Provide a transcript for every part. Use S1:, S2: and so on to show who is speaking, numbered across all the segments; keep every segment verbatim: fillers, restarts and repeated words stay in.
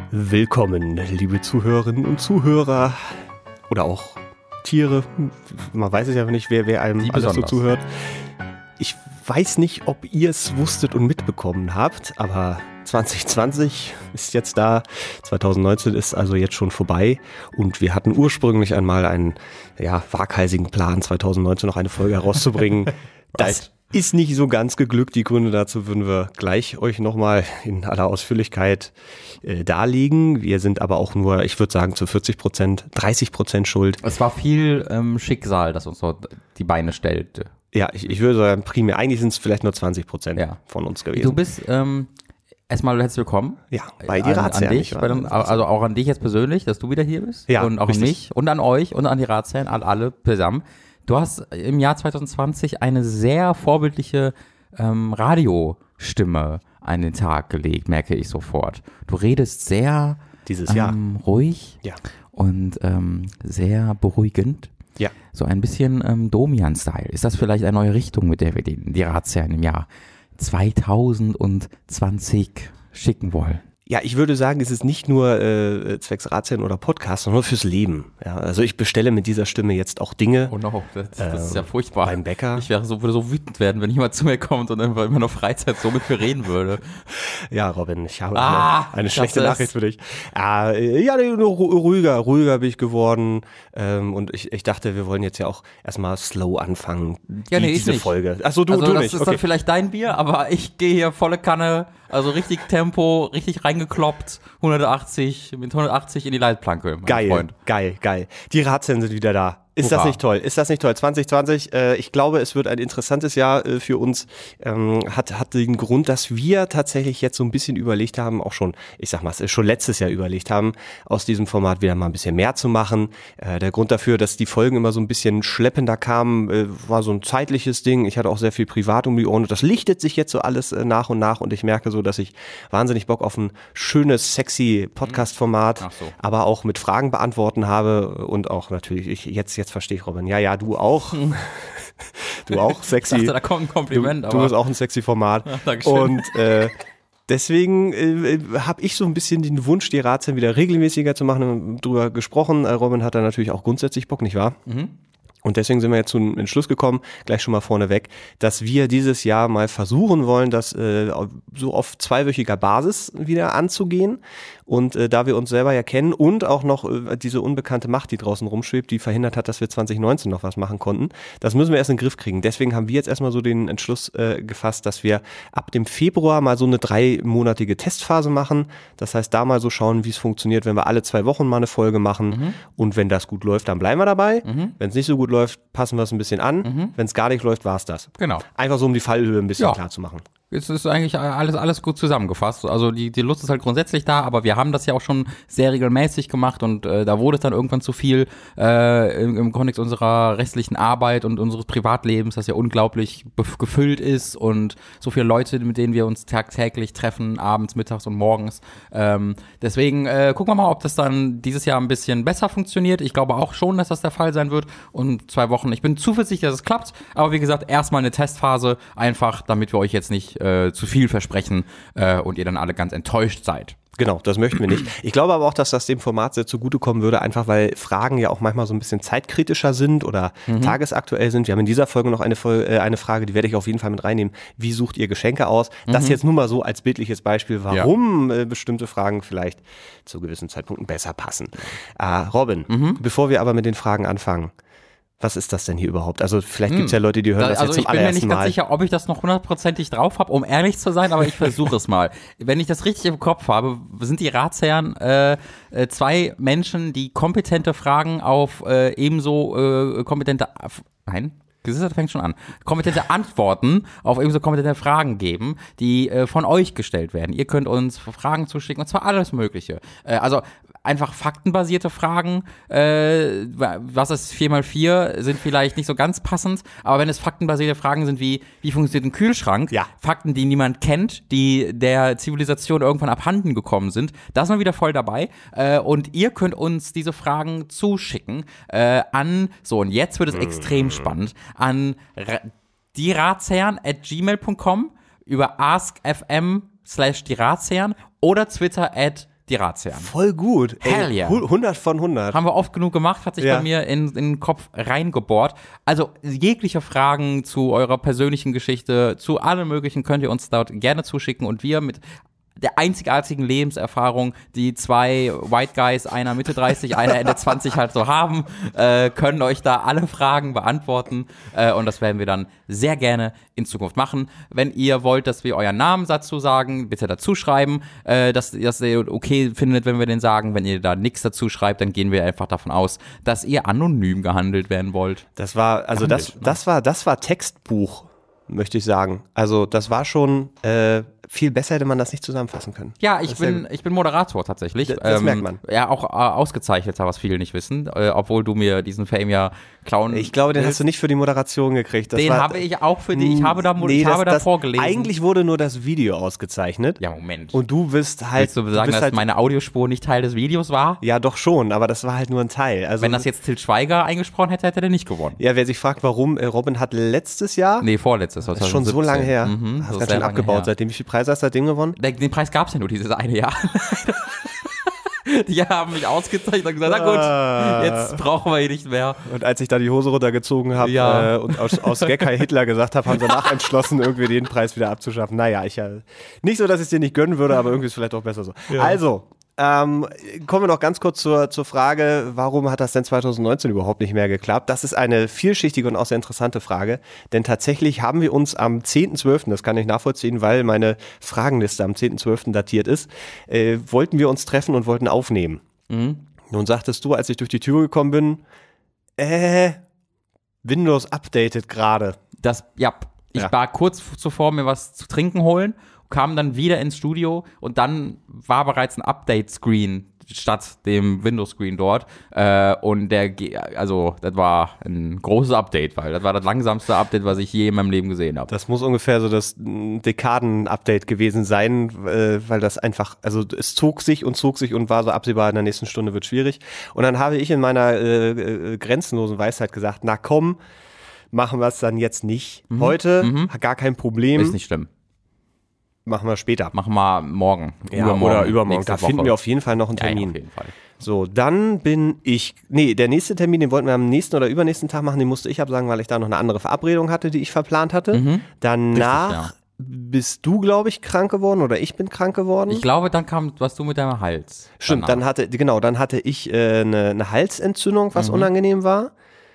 S1: Willkommen, liebe Zuhörerinnen und Zuhörer oder auch Tiere. Man weiß es ja nicht, wer, wer einem
S2: Die
S1: alles
S2: besonders.
S1: so zuhört. Ich weiß nicht, ob ihr es wusstet und mitbekommen habt, aber zwanzig zwanzig ist jetzt da, zwanzig neunzehn ist also jetzt schon vorbei und wir hatten ursprünglich einmal einen ja, waghalsigen Plan, zwanzig neunzehn noch eine Folge herauszubringen. Das ist nicht so ganz geglückt. Die Gründe dazu würden wir gleich euch nochmal in aller Ausführlichkeit äh, darlegen. Wir sind aber auch nur, ich würde sagen, zu vierzig Prozent, dreißig Prozent schuld.
S2: Es war viel ähm, Schicksal, das uns dort die Beine stellte.
S1: Ja, ich, ich würde sagen, primär, eigentlich sind es vielleicht nur zwanzig Prozent
S2: Ja.
S1: von uns gewesen.
S2: Du bist ähm, erstmal herzlich willkommen.
S1: Ja, bei die
S2: an, an
S1: Ratsherren,
S2: dich,
S1: nicht wahr?
S2: bei den, also auch an dich jetzt persönlich, dass du wieder hier bist.
S1: Ja,
S2: und auch
S1: richtig.
S2: an mich und an euch und an die Ratsherren, an alle zusammen. Du hast im Jahr zwanzig zwanzig eine sehr vorbildliche ähm, Radiostimme an den Tag gelegt, merke ich sofort. Du redest sehr
S1: Dieses Jahr.
S2: ähm, ruhig
S1: Ja.
S2: und ähm, sehr beruhigend.
S1: Ja.
S2: So ein bisschen ähm, Domian-Style. Ist das vielleicht eine neue Richtung, mit der wir den, die Ratsherren im Jahr zwanzig zwanzig schicken wollen?
S1: Ja, ich würde sagen, es ist nicht nur äh, zwecks Ratsherren oder Podcast, sondern fürs Leben. Ja, also ich bestelle mit dieser Stimme jetzt auch Dinge.
S2: Oh no, das, das
S1: Ähm,
S2: ist ja furchtbar.
S1: beim Bäcker.
S2: Ich wäre so, würde so wütend werden, wenn jemand zu mir kommt und einfach in meiner Freizeit so mit mir reden würde.
S1: Ja, Robin, ich habe
S2: Ah,
S1: eine, eine
S2: ich
S1: schlechte
S2: hasse es.
S1: Nachricht für dich. Äh, ja, nur ru- ruhiger, ruhiger bin ich geworden. Ähm, und ich, ich dachte, wir wollen jetzt ja auch erstmal slow anfangen, die,
S2: Ja, nee, ich
S1: diese
S2: nicht.
S1: Folge. Achso, du,
S2: also
S1: du
S2: das
S1: nicht.
S2: ist
S1: Okay.
S2: dann vielleicht dein Bier, aber ich gehe hier volle Kanne, also richtig Tempo, richtig reingekloppt, hundertachtzig, mit hundertachtzig in die Leitplanke, mein
S1: Geil,
S2: Freund.
S1: geil, geil. Die Ratsherren sind wieder da. Ist das
S2: Hurra.
S1: nicht toll? Ist das nicht toll? zwanzig zwanzig, äh, ich glaube, es wird ein interessantes Jahr äh, für uns. Ähm, hat, hat den Grund, dass wir tatsächlich jetzt so ein bisschen überlegt haben, auch schon, ich sag mal, es ist schon letztes Jahr überlegt haben, aus diesem Format wieder mal ein bisschen mehr zu machen. Äh, der Grund dafür, dass die Folgen immer so ein bisschen schleppender kamen, äh, war so ein zeitliches Ding. Ich hatte auch sehr viel privat um die Ohren. Das lichtet sich jetzt so alles äh, nach und nach und ich merke so, dass ich wahnsinnig Bock auf ein schönes, sexy Podcast-Format,
S2: Ach so.
S1: aber auch mit Fragen beantworten habe und auch natürlich, ich, jetzt, jetzt verstehe ich, Robin. Ja, ja, du auch. Du auch, sexy.
S2: Ich dachte, da kommt ein Kompliment,
S1: du,
S2: aber
S1: du bist auch ein sexy Format.
S2: Ja, Dankeschön.
S1: Und äh, deswegen äh, habe ich so ein bisschen den Wunsch, die Ratsherren wieder regelmäßiger zu machen. Wir haben drüber gesprochen. Äh, Robin hat da natürlich auch grundsätzlich Bock, nicht wahr?
S2: Mhm.
S1: Und deswegen sind wir jetzt zu einem Entschluss gekommen, gleich schon mal vorneweg, dass wir dieses Jahr mal versuchen wollen, das äh, so auf zweiwöchiger Basis wieder anzugehen. Und äh, da wir uns selber ja kennen und auch noch äh, diese unbekannte Macht, die draußen rumschwebt, die verhindert hat, dass wir zwanzig neunzehn noch was machen konnten, das müssen wir erst in den Griff kriegen. Deswegen haben wir jetzt erstmal so den Entschluss äh, gefasst, dass wir ab dem Februar mal so eine dreimonatige Testphase machen. Das heißt, da mal so schauen, wie es funktioniert, wenn wir alle zwei Wochen mal eine Folge machen.
S2: Mhm.
S1: Und wenn das gut läuft, dann bleiben wir dabei.
S2: Mhm.
S1: Wenn es nicht so gut läuft, passen wir es ein bisschen an.
S2: Mhm.
S1: Wenn es gar nicht läuft, war es das.
S2: Genau.
S1: Einfach so, um die Fallhöhe ein bisschen
S2: Ja.
S1: klar zu machen.
S2: Es ist eigentlich alles, alles gut zusammengefasst. Also die, die Lust ist halt grundsätzlich da, aber wir haben das ja auch schon sehr regelmäßig gemacht und äh, da wurde es dann irgendwann zu viel äh, im, im Kontext unserer restlichen Arbeit und unseres Privatlebens, das ja unglaublich bef- gefüllt ist und so viele Leute, mit denen wir uns tagtäglich treffen, abends, mittags und morgens. Ähm, deswegen äh, gucken wir mal, ob das dann dieses Jahr ein bisschen besser funktioniert. Ich glaube auch schon, dass das der Fall sein wird. Und zwei Wochen, ich bin zuversichtlich, dass es klappt, aber wie gesagt, erstmal eine Testphase, einfach damit wir euch jetzt nicht Äh, zu viel versprechen äh, und ihr dann alle ganz enttäuscht seid.
S1: Genau, das möchten wir nicht. Ich glaube aber auch, dass das dem Format sehr zugutekommen würde, einfach weil Fragen ja auch manchmal so ein bisschen zeitkritischer sind oder mhm. tagesaktuell sind. Wir haben in dieser Folge noch eine, Folge, äh, eine Frage, die werde ich auf jeden Fall mit reinnehmen. Wie sucht ihr Geschenke aus? Mhm. Das jetzt nur mal so als bildliches Beispiel, warum ja. äh, bestimmte Fragen vielleicht zu gewissen Zeitpunkten besser passen. Äh, Robin, mhm. bevor wir aber mit den Fragen anfangen, was ist das denn hier überhaupt? Also vielleicht gibt es ja Leute, die hören das
S2: also
S1: jetzt zum allerersten Mal.
S2: Also ich bin mir nicht ganz sicher, ob ich das noch hundertprozentig drauf habe, um ehrlich zu sein, aber ich versuche es mal. Wenn ich das richtig im Kopf habe, sind die Ratsherren äh, äh, zwei Menschen, die kompetente Fragen auf äh, ebenso äh, kompetente... Nein? Das fängt schon an. Kompetente Antworten auf ebenso kompetente Fragen geben, die äh, von euch gestellt werden. Ihr könnt uns Fragen zuschicken, und zwar alles Mögliche. Äh, also einfach faktenbasierte Fragen, äh, was ist vier mal vier, sind vielleicht nicht so ganz passend, aber wenn es faktenbasierte Fragen sind wie, wie funktioniert ein Kühlschrank,
S1: ja.
S2: Fakten, die niemand kennt, die der Zivilisation irgendwann abhanden gekommen sind, da sind wir wieder voll dabei äh, und ihr könnt uns diese Fragen zuschicken äh, an, so und jetzt wird es extrem spannend, an ra- die Ratsherren at gmail punkt com über askfm slash die Ratsherren oder Twitter at die Ratsherren.
S1: Voll gut. Ey,
S2: Hell yeah.
S1: hundert von hundert.
S2: Haben wir oft genug gemacht, hat sich
S1: Ja.
S2: bei mir in, in den Kopf reingebohrt. Also jegliche Fragen zu eurer persönlichen Geschichte, zu allem Möglichen könnt ihr uns dort gerne zuschicken und wir mit der einzigartigen Lebenserfahrung, die zwei White Guys, einer Mitte dreißig, einer Ende zwanzig halt so haben, äh, können euch da alle Fragen beantworten äh, und das werden wir dann sehr gerne in Zukunft machen. Wenn ihr wollt, dass wir euren Namen dazu sagen, bitte dazu schreiben, äh, dass, dass ihr okay findet, wenn wir den sagen. Wenn ihr da nichts dazu schreibt, dann gehen wir einfach davon aus, dass ihr anonym gehandelt werden wollt.
S1: Das war, also das,
S2: Gehandelt, ne?
S1: das war, das war Textbuch, möchte ich sagen. Also das war schon äh, viel besser, hätte man das nicht zusammenfassen können.
S2: Ja, ich
S1: Das ist sehr
S2: bin, ich bin Moderator tatsächlich.
S1: D- das merkt man.
S2: Ja, auch äh, ausgezeichneter, was viele nicht wissen, äh, obwohl du mir diesen Fame ja klauen
S1: Ich glaube, den
S2: willst.
S1: hast du nicht für die Moderation gekriegt. Das
S2: Den
S1: war,
S2: habe ich auch für die, ich habe da,
S1: Nee,
S2: ich
S1: das,
S2: habe
S1: das,
S2: davor gelesen.
S1: Eigentlich wurde nur das Video ausgezeichnet.
S2: Ja, Moment.
S1: Und du bist halt.
S2: Willst du sagen,
S1: bist
S2: dass
S1: halt,
S2: meine Audiospur nicht Teil des Videos war?
S1: Ja, doch schon, aber das war halt nur ein Teil. Also,
S2: Wenn das jetzt Til Schweiger eingesprochen hätte, hätte der nicht gewonnen.
S1: ja, wer sich fragt, warum, äh, Robin hat letztes Jahr,
S2: Nee, vorletztes.
S1: das ist schon so lange her,
S2: Mhm,
S1: hast
S2: das ist
S1: ganz
S2: sehr
S1: schön
S2: lange
S1: abgebaut
S2: her.
S1: seitdem. Wie viel Preise hast du seitdem gewonnen?
S2: Den, den Preis gab es ja nur dieses eine Jahr. Die haben mich ausgezeichnet und gesagt, na gut,
S1: Ah.
S2: jetzt brauchen wir hier nicht mehr.
S1: Und als ich da die Hose runtergezogen habe
S2: Ja.
S1: äh, und aus, aus Gag Heil Hitler gesagt habe, haben sie danach entschlossen, irgendwie den Preis wieder abzuschaffen. Naja, ich äh, nicht so, dass ich es dir nicht gönnen würde, aber irgendwie ist es vielleicht auch besser so. Also, ähm, kommen wir noch ganz kurz zur, zur Frage, warum hat das denn zwanzig neunzehn überhaupt nicht mehr geklappt? Das ist eine vielschichtige und auch sehr interessante Frage, denn tatsächlich haben wir uns am zehnten zwölften, das kann ich nachvollziehen, weil meine Fragenliste am zehnten zwölften datiert ist, äh, wollten wir uns treffen und wollten aufnehmen.
S2: Mhm.
S1: Nun sagtest du, als ich durch die Tür gekommen bin, äh, Windows updated gerade.
S2: Das, ja, ich
S1: Ja.
S2: war kurz zuvor, mir was zu trinken holen, kam dann wieder ins Studio und dann war bereits ein Update-Screen statt dem Windows-Screen dort. Äh, und der, ge- also, das war ein großes Update, weil das war das langsamste Update, was ich je in meinem Leben gesehen habe.
S1: Das muss ungefähr so das mm, Dekaden-Update gewesen sein, äh, weil das einfach, also es zog sich und zog sich und war so absehbar, in der nächsten Stunde wird schwierig. Und dann habe ich in meiner äh, äh, grenzenlosen Weisheit gesagt, na komm, machen wir es dann jetzt nicht. Heute, gar kein Problem,
S2: Ist nicht schlimm.
S1: machen wir später.
S2: Machen wir morgen.
S1: Ja, oder übermorgen.
S2: nächste
S1: Da finden
S2: Woche.
S1: wir auf jeden Fall noch einen
S2: Ja, ja,
S1: Termin.
S2: auf jeden Fall.
S1: So, dann bin ich, nee, der nächste Termin, den wollten wir am nächsten oder übernächsten Tag machen, den musste ich absagen, weil ich da noch eine andere Verabredung hatte, die ich verplant hatte. Danach
S2: Richtig, ja.
S1: bist du, glaube ich, krank geworden oder ich bin krank geworden.
S2: Ich glaube, dann kam, was du mit deinem Hals.
S1: Stimmt,
S2: danach.
S1: dann hatte, genau, dann hatte ich äh, eine, eine Halsentzündung,
S2: Mhm.
S1: was unangenehm war.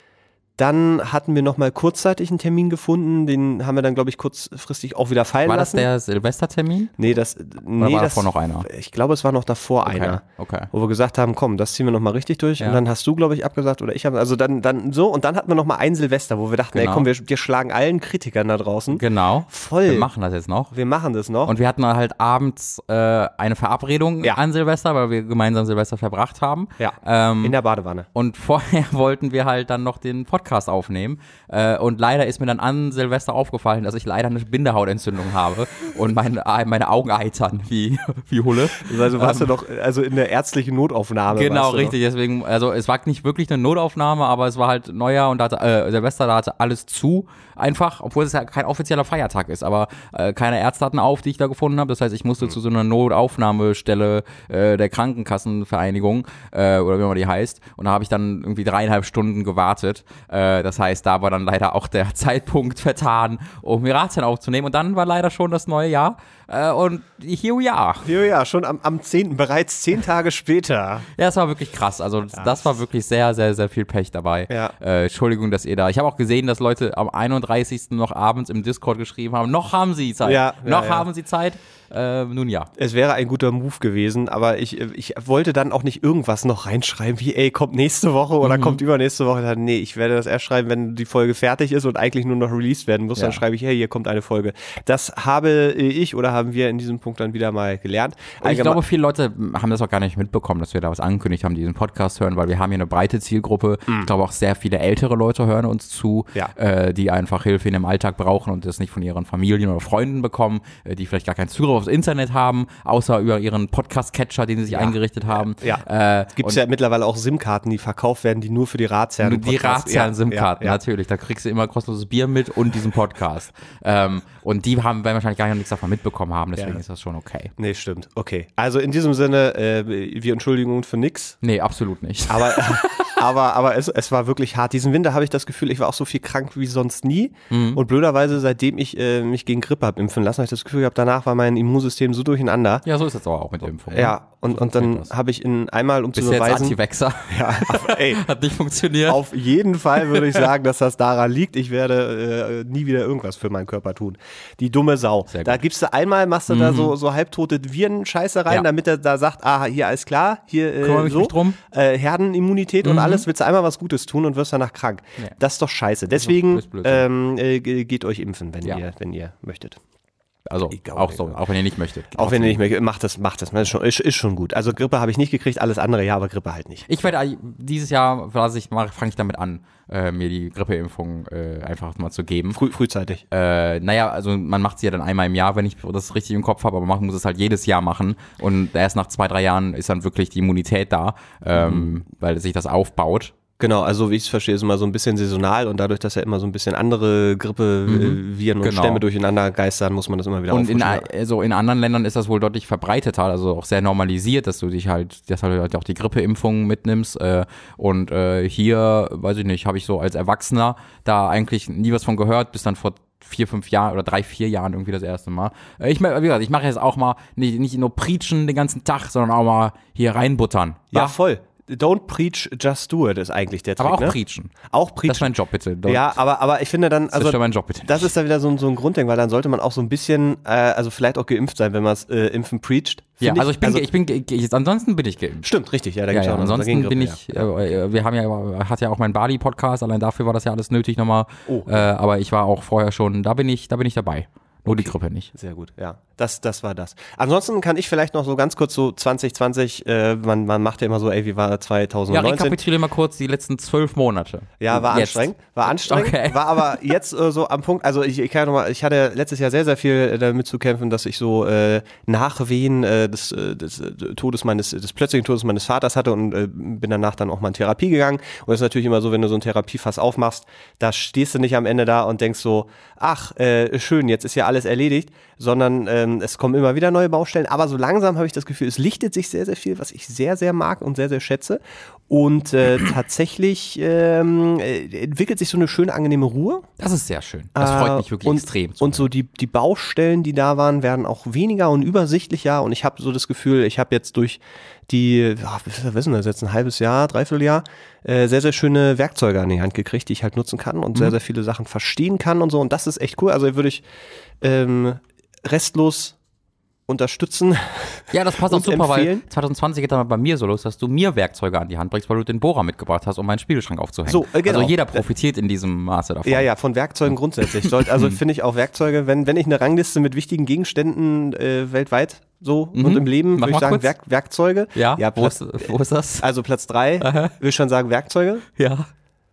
S1: Dann hatten wir nochmal kurzzeitig einen Termin gefunden, den haben wir dann, glaube ich, kurzfristig auch wieder fallen
S2: War das
S1: lassen.
S2: der Silvestertermin?
S1: Nee, das, nee,
S2: war
S1: das,
S2: davor noch einer?
S1: Ich glaube, es war noch davor
S2: Okay,
S1: einer.
S2: okay.
S1: Wo wir gesagt haben, komm, das ziehen wir nochmal richtig durch.
S2: Ja.
S1: Und dann hast du, glaube ich, abgesagt oder ich habe, also dann, dann so. Und dann hatten wir nochmal ein Silvester, wo wir dachten, ey,
S2: Genau.
S1: komm, wir, wir schlagen allen Kritikern da draußen.
S2: Genau.
S1: Voll.
S2: Wir machen das jetzt noch.
S1: Wir machen das noch.
S2: Und wir hatten halt abends äh, eine Verabredung
S1: Ja.
S2: an Silvester, weil wir gemeinsam Silvester verbracht haben.
S1: ja,
S2: Ähm,
S1: in der Badewanne.
S2: und vorher wollten wir halt dann noch den Podcast aufnehmen. Äh, und leider ist mir dann an Silvester aufgefallen, dass ich leider eine Bindehautentzündung habe und meine, meine Augen eitern wie, wie Hulle.
S1: Also warst du doch, also in der ärztlichen Notaufnahme.
S2: Genau,
S1: warst du
S2: richtig. Deswegen, also es war nicht wirklich eine Notaufnahme, aber es war halt Neujahr und da hatte, äh, Silvester, da hatte alles zu. Einfach, obwohl es ja kein offizieller Feiertag ist, aber äh, keine Ärzte hatten auf, die ich da gefunden habe. Das heißt, ich musste zu so einer Notaufnahmestelle äh, der Krankenkassenvereinigung äh, oder wie man die heißt. Und da habe ich dann irgendwie dreieinhalb Stunden gewartet. Äh, das heißt, da war dann leider auch der Zeitpunkt vertan, um mir Ratsherren aufzunehmen. Und dann war leider schon das neue Jahr. Äh, und here we are.
S1: Ja, ja, schon am, am zehnten, bereits zehn Tage später.
S2: Ja, es war wirklich krass. Also das war wirklich sehr, sehr, sehr viel Pech dabei.
S1: Ja.
S2: Äh, Entschuldigung, dass ihr da. Ich habe auch gesehen, dass Leute am einunddreißigsten noch abends im Discord geschrieben haben, noch haben sie Zeit.
S1: Ja, ja,
S2: noch
S1: ja.
S2: haben sie Zeit. Äh, nun ja.
S1: Es wäre ein guter Move gewesen, aber ich, ich wollte dann auch nicht irgendwas noch reinschreiben, wie, ey, kommt nächste Woche oder
S2: Mhm.
S1: kommt übernächste Woche. Dann, nee, ich werde das erst schreiben, wenn die Folge fertig ist und eigentlich nur noch released werden muss.
S2: Ja.
S1: Dann schreibe ich, hey, hier kommt eine Folge. Das habe ich oder haben wir in diesem Punkt dann wieder mal gelernt.
S2: Und ich
S1: Allgemein-
S2: glaube, viele Leute haben das auch gar nicht mitbekommen, dass wir da was angekündigt haben, diesen Podcast hören, weil wir haben hier eine breite Zielgruppe. Ich glaube auch sehr viele ältere Leute hören uns zu,
S1: Ja.
S2: äh, die einfach Hilfe in dem Alltag brauchen und das nicht von ihren Familien oder Freunden bekommen, äh, die vielleicht gar keinen Zugriff aufs Internet haben, außer über ihren Podcast-Catcher, den sie sich
S1: Ja.
S2: eingerichtet haben.
S1: Ja.
S2: Äh,
S1: Gibt es
S2: und
S1: ja mittlerweile auch SIM-Karten, die verkauft werden, die nur für die Ratsherren
S2: die Ratsherren-SIM-Karten,
S1: ja, ja, ja.
S2: natürlich. Da kriegst du immer kostenloses Bier mit und diesen Podcast. ähm, und die haben werden wahrscheinlich gar nicht nichts davon mitbekommen. bekommen haben, deswegen
S1: Ja.
S2: ist das schon okay.
S1: Nee, stimmt. Okay. Also in diesem Sinne, äh, wir entschuldigen uns für nix.
S2: Nee, absolut nicht.
S1: Aber, aber, aber es, es war wirklich hart. Diesen Winter habe ich das Gefühl, ich war auch so viel krank wie sonst nie.
S2: Mhm.
S1: Und blöderweise, seitdem ich äh, mich gegen Grippe habe impfen lassen, habe ich das Gefühl gehabt, danach war mein Immunsystem so durcheinander.
S2: Ja, so ist es aber auch mit der Impfung.
S1: Ja, und, und dann
S2: das.
S1: habe ich in einmal, um
S2: Bist
S1: zu
S2: du jetzt
S1: beweisen,
S2: Anti-Vaxxer?
S1: ja, ey,
S2: Hat nicht funktioniert.
S1: auf jeden Fall würde ich sagen, dass das daran liegt. Ich werde äh, nie wieder irgendwas für meinen Körper tun. Die dumme Sau.
S2: Sehr gut.
S1: Da gibst du einmal, machst du da so, so halbtote Viren-Scheiße rein,
S2: Ja.
S1: damit er da sagt, ah, hier alles klar, hier äh,
S2: Kümmere mich
S1: so,
S2: nicht drum.
S1: Äh, Herdenimmunität und alles, willst du einmal was Gutes tun und wirst danach krank.
S2: Ja.
S1: Das ist doch scheiße. Deswegen
S2: ist Blödsinn.
S1: ähm, äh, ge- geht euch impfen, wenn
S2: Ja.
S1: ihr, wenn ihr möchtet.
S2: Also
S1: Egal,
S2: auch so,
S1: egal.
S2: auch wenn ihr nicht möchtet.
S1: Auch wenn ihr nicht mehr, macht das, macht das. Das ist schon, ist, ist schon gut. Also Grippe habe ich nicht gekriegt, alles andere ja, aber Grippe halt nicht.
S2: Ich werde dieses Jahr, was ich mache, fange ich damit an, äh, mir die Grippeimpfung äh, einfach mal zu geben.
S1: Früh, frühzeitig.
S2: Äh, naja, also man macht sie ja dann einmal im Jahr, wenn ich das richtig im Kopf habe, aber man muss es halt jedes Jahr machen und erst nach zwei, drei Jahren ist dann wirklich die Immunität da, ähm,
S1: Mhm.
S2: weil sich das aufbaut.
S1: Genau, also wie ich es verstehe, ist immer so ein bisschen saisonal und dadurch, dass ja immer so ein bisschen andere Grippe, äh, Viren und
S2: Genau.
S1: Stämme durcheinander geistern, muss man das immer wieder
S2: Und in,
S1: auffrischen.
S2: also in anderen Ländern ist das wohl deutlich verbreiteter, also auch sehr normalisiert, dass du dich halt, dass du halt auch die Grippeimpfung mitnimmst. Äh, und äh, hier, weiß ich nicht, habe ich so als Erwachsener da eigentlich nie was von gehört, bis dann vor vier, fünf Jahren oder drei, vier Jahren irgendwie das erste Mal. Äh, Ich, wie gesagt, ich mache jetzt auch mal nicht, nicht nur preachen den ganzen Tag, sondern auch mal hier reinbuttern.
S1: Ja,
S2: wa?
S1: voll. Don't preach, just do it ist eigentlich der Trick,
S2: Aber auch
S1: ne?
S2: preachen.
S1: Auch
S2: Das ist
S1: preachen.
S2: mein Job, bitte. Don't-
S1: Ja, aber, aber ich finde dann, also
S2: Zerstör meinen Job, bitte.
S1: das ist da wieder so, ein- so ein Grundding, weil dann sollte man auch so ein bisschen, äh, also vielleicht auch geimpft sein, wenn man es äh, impfen preacht.
S2: Ja,
S1: Finde
S2: also ich bin, ge- ich bin, ge- ge- ansonsten bin ich geimpft.
S1: Stimmt, richtig, ja, da
S2: Ja,
S1: gibt's
S2: ja,
S1: auch noch
S2: ansonsten bin
S1: Grippe,
S2: ich,
S1: ja.
S2: äh, wir haben ja, hat ja auch mein Bali-Podcast, allein dafür war das ja alles nötig nochmal.
S1: Oh.
S2: Äh, aber ich war auch vorher schon, da bin ich, da bin ich dabei. Nur die Grippe nicht.
S1: Sehr gut, ja. Das, das war das. Ansonsten kann ich vielleicht noch so ganz kurz so zwanzig zwanzig, äh, man, man macht ja immer so, ey, wie war zwanzig
S2: Ja,
S1: neunzehn?
S2: rekapituliere mal kurz die letzten zwölf Monate.
S1: Ja, war
S2: Jetzt.
S1: anstrengend, war anstrengend,
S2: Okay.
S1: war aber jetzt äh, so am Punkt, also ich, ich kann ja noch mal, ich hatte letztes Jahr sehr, sehr viel äh, damit zu kämpfen, dass ich so äh, Nachwehen äh, des, äh, des äh, Todes meines, des plötzlichen Todes meines Vaters hatte und äh, bin danach dann auch mal in Therapie gegangen und das ist natürlich immer so, wenn du so ein Therapiefass aufmachst, da stehst du nicht am Ende da und denkst so, ach, äh, schön, jetzt ist ja alles erledigt, sondern ähm, es kommen immer wieder neue Baustellen, aber so langsam habe ich das Gefühl, es lichtet sich sehr, sehr viel, was ich sehr, sehr mag und sehr, sehr schätze und äh, tatsächlich ähm, äh, entwickelt sich so eine schöne, angenehme Ruhe.
S2: Das ist sehr schön. Das freut mich wirklich
S1: und,
S2: extrem.
S1: Und so die, die Baustellen, die da waren, werden auch weniger und übersichtlicher und ich habe so das Gefühl, ich habe jetzt durch die, ja, was ist denn das jetzt, ein halbes Jahr, dreiviertel Jahr, äh, sehr, sehr schöne Werkzeuge an die Hand gekriegt, die ich halt nutzen kann und sehr, sehr viele Sachen verstehen kann und so und das ist echt cool. Also würde ich ähm, restlos unterstützen.
S2: Ja, das passt auch
S1: uns
S2: super,
S1: empfehlen.
S2: weil zwanzig zwanzig geht dann bei mir so los, dass du mir Werkzeuge an die Hand bringst, weil du den Bohrer mitgebracht hast, um meinen Spiegelschrank aufzuhängen.
S1: So, äh, genau.
S2: Also jeder profitiert in diesem Maße davon.
S1: Ja, ja, von Werkzeugen grundsätzlich. Sollt, also finde ich auch Werkzeuge, wenn, wenn ich eine Rangliste mit wichtigen Gegenständen äh, weltweit so und im Leben,
S2: Mach
S1: würde ich
S2: mal
S1: sagen,
S2: kurz.
S1: Werk, Werkzeuge.
S2: Ja,
S1: ja
S2: wo,
S1: Platz,
S2: ist, wo ist das?
S1: also Platz drei,
S2: Aha.
S1: würde ich schon sagen, Werkzeuge.
S2: Ja.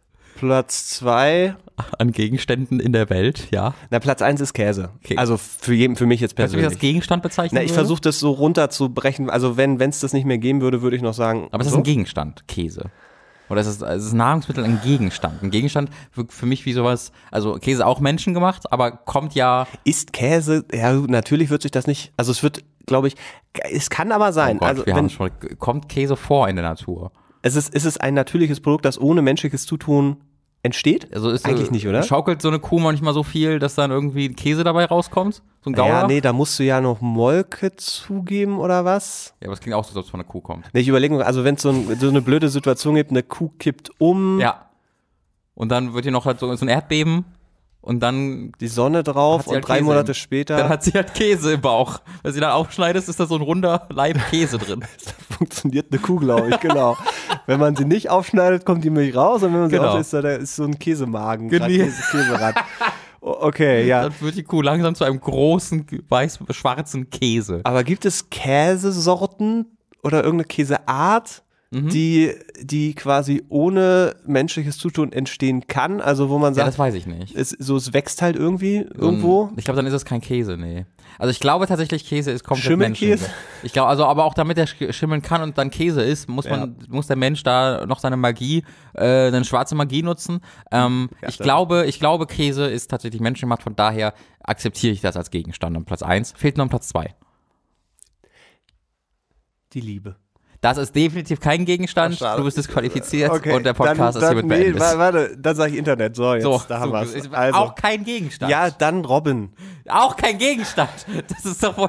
S1: Platz zwei,
S2: An Gegenständen in der Welt, ja.
S1: na Platz eins ist Käse.
S2: Okay.
S1: Also für jeden, für mich jetzt
S2: Weißt du, wie das
S1: persönlich.
S2: Gegenstand bezeichnen
S1: Na, ich
S2: würde?
S1: versuche das so runterzubrechen. Also wenn es das nicht mehr geben würde, würde ich noch sagen.
S2: Aber es ist
S1: so.
S2: ein Gegenstand, Käse. Oder es ist, es ist Nahrungsmittel ein Gegenstand. Ein Gegenstand wirkt für mich wie sowas, also Käse auch menschengemacht, aber kommt ja,
S1: Ist Käse, ja natürlich wird sich das nicht, also es wird, glaube ich, es kann aber sein.
S2: oh Gott,
S1: also
S2: wir
S1: wenn,
S2: haben schon, kommt Käse vor in der Natur.
S1: es ist, ist es ein natürliches Produkt, das ohne menschliches Zutun entsteht?
S2: Also ist,
S1: Eigentlich nicht, oder?
S2: Schaukelt so eine Kuh manchmal so viel, dass dann irgendwie Käse dabei rauskommt? So ein Gauer?
S1: Ja, nee, da musst du ja noch Molke zugeben oder was?
S2: Ja, aber es klingt auch so, als ob es von einer Kuh kommt.
S1: Nee, ich überlege mir, also wenn es so, ein, so eine blöde Situation gibt, eine Kuh kippt um,
S2: Ja. Und dann wird hier noch halt so, so ein Erdbeben und dann,
S1: die Sonne drauf
S2: Hat sie
S1: und
S2: halt
S1: drei
S2: Käse
S1: Monate
S2: im-
S1: später
S2: dann hat sie halt Käse im Bauch. Wenn sie dann aufschneidest, ist da so ein runder Leib Käse drin.
S1: funktioniert eine Kuh, glaube ich, genau. Wenn man sie nicht aufschneidet, kommt die Milch raus und wenn man sie
S2: Genau.
S1: aufschneidet, ist da ist so ein Käsemagen,
S2: Genau.
S1: grad Käse, Käserad. O- Okay, ja.
S2: Dann wird die Kuh langsam zu einem großen, weiß-schwarzen Käse.
S1: Aber gibt es Käsesorten oder irgendeine Käseart, mhm. die, die quasi ohne menschliches Zutun entstehen kann? Also wo man sagt,
S2: ja, das weiß ich nicht.
S1: Es, so, es wächst halt irgendwie irgendwo?
S2: Und ich glaube, dann ist es kein Käse, nee. Also ich glaube tatsächlich, Käse ist komplett
S1: Schimmelkäse?
S2: menschlich. Ich glaube, also aber auch damit der schimmeln kann und dann Käse ist, muss man, ja. muss der Mensch da noch seine Magie, äh, eine schwarze Magie nutzen. Ähm, ja, ich glaube, ich glaube, Käse ist tatsächlich menschengemacht, von daher akzeptiere ich das als Gegenstand an Platz eins. Fehlt nur an Platz zwei.
S1: Die Liebe.
S2: Das ist definitiv kein Gegenstand, Ach, du bist disqualifiziert okay, und der Podcast
S1: dann, dann,
S2: ist hiermit beendet.
S1: Nee, warte, dann sage ich Internet. So, jetzt,
S2: so,
S1: da haben
S2: so,
S1: wir es.
S2: Also. Auch kein Gegenstand.
S1: Ja, dann Robin.
S2: Auch kein Gegenstand. Das ist doch wohl...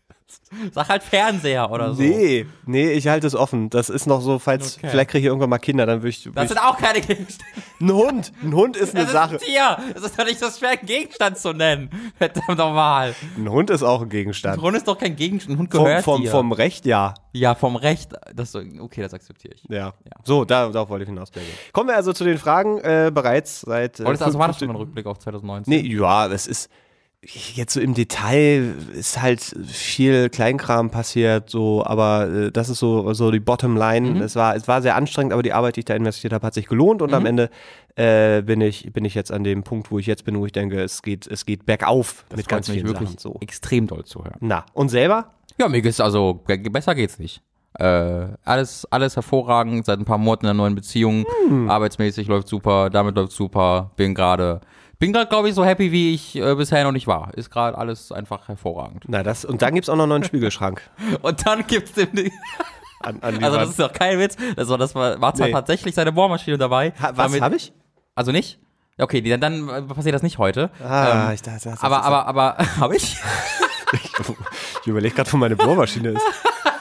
S2: Sag halt Fernseher oder so.
S1: Nee, nee, ich halte es offen. Das ist noch so, falls, okay. vielleicht kriege ich irgendwann mal Kinder, dann würde ich... Würd
S2: das
S1: ich,
S2: sind auch keine Gegenstände.
S1: Ein Hund, ein Hund ist eine
S2: das
S1: Sache.
S2: Das ist ein Tier, das ist doch nicht so schwer, einen Gegenstand zu nennen. Verdammt nochmal.
S1: Ein Hund ist auch ein Gegenstand.
S2: Ein Hund ist doch kein Gegenstand, ein Hund gehört
S1: vom, vom,
S2: dir.
S1: Vom Recht, ja.
S2: Ja, vom Recht, das, okay, das akzeptiere ich.
S1: Ja, ja. So, da, darauf wollte ich hinaus. Kommen wir also zu den Fragen, äh, bereits seit... Äh,
S2: also war das schon ein Rückblick auf zwanzig neunzehn?
S1: Nee, ja, es ist... Jetzt so im Detail ist halt viel Kleinkram passiert, so, aber äh, das ist so, so die Bottomline. Mhm. Es war, es war sehr anstrengend, aber die Arbeit, die ich da investiert habe, hat sich gelohnt und mhm. am Ende äh, bin ich, bin ich jetzt an dem Punkt, wo ich jetzt bin, wo ich denke, es geht, es geht bergauf
S2: das
S1: mit ganz vielen
S2: wirklich
S1: Sachen. So.
S2: Extrem doll zu hören.
S1: Na, und selber?
S2: Ja, mir geht's also, besser geht's nicht. Äh, alles, alles hervorragend, seit ein paar Monaten in einer neuen Beziehung, mhm. arbeitsmäßig läuft super, damit läuft super, bin gerade Bin gerade, glaube ich, so happy, wie ich äh, bisher noch nicht war. Ist gerade alles einfach hervorragend.
S1: Na, das, und dann gibt's auch noch einen neuen Spiegelschrank.
S2: Und dann gibt's den.
S1: an, an
S2: also, das ist doch kein Witz. Das war, das war, war zwar nee. tatsächlich seine Bohrmaschine dabei.
S1: Ha, was, habe ich?
S2: Also nicht? Okay, dann, dann passiert das nicht heute.
S1: Ah,
S2: ähm,
S1: ich dachte, das
S2: aber, aber, aber, aber, habe ich?
S1: ich ich überlege gerade, wo meine Bohrmaschine ist.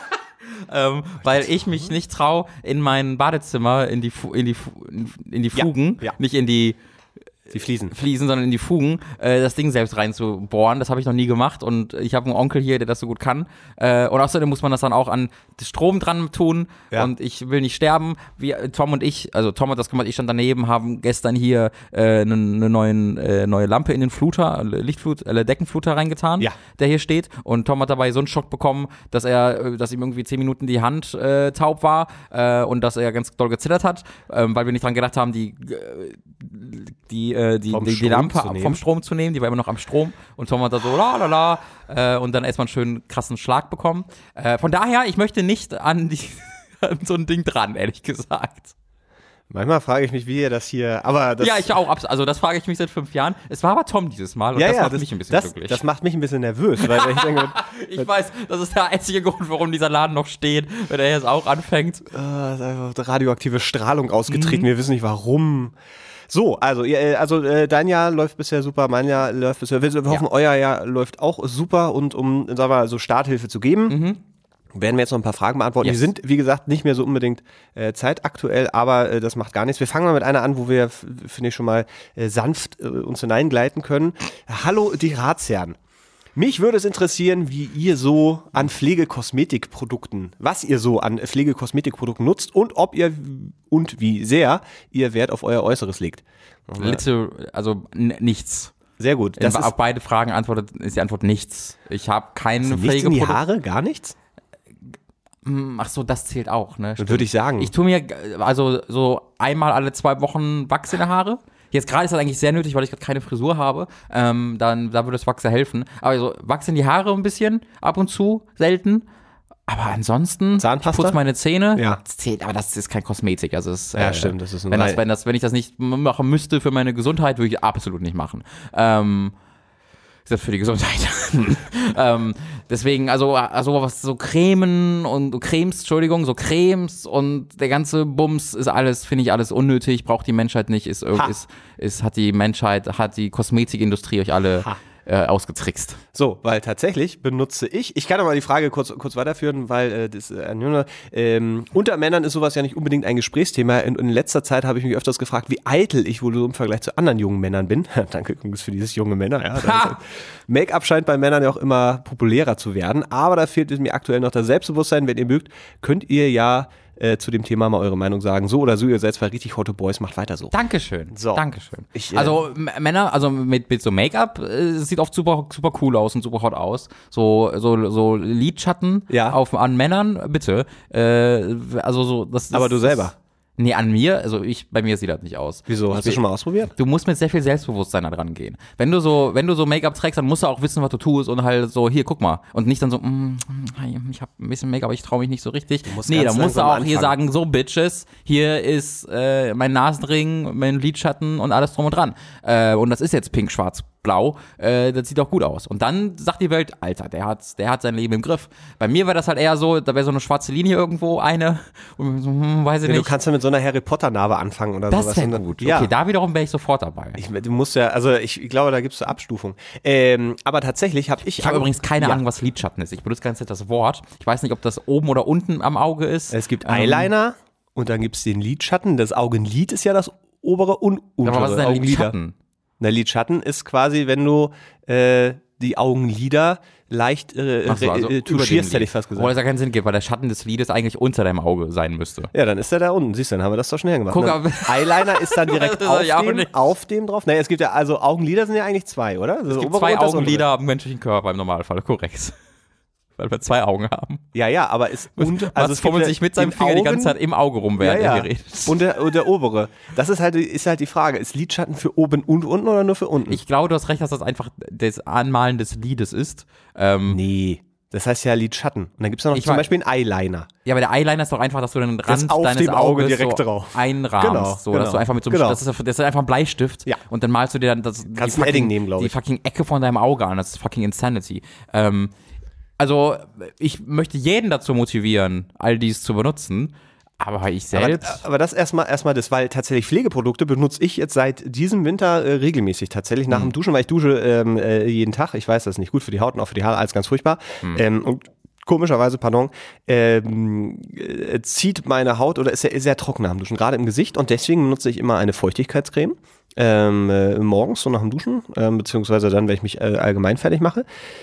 S2: ähm, weil ich mich nicht traue, in mein Badezimmer in die, in die, in die Fugen,
S1: ja, ja.
S2: nicht in die
S1: Die Fliesen.
S2: Fliesen, sondern in die Fugen, äh, das Ding selbst reinzubohren. Das habe ich noch nie gemacht und ich habe einen Onkel hier, der das so gut kann. Äh, und außerdem muss man das dann auch an Strom dran tun ja. und ich will nicht sterben. Wir, Tom und ich, also Tom hat das gemacht, ich stand daneben, haben gestern hier eine äh, ne, ne neuen, äh, neue Lampe in den Fluter, Lichtflut, äh, Deckenfluter reingetan,
S1: ja.
S2: der hier steht. Und Tom hat dabei so einen Schock bekommen, dass er, dass ihm irgendwie zehn Minuten die Hand äh, taub war äh, und dass er ganz doll gezittert hat, äh, weil wir nicht dran gedacht haben, die die Die, die, die, die Lampe vom Strom zu nehmen, die war immer noch am Strom und Tom hat da so la la la äh, und dann erstmal einen schönen krassen Schlag bekommen. Äh, von daher, ich möchte nicht an, die, an so ein Ding dran, ehrlich gesagt.
S1: Manchmal frage ich mich, wie ihr das hier, aber das...
S2: Ja, ich auch, also das frage ich mich seit fünf Jahren. Es war aber Tom dieses Mal und
S1: ja,
S2: das
S1: ja,
S2: macht
S1: das,
S2: mich ein bisschen
S1: das,
S2: glücklich.
S1: Das macht mich ein bisschen nervös, weil ich denke...
S2: ich weiß, das ist der einzige Grund, warum dieser Laden noch steht, wenn er jetzt auch anfängt.
S1: Äh, ist einfach radioaktive Strahlung ausgetreten, mhm. wir wissen nicht warum... So, also, also äh, dein Jahr läuft bisher super, mein Jahr läuft bisher, wir hoffen, ja. euer Jahr läuft auch super und um, sagen wir mal, so Starthilfe zu geben, mhm. werden wir jetzt noch ein paar Fragen beantworten. Yes. Die sind, wie gesagt, nicht mehr so unbedingt äh, zeitaktuell, aber äh, das macht gar nichts. Wir fangen mal mit einer an, wo wir, finde ich, schon mal äh, sanft äh, uns hineingleiten können. Hallo, die Ratsherren. Mich würde es interessieren, wie ihr so an Pflegekosmetikprodukten, was ihr so an Pflegekosmetikprodukten nutzt und ob ihr und wie sehr ihr Wert auf euer Äußeres legt.
S2: Little, also n- nichts.
S1: Sehr gut.
S2: Das auf ist, beide Fragen antwortet, ist die Antwort nichts. Ich habe keine
S1: also
S2: Pflegeprodukte.
S1: Nichts in die Haare? Gar nichts?
S2: Ach so, das zählt auch, ne?
S1: Würde ich sagen.
S2: Ich tue mir also so einmal alle zwei Wochen Wachs in die Haare. Jetzt gerade ist das eigentlich sehr nötig, weil ich gerade keine Frisur habe. Ähm, dann, da würde das Wachs ja helfen. Aber so Wachs in die Haare ein bisschen, ab und zu, selten. Aber ansonsten,
S1: Zahnpasta?
S2: Ich putze meine Zähne.
S1: Ja.
S2: Das zählt, aber das ist kein Kosmetik. Also es,
S1: ja,
S2: äh,
S1: stimmt. Das ist ein
S2: wenn, das, wenn, das, wenn ich das nicht machen müsste für meine Gesundheit, würde ich absolut nicht machen. Ähm, ist das für die Gesundheit. ähm, deswegen, also, also was so Cremen und Cremes, Entschuldigung, so Cremes und der ganze Bums ist alles, finde ich alles unnötig, braucht die Menschheit nicht, ist, ist, ist, hat die Menschheit, hat die Kosmetikindustrie euch alle ha. äh, ausgetrickst.
S1: So, weil tatsächlich benutze ich, ich kann aber die Frage kurz, kurz weiterführen, weil äh, das, äh, ähm, unter Männern ist sowas ja nicht unbedingt ein Gesprächsthema. In, in letzter Zeit habe ich mich öfters gefragt, wie eitel ich wohl so im Vergleich zu anderen jungen Männern bin. Danke übrigens für dieses junge Männer. Ja, Make-up scheint bei Männern ja auch immer populärer zu werden, aber da fehlt es mir aktuell noch das Selbstbewusstsein. Wenn ihr mögt, könnt ihr ja äh, zu dem Thema mal eure Meinung sagen. So oder so, ihr seid zwar richtig Hotte Boys, macht weiter so.
S2: Dankeschön.
S1: So.
S2: Dankeschön.
S1: Ich, äh,
S2: also M- Männer, also mit, mit so Make-up, äh, sieht oft super, super cool aus und super hot aus. So, so, so Lidschatten
S1: Ja.
S2: auf, an Männern, bitte. Äh, also so, das, das
S1: Aber du selber?
S2: Nee, an mir, also ich, bei mir sieht das nicht aus.
S1: Wieso? Hast du schon mal ausprobiert?
S2: Du musst mit sehr viel Selbstbewusstsein da dran gehen. Wenn du so, wenn du so Make-up trägst, dann musst du auch wissen, was du tust und halt so, hier, guck mal. Und nicht dann so, mm, ich habe ein bisschen Make-up, aber ich traue mich nicht so richtig.
S1: musst
S2: Nee,
S1: ganz
S2: da musst du
S1: langsam
S2: auch hier
S1: anfangen.
S2: sagen, so Bitches, hier ist äh, mein Nasenring, mein Lidschatten und alles drum und dran. Äh, und das ist jetzt pink, schwarz, blau. Äh, das sieht auch gut aus. Und dann sagt die Welt, Alter, der hat, der hat sein Leben im Griff. Bei mir war das halt eher so, da wäre so eine schwarze Linie irgendwo, eine, und so, hm, weiß ich
S1: Ja,
S2: nicht.
S1: du kannst ja mit so einer Harry Potter Narbe anfangen oder
S2: Das
S1: sowas.
S2: wäre
S1: Und dann-
S2: gut.
S1: Ja.
S2: Okay, da wiederum wäre ich sofort dabei.
S1: Ich, du musst ja, also ich, ich glaube, da gibt's so Abstufung. Ähm, aber tatsächlich habe ich.
S2: Ich habe übrigens keine
S1: ja.
S2: Ahnung, was Lidschatten ist. Ich benutze ganz das Wort. Ich weiß nicht, ob das oben oder unten am Auge ist.
S1: Es gibt
S2: Ähm,
S1: Eyeliner und dann gibt's den Lidschatten. Das Augenlid ist ja das obere und untere.
S2: Aber was ist denn
S1: Augenlider.
S2: Lidschatten?
S1: Na, Lidschatten ist quasi, wenn du äh, die Augenlider leicht äh,
S2: Ach so, also
S1: äh,
S2: über
S1: touchierst,
S2: dem
S1: hätte
S2: Lid.
S1: ich fast
S2: Obwohl
S1: gesagt.
S2: es ja keinen Sinn gibt, weil der Schatten des Lides eigentlich unter deinem Auge sein müsste.
S1: Ja, dann ist er da unten. Siehst du, dann haben wir das doch schnell gemacht.
S2: Guck,
S1: Ne?
S2: aber-
S1: Eyeliner ist dann direkt
S2: Das
S1: auf,
S2: ist ja auch
S1: dem,
S2: nicht.
S1: auf dem drauf. Naja, es gibt ja, also Augenlider sind ja eigentlich zwei, oder? Also
S2: Es gibt
S1: obere
S2: zwei
S1: und das
S2: Augenlider am menschlichen Körper im Normalfall, korrekt. Weil wir zwei Augen haben.
S1: untere. Ja, ja, aber ist und,
S2: Also
S1: also
S2: es
S1: es gibt
S2: fummelt
S1: ja
S2: sich mit seinem
S1: den
S2: Finger die ganze
S1: Augen-
S2: Zeit im Auge rum, während
S1: ja,
S2: er
S1: ja.
S2: hier redet.
S1: Und der, und der obere. Das ist halt, ist halt die Frage. Ist Lidschatten für oben und unten oder nur für unten?
S2: Ich glaube, du hast recht, dass das einfach das Anmalen des Liedes ist. Ähm,
S1: nee. Das heißt ja Lidschatten. Und dann gibt's ja noch
S2: Ich
S1: zum
S2: weiß.
S1: Beispiel einen Eyeliner.
S2: Ja, aber der Eyeliner ist doch einfach, dass du den
S1: Das
S2: Rand
S1: auf
S2: deines
S1: dem Auge
S2: Auges
S1: direkt
S2: so
S1: drauf.
S2: einrahmst,
S1: Genau,
S2: so, dass
S1: genau.
S2: du einfach mit so einem,
S1: Genau.
S2: das, ist, das ist einfach ein Bleistift
S1: Ja.
S2: und dann malst du dir dann das, die,
S1: Kannst ein Edding nehmen, glaub
S2: die
S1: ich.
S2: fucking Ecke von deinem Auge an, das ist fucking Insanity. Ähm, also, ich möchte jeden dazu motivieren, all dies zu benutzen, aber ich
S1: Aber,
S2: selbst,
S1: aber das erstmal erstmal das, weil tatsächlich Pflegeprodukte benutze ich jetzt seit diesem Winter äh, regelmäßig tatsächlich nach dem Duschen, weil ich dusche ähm, äh, jeden Tag. Ich weiß, das ist nicht gut für die Haut und auch für die Haare, alles ganz furchtbar. Ähm, und komischerweise, pardon, ähm, äh, zieht meine Haut oder ist sehr, sehr trocken nach dem Duschen, gerade im Gesicht, und deswegen benutze ich immer eine Feuchtigkeitscreme. Ähm, äh, morgens so nach dem Duschen, ähm, beziehungsweise dann, wenn ich mich äh, allgemein fertig mache.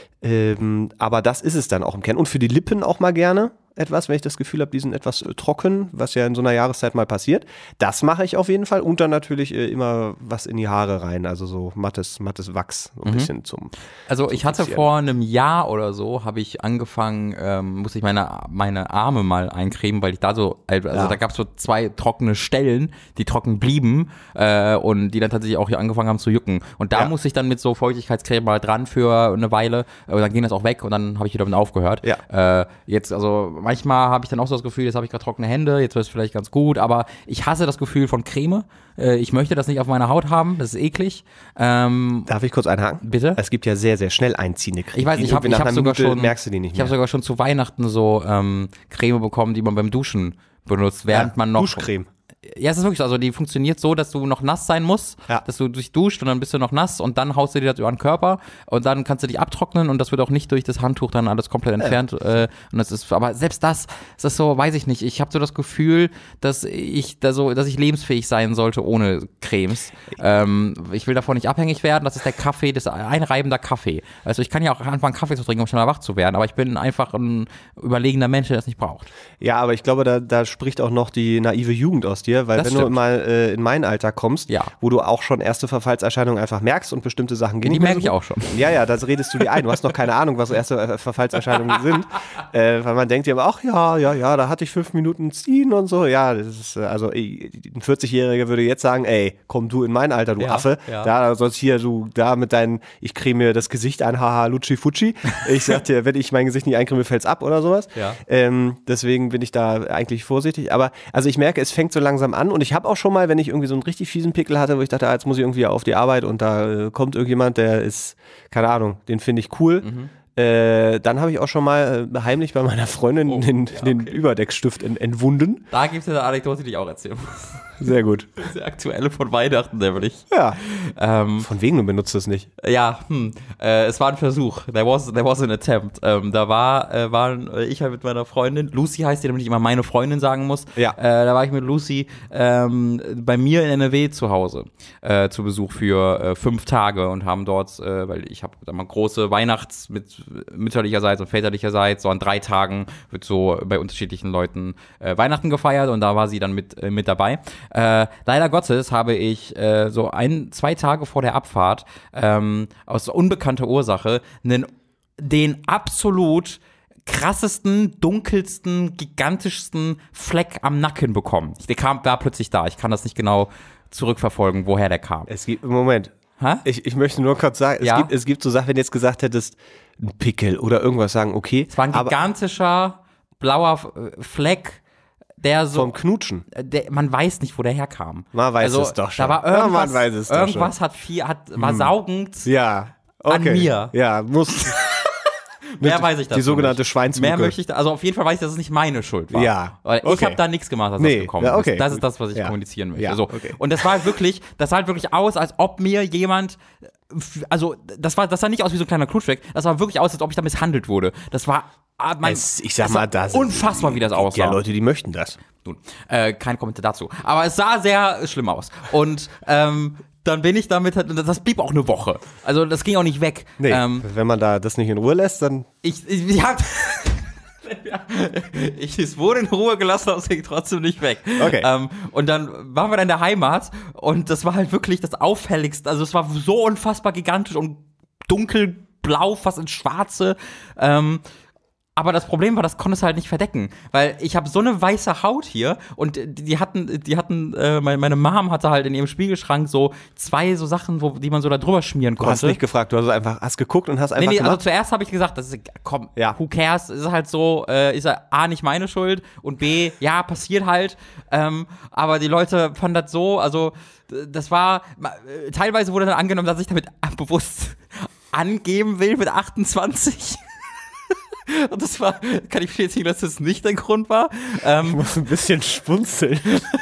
S1: Ähm, aber das ist es dann auch im Kern. Und für die Lippen auch mal gerne etwas, wenn ich das Gefühl habe, die sind etwas äh, trocken, was ja in so einer Jahreszeit mal passiert. Das mache ich auf jeden Fall. Und dann natürlich äh, immer was in die Haare rein, also so mattes, mattes Wachs, so ein bisschen zum.
S2: also ich hatte
S1: fixieren.
S2: vor einem Jahr oder so, habe ich angefangen, ähm, muss ich meine, meine Arme mal eincremen, weil ich da so, also
S1: Ja.
S2: da gab es so zwei trockene Stellen, die trocken blieben äh, und die dann tatsächlich auch hier angefangen haben zu jucken. Und da
S1: Ja.
S2: musste ich dann mit so Feuchtigkeitscreme mal dran für eine Weile und dann ging das auch weg und dann habe ich wieder damit aufgehört.
S1: Ja.
S2: Äh, jetzt, also manchmal habe ich dann auch so das Gefühl, jetzt habe ich gerade trockene Hände, jetzt wird es vielleicht ganz gut, aber ich hasse das Gefühl von Creme. Äh, ich möchte das nicht auf meiner Haut haben, das ist eklig. Ähm,
S1: Darf ich kurz einhaken?
S2: Bitte?
S1: Es gibt ja sehr, sehr schnell einziehende Creme.
S2: Ich weiß,
S1: Die
S2: ich habe
S1: irgendwie
S2: ich
S1: nach
S2: hab
S1: einer
S2: sogar
S1: Minute
S2: schon,
S1: merkst du die nicht
S2: ich
S1: mehr.
S2: habe sogar schon zu Weihnachten so ähm, Creme bekommen, die man beim Duschen benutzt, während
S1: Ja,
S2: man noch
S1: Duschcreme.
S2: Ja, es ist wirklich so. Also die funktioniert so, dass du noch nass sein musst,
S1: Ja.
S2: dass du dich duscht und dann bist du noch nass und dann haust du dir das über den Körper und dann kannst du dich abtrocknen und das wird auch nicht durch das Handtuch dann alles komplett entfernt. Äh, und das ist, aber selbst das, das ist so, weiß ich nicht. Ich habe so das Gefühl, dass ich da so, dass ich lebensfähig sein sollte ohne Cremes. Ähm, ich will davon nicht abhängig werden. Das ist der Kaffee, das ist ein reibender Kaffee. Also ich kann ja auch anfangen, Kaffee zu trinken, um schneller wach zu werden, aber ich bin einfach ein überlegender Mensch, der das nicht braucht.
S1: Ja, aber ich glaube, da, da spricht auch noch die naive Jugend aus dir, weil
S2: Das
S1: wenn du
S2: stimmt.
S1: mal äh, in mein Alter kommst,
S2: Ja.
S1: wo du auch schon erste Verfallserscheinungen einfach merkst und bestimmte Sachen gehen
S2: Die
S1: nicht mehr
S2: merke
S1: so
S2: ich
S1: gut.
S2: auch schon.
S1: Ja, ja, das redest du dir ein. Du hast noch keine Ahnung, was so erste äh, Verfallserscheinungen sind, äh, weil man denkt dir immer, ach ja, ja, ja, da hatte ich fünf Minuten ziehen und so. Ja, das ist, äh, also ey, ein vierzig-Jähriger würde jetzt sagen, ey, komm du in mein Alter, du
S2: Ja,
S1: Affe.
S2: ja.
S1: Da sollst hier du da mit deinen, ich creme mir das Gesicht ein, haha, lutschi futschi. Ich sag dir, wenn ich mein Gesicht nicht eincreme, fällt's ab oder sowas.
S2: Ja.
S1: Ähm, deswegen bin ich da eigentlich vorsichtig. Aber also ich merke, es fängt so langsam an und ich habe auch schon mal, wenn ich irgendwie so einen richtig fiesen Pickel hatte, wo ich dachte, ah, jetzt muss ich irgendwie auf die Arbeit und da äh, kommt irgendjemand, der ist, keine Ahnung, den finde ich cool.
S2: Mhm.
S1: Äh, dann habe ich auch schon mal äh, heimlich bei meiner Freundin
S2: Oh,
S1: den,
S2: ja,
S1: den
S2: okay.
S1: Überdeckstift ent entwunden.
S2: Da gibt es eine Anekdote, die ich auch erzählen muss.
S1: Sehr gut.
S2: Der aktuelle von Weihnachten nämlich.
S1: Ja.
S2: Ähm,
S1: Von wegen, du benutzt es nicht.
S2: Ja, hm, äh, es war ein Versuch. There was, there was an attempt. Ähm, da war, äh, waren äh, ich halt mit meiner Freundin, Lucy heißt die, damit ich immer meine Freundin sagen muss.
S1: Ja.
S2: Äh, da war ich mit Lucy ähm, bei mir in N R W zu Hause äh, zu Besuch für äh, fünf Tage und haben dort, äh, weil ich habe da mal große Weihnachts mit mütterlicherseits und väterlicherseits, so an drei Tagen wird so bei unterschiedlichen Leuten äh, Weihnachten gefeiert und da war sie dann mit äh, mit dabei. Äh, leider Gottes habe ich äh, so ein, zwei Tage vor der Abfahrt ähm, aus unbekannter Ursache einen, den absolut krassesten, dunkelsten, gigantischsten Fleck am Nacken bekommen. Der kam da plötzlich da. Ich kann das nicht genau zurückverfolgen, woher der kam.
S1: Es gibt, Moment.
S2: Hä?
S1: Ich, ich möchte nur kurz sagen, es,
S2: Ja?
S1: gibt, es gibt so Sachen, wenn du jetzt gesagt hättest, ein Pickel oder irgendwas sagen, okay.
S2: Es war ein
S1: aber
S2: gigantischer, blauer äh, Fleck, der so
S1: vom Knutschen.
S2: Der, man weiß nicht, wo der herkam.
S1: Man weiß
S2: also,
S1: es doch schon.
S2: Da war
S1: Ja,
S2: irgendwas,
S1: man weiß es doch
S2: irgendwas
S1: schon.
S2: hat viel, hat, war saugend
S1: Ja. Okay.
S2: an mir.
S1: Ja, muss.
S2: Mehr weiß ich dazu
S1: Die sogenannte
S2: nicht.
S1: Schweinsmücke.
S2: Mehr möchte ich, da, also auf jeden Fall weiß ich, dass es nicht meine Schuld war.
S1: Ja.
S2: Weil ich
S1: Okay.
S2: habe da nichts gemacht, als
S1: Nee.
S2: das gekommen
S1: Ja, okay.
S2: ist. Das ist das, was ich
S1: Ja.
S2: kommunizieren möchte.
S1: Ja,
S2: So.
S1: okay.
S2: Und das war halt wirklich, das sah halt wirklich aus, als ob mir jemand, also das war, das sah nicht aus wie so ein kleiner Klutschweg, das sah wirklich aus, als ob ich da misshandelt wurde. Das war, ah, mein,
S1: Es, ich sag
S2: das
S1: mal,
S2: war
S1: das
S2: unfassbar, wie das aussah.
S1: Ja, Leute, die möchten das.
S2: Nun, äh, kein Kommentar dazu. Aber es sah sehr schlimm aus. Und ähm, dann bin ich damit, halt, das blieb auch eine Woche. Also das ging auch nicht weg.
S1: Nee,
S2: Ähm,
S1: wenn man da das nicht in Ruhe lässt, dann.
S2: ich, ich, ich hab, ich, es wurde in Ruhe gelassen, aber es ging trotzdem nicht weg.
S1: Okay.
S2: Ähm, und dann waren wir dann in der Heimat und das war halt wirklich das Auffälligste. Also es war so unfassbar gigantisch und dunkelblau, fast ins Schwarze. Ähm, Aber das Problem war, das konntest du halt nicht verdecken, weil ich habe so eine weiße Haut hier und die hatten, die hatten, äh, meine, meine Mom hatte halt in ihrem Spiegelschrank so zwei so Sachen, wo, die man so da drüber schmieren
S1: Du
S2: konnte.
S1: hast nicht gefragt, du hast einfach, hast geguckt und hast einfach
S2: Nee, nee, also
S1: gemacht.
S2: zuerst habe ich gesagt, das ist, komm,
S1: Ja.
S2: who cares, ist halt so, äh, ist ja A, nicht meine Schuld und B, ja, passiert halt, ähm, aber die Leute fanden das so, also, das war, äh, teilweise wurde dann angenommen, dass ich damit bewusst angeben will mit achtundzwanzig. Und das war, kann ich bestätigen, dass das nicht der Grund war. Ähm,
S1: Ich muss ein bisschen spunzeln.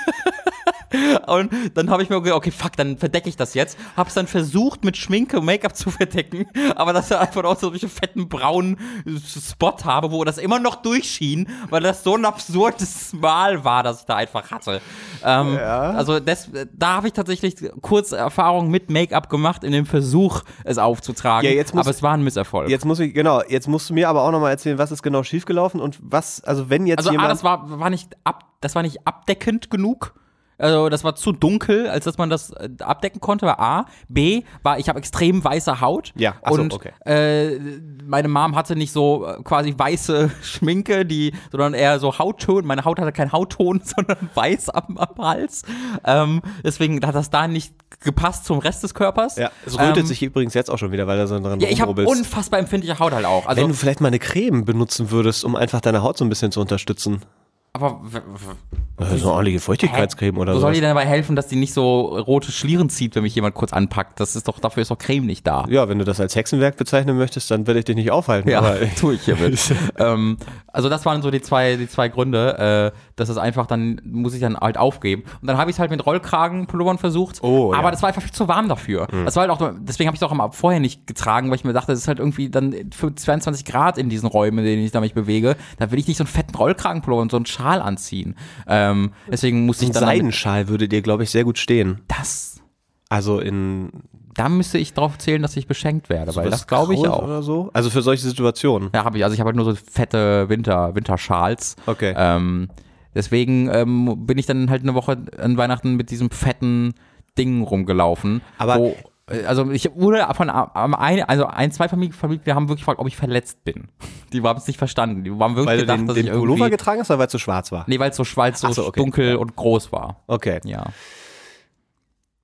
S2: Und dann habe ich mir gedacht, okay, fuck, dann verdecke ich das jetzt. Hab's dann versucht, mit Schminke und Make-up zu verdecken, aber dass er einfach auch so einen fetten braunen Spot habe, wo das immer noch durchschien, weil das so ein absurdes Mal war, das ich da einfach hatte. Ähm,
S1: Ja.
S2: Also das, da habe ich tatsächlich kurz Erfahrung mit Make-up gemacht, in dem Versuch, es aufzutragen,
S1: Ja, jetzt muss-
S2: aber es war ein Misserfolg.
S1: Jetzt muss ich, genau, jetzt musst du mir aber auch nochmal erzählen, was ist genau schiefgelaufen und was, also wenn jetzt
S2: Also A,
S1: jemand.
S2: das war, war nicht ab, das war nicht abdeckend genug. Also das war zu dunkel, als dass man das äh, abdecken konnte, war A. B, war, ich habe extrem weiße Haut.
S1: Ja, ach so,
S2: und
S1: okay.
S2: äh, meine Mom hatte nicht so äh, quasi weiße Schminke, die, sondern eher so Hautton. Meine Haut hatte keinen Hautton, sondern weiß am, am Hals. Ähm, deswegen hat das da nicht gepasst zum Rest des Körpers.
S1: Ja, es rötet
S2: ähm,
S1: sich übrigens jetzt auch schon wieder, weil da so dran
S2: Ja, ich habe
S1: rumrubbelst.
S2: unfassbar empfindliche Haut halt auch. Also,
S1: Wenn du vielleicht mal eine Creme benutzen würdest, um einfach deine Haut so ein bisschen zu unterstützen.
S2: aber w- w-
S1: Also so eine ordentliche Feuchtigkeitscreme oder
S2: Wo
S1: so.
S2: soll die denn dabei helfen, dass die nicht so rote Schlieren zieht, wenn mich jemand kurz anpackt? Das ist doch, dafür ist doch Creme nicht da.
S1: Ja, wenn du das als Hexenwerk bezeichnen möchtest, dann werde ich dich nicht aufhalten.
S2: Ja,
S1: Aber
S2: tue ich hiermit. ähm, also das waren so die zwei, die zwei Gründe, äh, dass es einfach dann, muss ich dann halt aufgeben. Und dann habe ich es halt mit Rollkragenpullovern versucht,
S1: Oh,
S2: aber
S1: ja.
S2: das war einfach viel zu warm dafür. Das war halt auch, deswegen habe ich es auch am- vorher nicht getragen, weil ich mir dachte, es ist halt irgendwie dann für zweiundzwanzig Grad in diesen Räumen, in denen ich da mich bewege, da will ich nicht so einen fetten Rollkragenpullover und so einen Schal anziehen. Ähm, deswegen musste ich
S1: ein
S2: dann damit-
S1: Seidenschal würde dir, glaube ich, sehr gut stehen.
S2: das,
S1: Also in
S2: da müsste ich drauf zählen, dass ich beschenkt werde, weil
S1: was
S2: das glaube ich
S1: Graues
S2: auch.
S1: oder so. Also für solche Situationen.
S2: Ja, habe ich. Also ich habe halt nur so fette Winter, Winterschals.
S1: Okay.
S2: Ähm, deswegen ähm, bin ich dann halt eine Woche an Weihnachten mit diesem fetten Ding rumgelaufen.
S1: Aber-
S2: wo, äh, also ich wurde von am ein, also ein, zwei Familien, Familien haben wirklich gefragt, ob ich verletzt bin. Die haben es nicht verstanden. Die haben wirklich
S1: Weil du
S2: gedacht,
S1: den,
S2: dass
S1: den
S2: ich
S1: Pullover
S2: irgendwie.
S1: getragen hast oder weil es zu schwarz war?
S2: Nee, weil es so, weil's so,
S1: Ach so, okay.
S2: dunkel und groß war.
S1: Okay.
S2: Ja.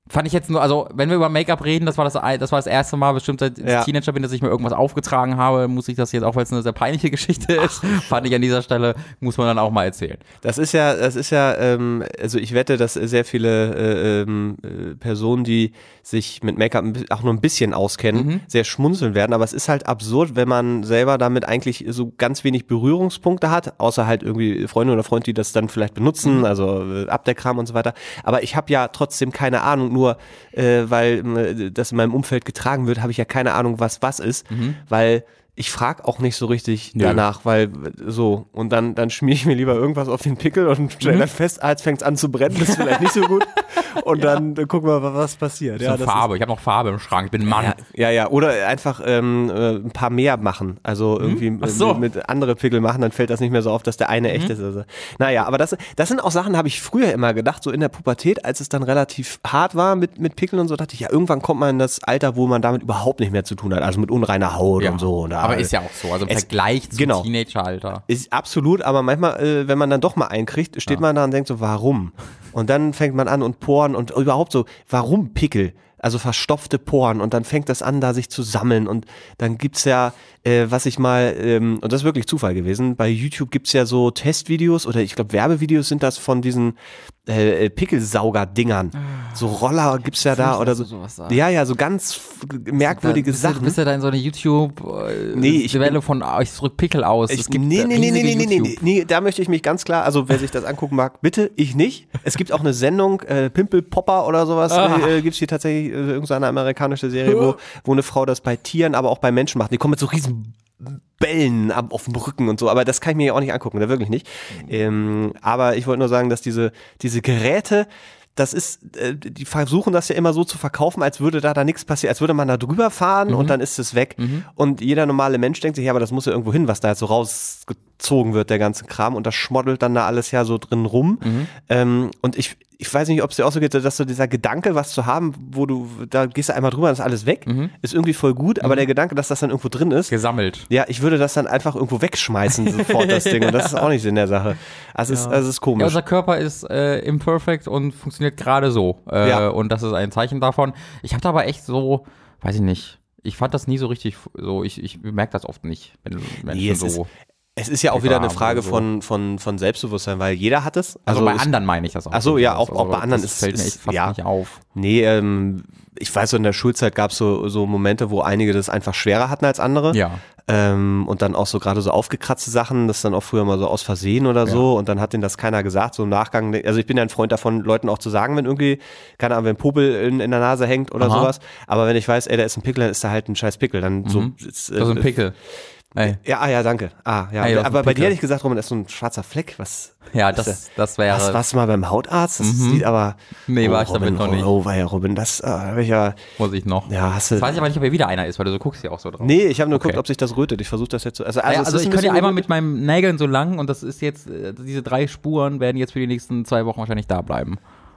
S2: Fand ich jetzt nur, also wenn wir über Make-up reden, das war das, das war das erste Mal bestimmt, seit ich
S1: Ja.
S2: Teenager bin, dass ich mir irgendwas aufgetragen habe, muss ich das jetzt, auch weil es eine sehr peinliche Geschichte ist, Ach, fand ich an dieser Stelle, muss man dann auch mal erzählen.
S1: Das ist ja, das ist ja, ähm, also ich wette, dass sehr viele äh, ähm, äh, Personen, die sich mit Make-up auch nur ein bisschen auskennen, mhm. sehr schmunzeln werden, aber es ist halt absurd, wenn man selber damit eigentlich so ganz wenig Berührungspunkte hat, außer halt irgendwie Freunde oder Freunde, die das dann vielleicht benutzen, mhm. also äh, Abdeckkram und so weiter, aber ich habe ja trotzdem keine Ahnung, nur äh, weil äh, das in meinem Umfeld getragen wird, habe ich ja keine Ahnung, was was ist, mhm. weil ich frage auch nicht so richtig Nö. danach, weil so, und dann, dann schmier ich mir lieber irgendwas auf den Pickel und stelle mhm. dann fest, ah, jetzt fängt es an zu brennen, das ist vielleicht nicht so gut. Und ja. dann, dann gucken wir mal, was passiert.
S2: Das
S1: ja,
S2: ist eine Farbe, ist, ich habe noch Farbe im Schrank, ich bin ein Mann.
S1: Ja, ja, ja. Oder einfach ähm, ein paar mehr machen, also irgendwie
S2: mhm. so.
S1: mit, mit andere Pickel machen, dann fällt das nicht mehr so auf, dass der eine mhm. echt ist. Also. Naja, aber das, das sind auch Sachen, habe ich früher immer gedacht, so in der Pubertät, als es dann relativ hart war mit, mit Pickeln und so, dachte ich, ja, irgendwann kommt man in das Alter, wo man damit überhaupt nicht mehr zu tun hat, also mit unreiner Haut
S2: ja.
S1: und so. Und
S2: aber ist ja auch so, also im es, Vergleich zum
S1: genau.
S2: Teenageralter.
S1: Ist absolut, aber manchmal, äh, wenn man dann doch mal einkriegt, steht ja. man da und denkt so, warum? Und dann fängt man an und Poren und überhaupt so, warum Pickel? Also verstopfte Poren und dann fängt das an, da sich zu sammeln und dann gibt's ja, äh, was ich mal, ähm, und das ist wirklich Zufall gewesen, bei YouTube gibt's ja so Testvideos oder ich glaube Werbevideos sind das von diesen äh, Pickelsauger-Dingern. So Roller gibt's ja da oder so. Ja, ja, so ganz f- merkwürdige
S2: bist
S1: Sachen.
S2: Du bist ja da in so eine YouTube äh,
S1: nee, ich
S2: Welle von, ich drück Pickel aus.
S1: Ich,
S2: es gibt
S1: nee, nee, nee, nee, nee, nee, nee, nee, da möchte ich mich ganz klar, also wer sich das angucken mag, bitte, ich nicht. Es gibt auch eine Sendung, äh, Pimpelpopper oder sowas, äh, gibt's hier tatsächlich äh, irgendeine amerikanische Serie, wo, wo eine Frau das bei Tieren, aber auch bei Menschen macht. Die kommen mit so riesen Bällen ab, auf dem Rücken und so, aber das kann ich mir ja auch nicht angucken, da wirklich nicht. Ähm, aber ich wollte nur sagen, dass diese, diese Geräte, das ist, äh, die versuchen das ja immer so zu verkaufen, als würde da da nichts passieren, als würde man da drüber fahren mhm. und dann ist es weg. Mhm. Und jeder normale Mensch denkt sich, ja, aber das muss ja irgendwo hin, was da jetzt so rausgezogen wird, der ganze Kram. Und das schmoddelt dann da alles ja so drin rum. Mhm. Ähm, und ich, ich weiß nicht, ob es dir auch so geht, dass so dieser Gedanke, was zu haben, wo du, da gehst du einmal drüber, dann ist alles weg, mhm. ist irgendwie voll gut, aber mhm. der Gedanke, dass das dann irgendwo drin ist.
S2: Gesammelt.
S1: Ja, ich würde das dann einfach irgendwo wegschmeißen, sofort das Ding. Und das ist auch nicht Sinn der Sache. Also es ja. ist, also es ist komisch.
S2: Ja, unser Körper ist äh, imperfect und funktioniert gerade so. Äh, ja. Und das ist ein Zeichen davon. Ich habe da aber echt so, weiß ich nicht, ich fand das nie so richtig so, ich, ich merke das oft nicht, wenn Menschen
S1: nee,
S2: so...
S1: Ist, es ist ja auch wieder eine Frage so. von, von, von Selbstbewusstsein, weil jeder hat es.
S2: Also, also bei
S1: es,
S2: anderen meine ich das auch.
S1: Ach so, ja, auch,
S2: also,
S1: auch bei anderen
S2: das
S1: ist
S2: fällt mir
S1: ist,
S2: echt fast
S1: ja,
S2: nicht auf.
S1: Nee, ähm, ich weiß so, in der Schulzeit gab es so, so Momente, wo einige das einfach schwerer hatten als andere.
S2: Ja.
S1: Ähm, und dann auch so gerade so aufgekratzte Sachen, das dann auch früher mal so aus Versehen oder ja. so und dann hat denen das keiner gesagt, so im Nachgang, also ich bin ja ein Freund davon, Leuten auch zu sagen, wenn irgendwie, keine Ahnung, wenn ein Popel in, in der Nase hängt oder Aha. sowas, aber wenn ich weiß, ey, da ist ein Pickel, dann ist da halt ein scheiß Pickel, dann mhm. so. Ist, äh,
S2: das ist ein Pickel. Ey.
S1: Ja, ah, ja, danke. Ah, ja. Ey, aber bei dir hätte ich gesagt, Roman, das ist so ein schwarzer Fleck. Was?
S2: Ja, das, das, das wäre.
S1: Was, warst du mal beim Hautarzt? Das
S2: mhm.
S1: sieht aber.
S2: Nee,
S1: oh,
S2: war ich
S1: Robin,
S2: damit noch nicht.
S1: Oh, war ja, Robin, das äh, habe ich ja.
S2: Muss ich noch.
S1: Ja, hast du.
S2: Das weiß ich aber nicht, ob er wieder einer ist, weil du so guckst ja auch so drauf.
S1: Nee, ich habe nur
S2: okay.
S1: geguckt, ob sich das rötet. Ich versuche das jetzt so. Also, also,
S2: ja, also ich kann ja einmal
S1: rötet.
S2: mit meinen Nägeln so lang und das ist jetzt, diese drei Spuren werden jetzt für die nächsten zwei Wochen wahrscheinlich da bleiben.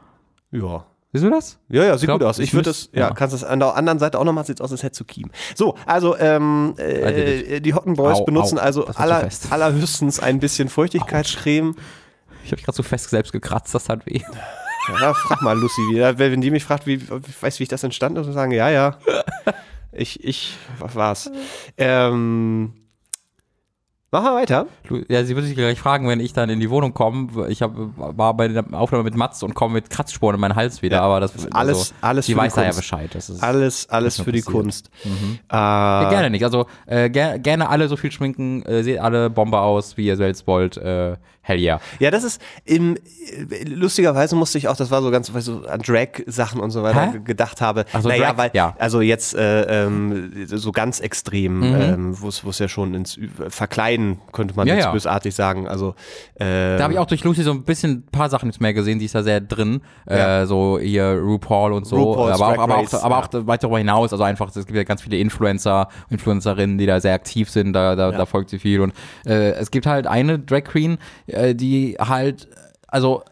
S1: Ja.
S2: Siehst du das?
S1: Ja, ja, sieht gut aus. Ich würde das, ja, ja, kannst das an der anderen Seite auch noch machen, sieht aus, als hättest du Kiem. So, also, ähm, äh, die Hotten Boys au, benutzen au, also aller, allerhöchstens ein bisschen Feuchtigkeitscreme.
S2: Ich habe mich gerade so fest selbst gekratzt, das hat weh.
S1: Ja, frag mal Lucy wieder. Wenn die mich fragt, wie, ich weiß, wie ich das entstanden ist, und sagen, ja, ja. Ich, ich, was war's? Ähm, Machen wir weiter.
S2: Ja, sie würde sich gleich fragen, wenn ich dann in die Wohnung komme. Ich hab, war bei der Aufnahme mit Mats und komme mit Kratzspuren in meinen Hals wieder, ja, aber das ist
S1: alles,
S2: also,
S1: alles
S2: die
S1: für
S2: weiß
S1: die
S2: da
S1: Kunst.
S2: Ja Bescheid. Das ist
S1: alles, alles für die Kunst.
S2: Mhm. Äh, ja, gerne nicht. Also äh, ger- gerne alle so viel schminken, äh, seht alle Bombe aus, wie ihr selbst wollt. Äh, hell yeah.
S1: Ja, das ist im lustigerweise musste ich auch, das war so ganz, weil ich so an Drag-Sachen und so weiter Hä? gedacht habe.
S2: Ach so,
S1: naja,
S2: Drag,
S1: weil,
S2: ja.
S1: also jetzt äh, ähm, so ganz extrem,
S2: mhm.
S1: ähm, wo es ja schon ins Verkleiden, könnte man
S2: ja,
S1: jetzt
S2: ja.
S1: bösartig sagen. Also äh,
S2: da habe ich auch durch Lucy so ein bisschen ein paar Sachen mehr gesehen, die ist da sehr drin. Ja. Äh, so hier RuPaul und so.
S1: RuPaul's
S2: aber auch, aber auch,
S1: Race,
S2: aber
S1: ja.
S2: auch weit darüber hinaus, also einfach, es gibt ja ganz viele Influencer, Influencerinnen, die da sehr aktiv sind, da, da, ja. da folgt sie viel. Und äh, es gibt halt eine Drag Queen, äh, die halt, also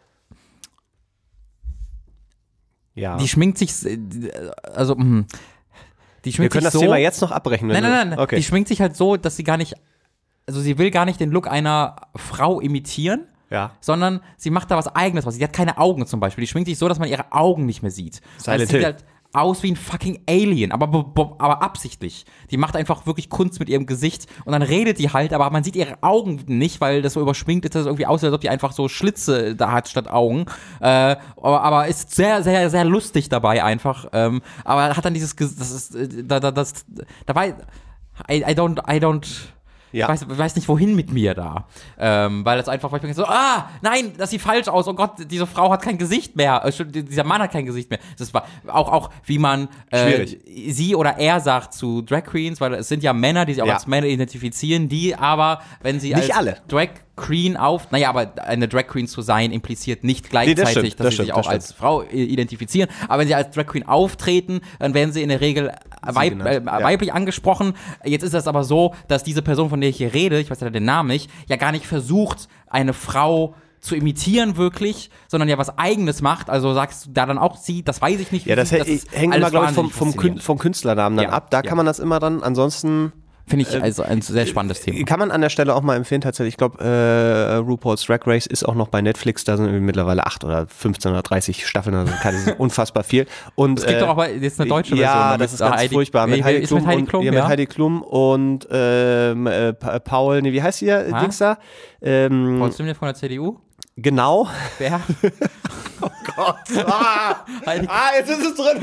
S1: ja.
S2: die schminkt sich, also mh, die schminkt
S1: Wir können
S2: sich
S1: das
S2: so,
S1: Thema jetzt noch abbrechen.
S2: Nein, nein, nein,
S1: okay.
S2: die schminkt sich halt so, dass sie gar nicht, also sie will gar nicht den Look einer Frau imitieren,
S1: Ja.
S2: sondern sie macht da was Eigenes was. Sie hat keine Augen zum Beispiel. Die schminkt sich so, dass man ihre Augen nicht mehr sieht.
S1: Silent
S2: also
S1: Hill.
S2: sieht halt aus wie ein fucking Alien, aber, aber absichtlich. Die macht einfach wirklich Kunst mit ihrem Gesicht und dann redet die halt, aber man sieht ihre Augen nicht, weil das so überschminkt ist, dass es irgendwie aussieht, als ob die einfach so Schlitze da hat statt Augen. Äh, aber, aber ist sehr, sehr, sehr lustig dabei einfach. Ähm, aber hat dann dieses, das ist, da, da, das, dabei, I, I don't, I don't,
S1: Ja.
S2: Ich weiß, weiß nicht, wohin mit mir da. Ähm, weil das einfach, weil ich bin so, ah, nein, das sieht falsch aus. Oh Gott, diese Frau hat kein Gesicht mehr. Äh, dieser Mann hat kein Gesicht mehr. Das war auch, auch wie man äh, sie oder er sagt zu Drag Queens, weil es sind ja Männer, die sich auch
S1: ja.
S2: als Männer identifizieren, die aber, wenn sie
S1: Nicht
S2: als
S1: alle.
S2: Drag Queen auf, naja, aber eine Drag Queen zu sein impliziert nicht gleichzeitig,
S1: nee, das stimmt,
S2: dass
S1: das
S2: sie
S1: stimmt,
S2: sich auch als Frau identifizieren. Aber wenn sie als Drag Queen auftreten, dann werden sie in der Regel weib, äh,
S1: ja.
S2: weiblich angesprochen. Jetzt ist das aber so, dass diese Person, von der ich hier rede, ich weiß ja den Namen nicht, ja gar nicht versucht, eine Frau zu imitieren wirklich, sondern ja was Eigenes macht. Also sagst du da dann auch sie, das weiß ich nicht.
S1: Ja, das,
S2: das
S1: hängt immer, glaube ich, vom, vom, Kün- vom Künstlernamen dann
S2: ja,
S1: ab. Da
S2: ja.
S1: kann man das immer dann, ansonsten
S2: Finde ich also ein sehr spannendes Thema.
S1: Kann man an der Stelle auch mal empfehlen, tatsächlich. Ich glaube, äh, RuPaul's Drag Race ist auch noch bei Netflix. Da sind irgendwie mittlerweile acht oder fünfzehn oder dreißig Staffeln. Also das ist unfassbar viel. Und,
S2: es gibt
S1: äh,
S2: doch auch jetzt eine deutsche Version.
S1: Ja, das ist ganz
S2: Heidi,
S1: furchtbar. Mit Heidi Klum,
S2: mit Heidi
S1: und,
S2: Klum,
S1: ja,
S2: ja.
S1: mit Heidi Klum und ähm, äh, Paul, nee, wie heißt die
S2: Ha?
S1: Dings da? Ähm,
S2: Paul Stimmen von der C D U?
S1: Genau.
S2: Wer?
S1: Oh Gott. Ah,
S2: Heidi,
S1: ah, jetzt ist es drin.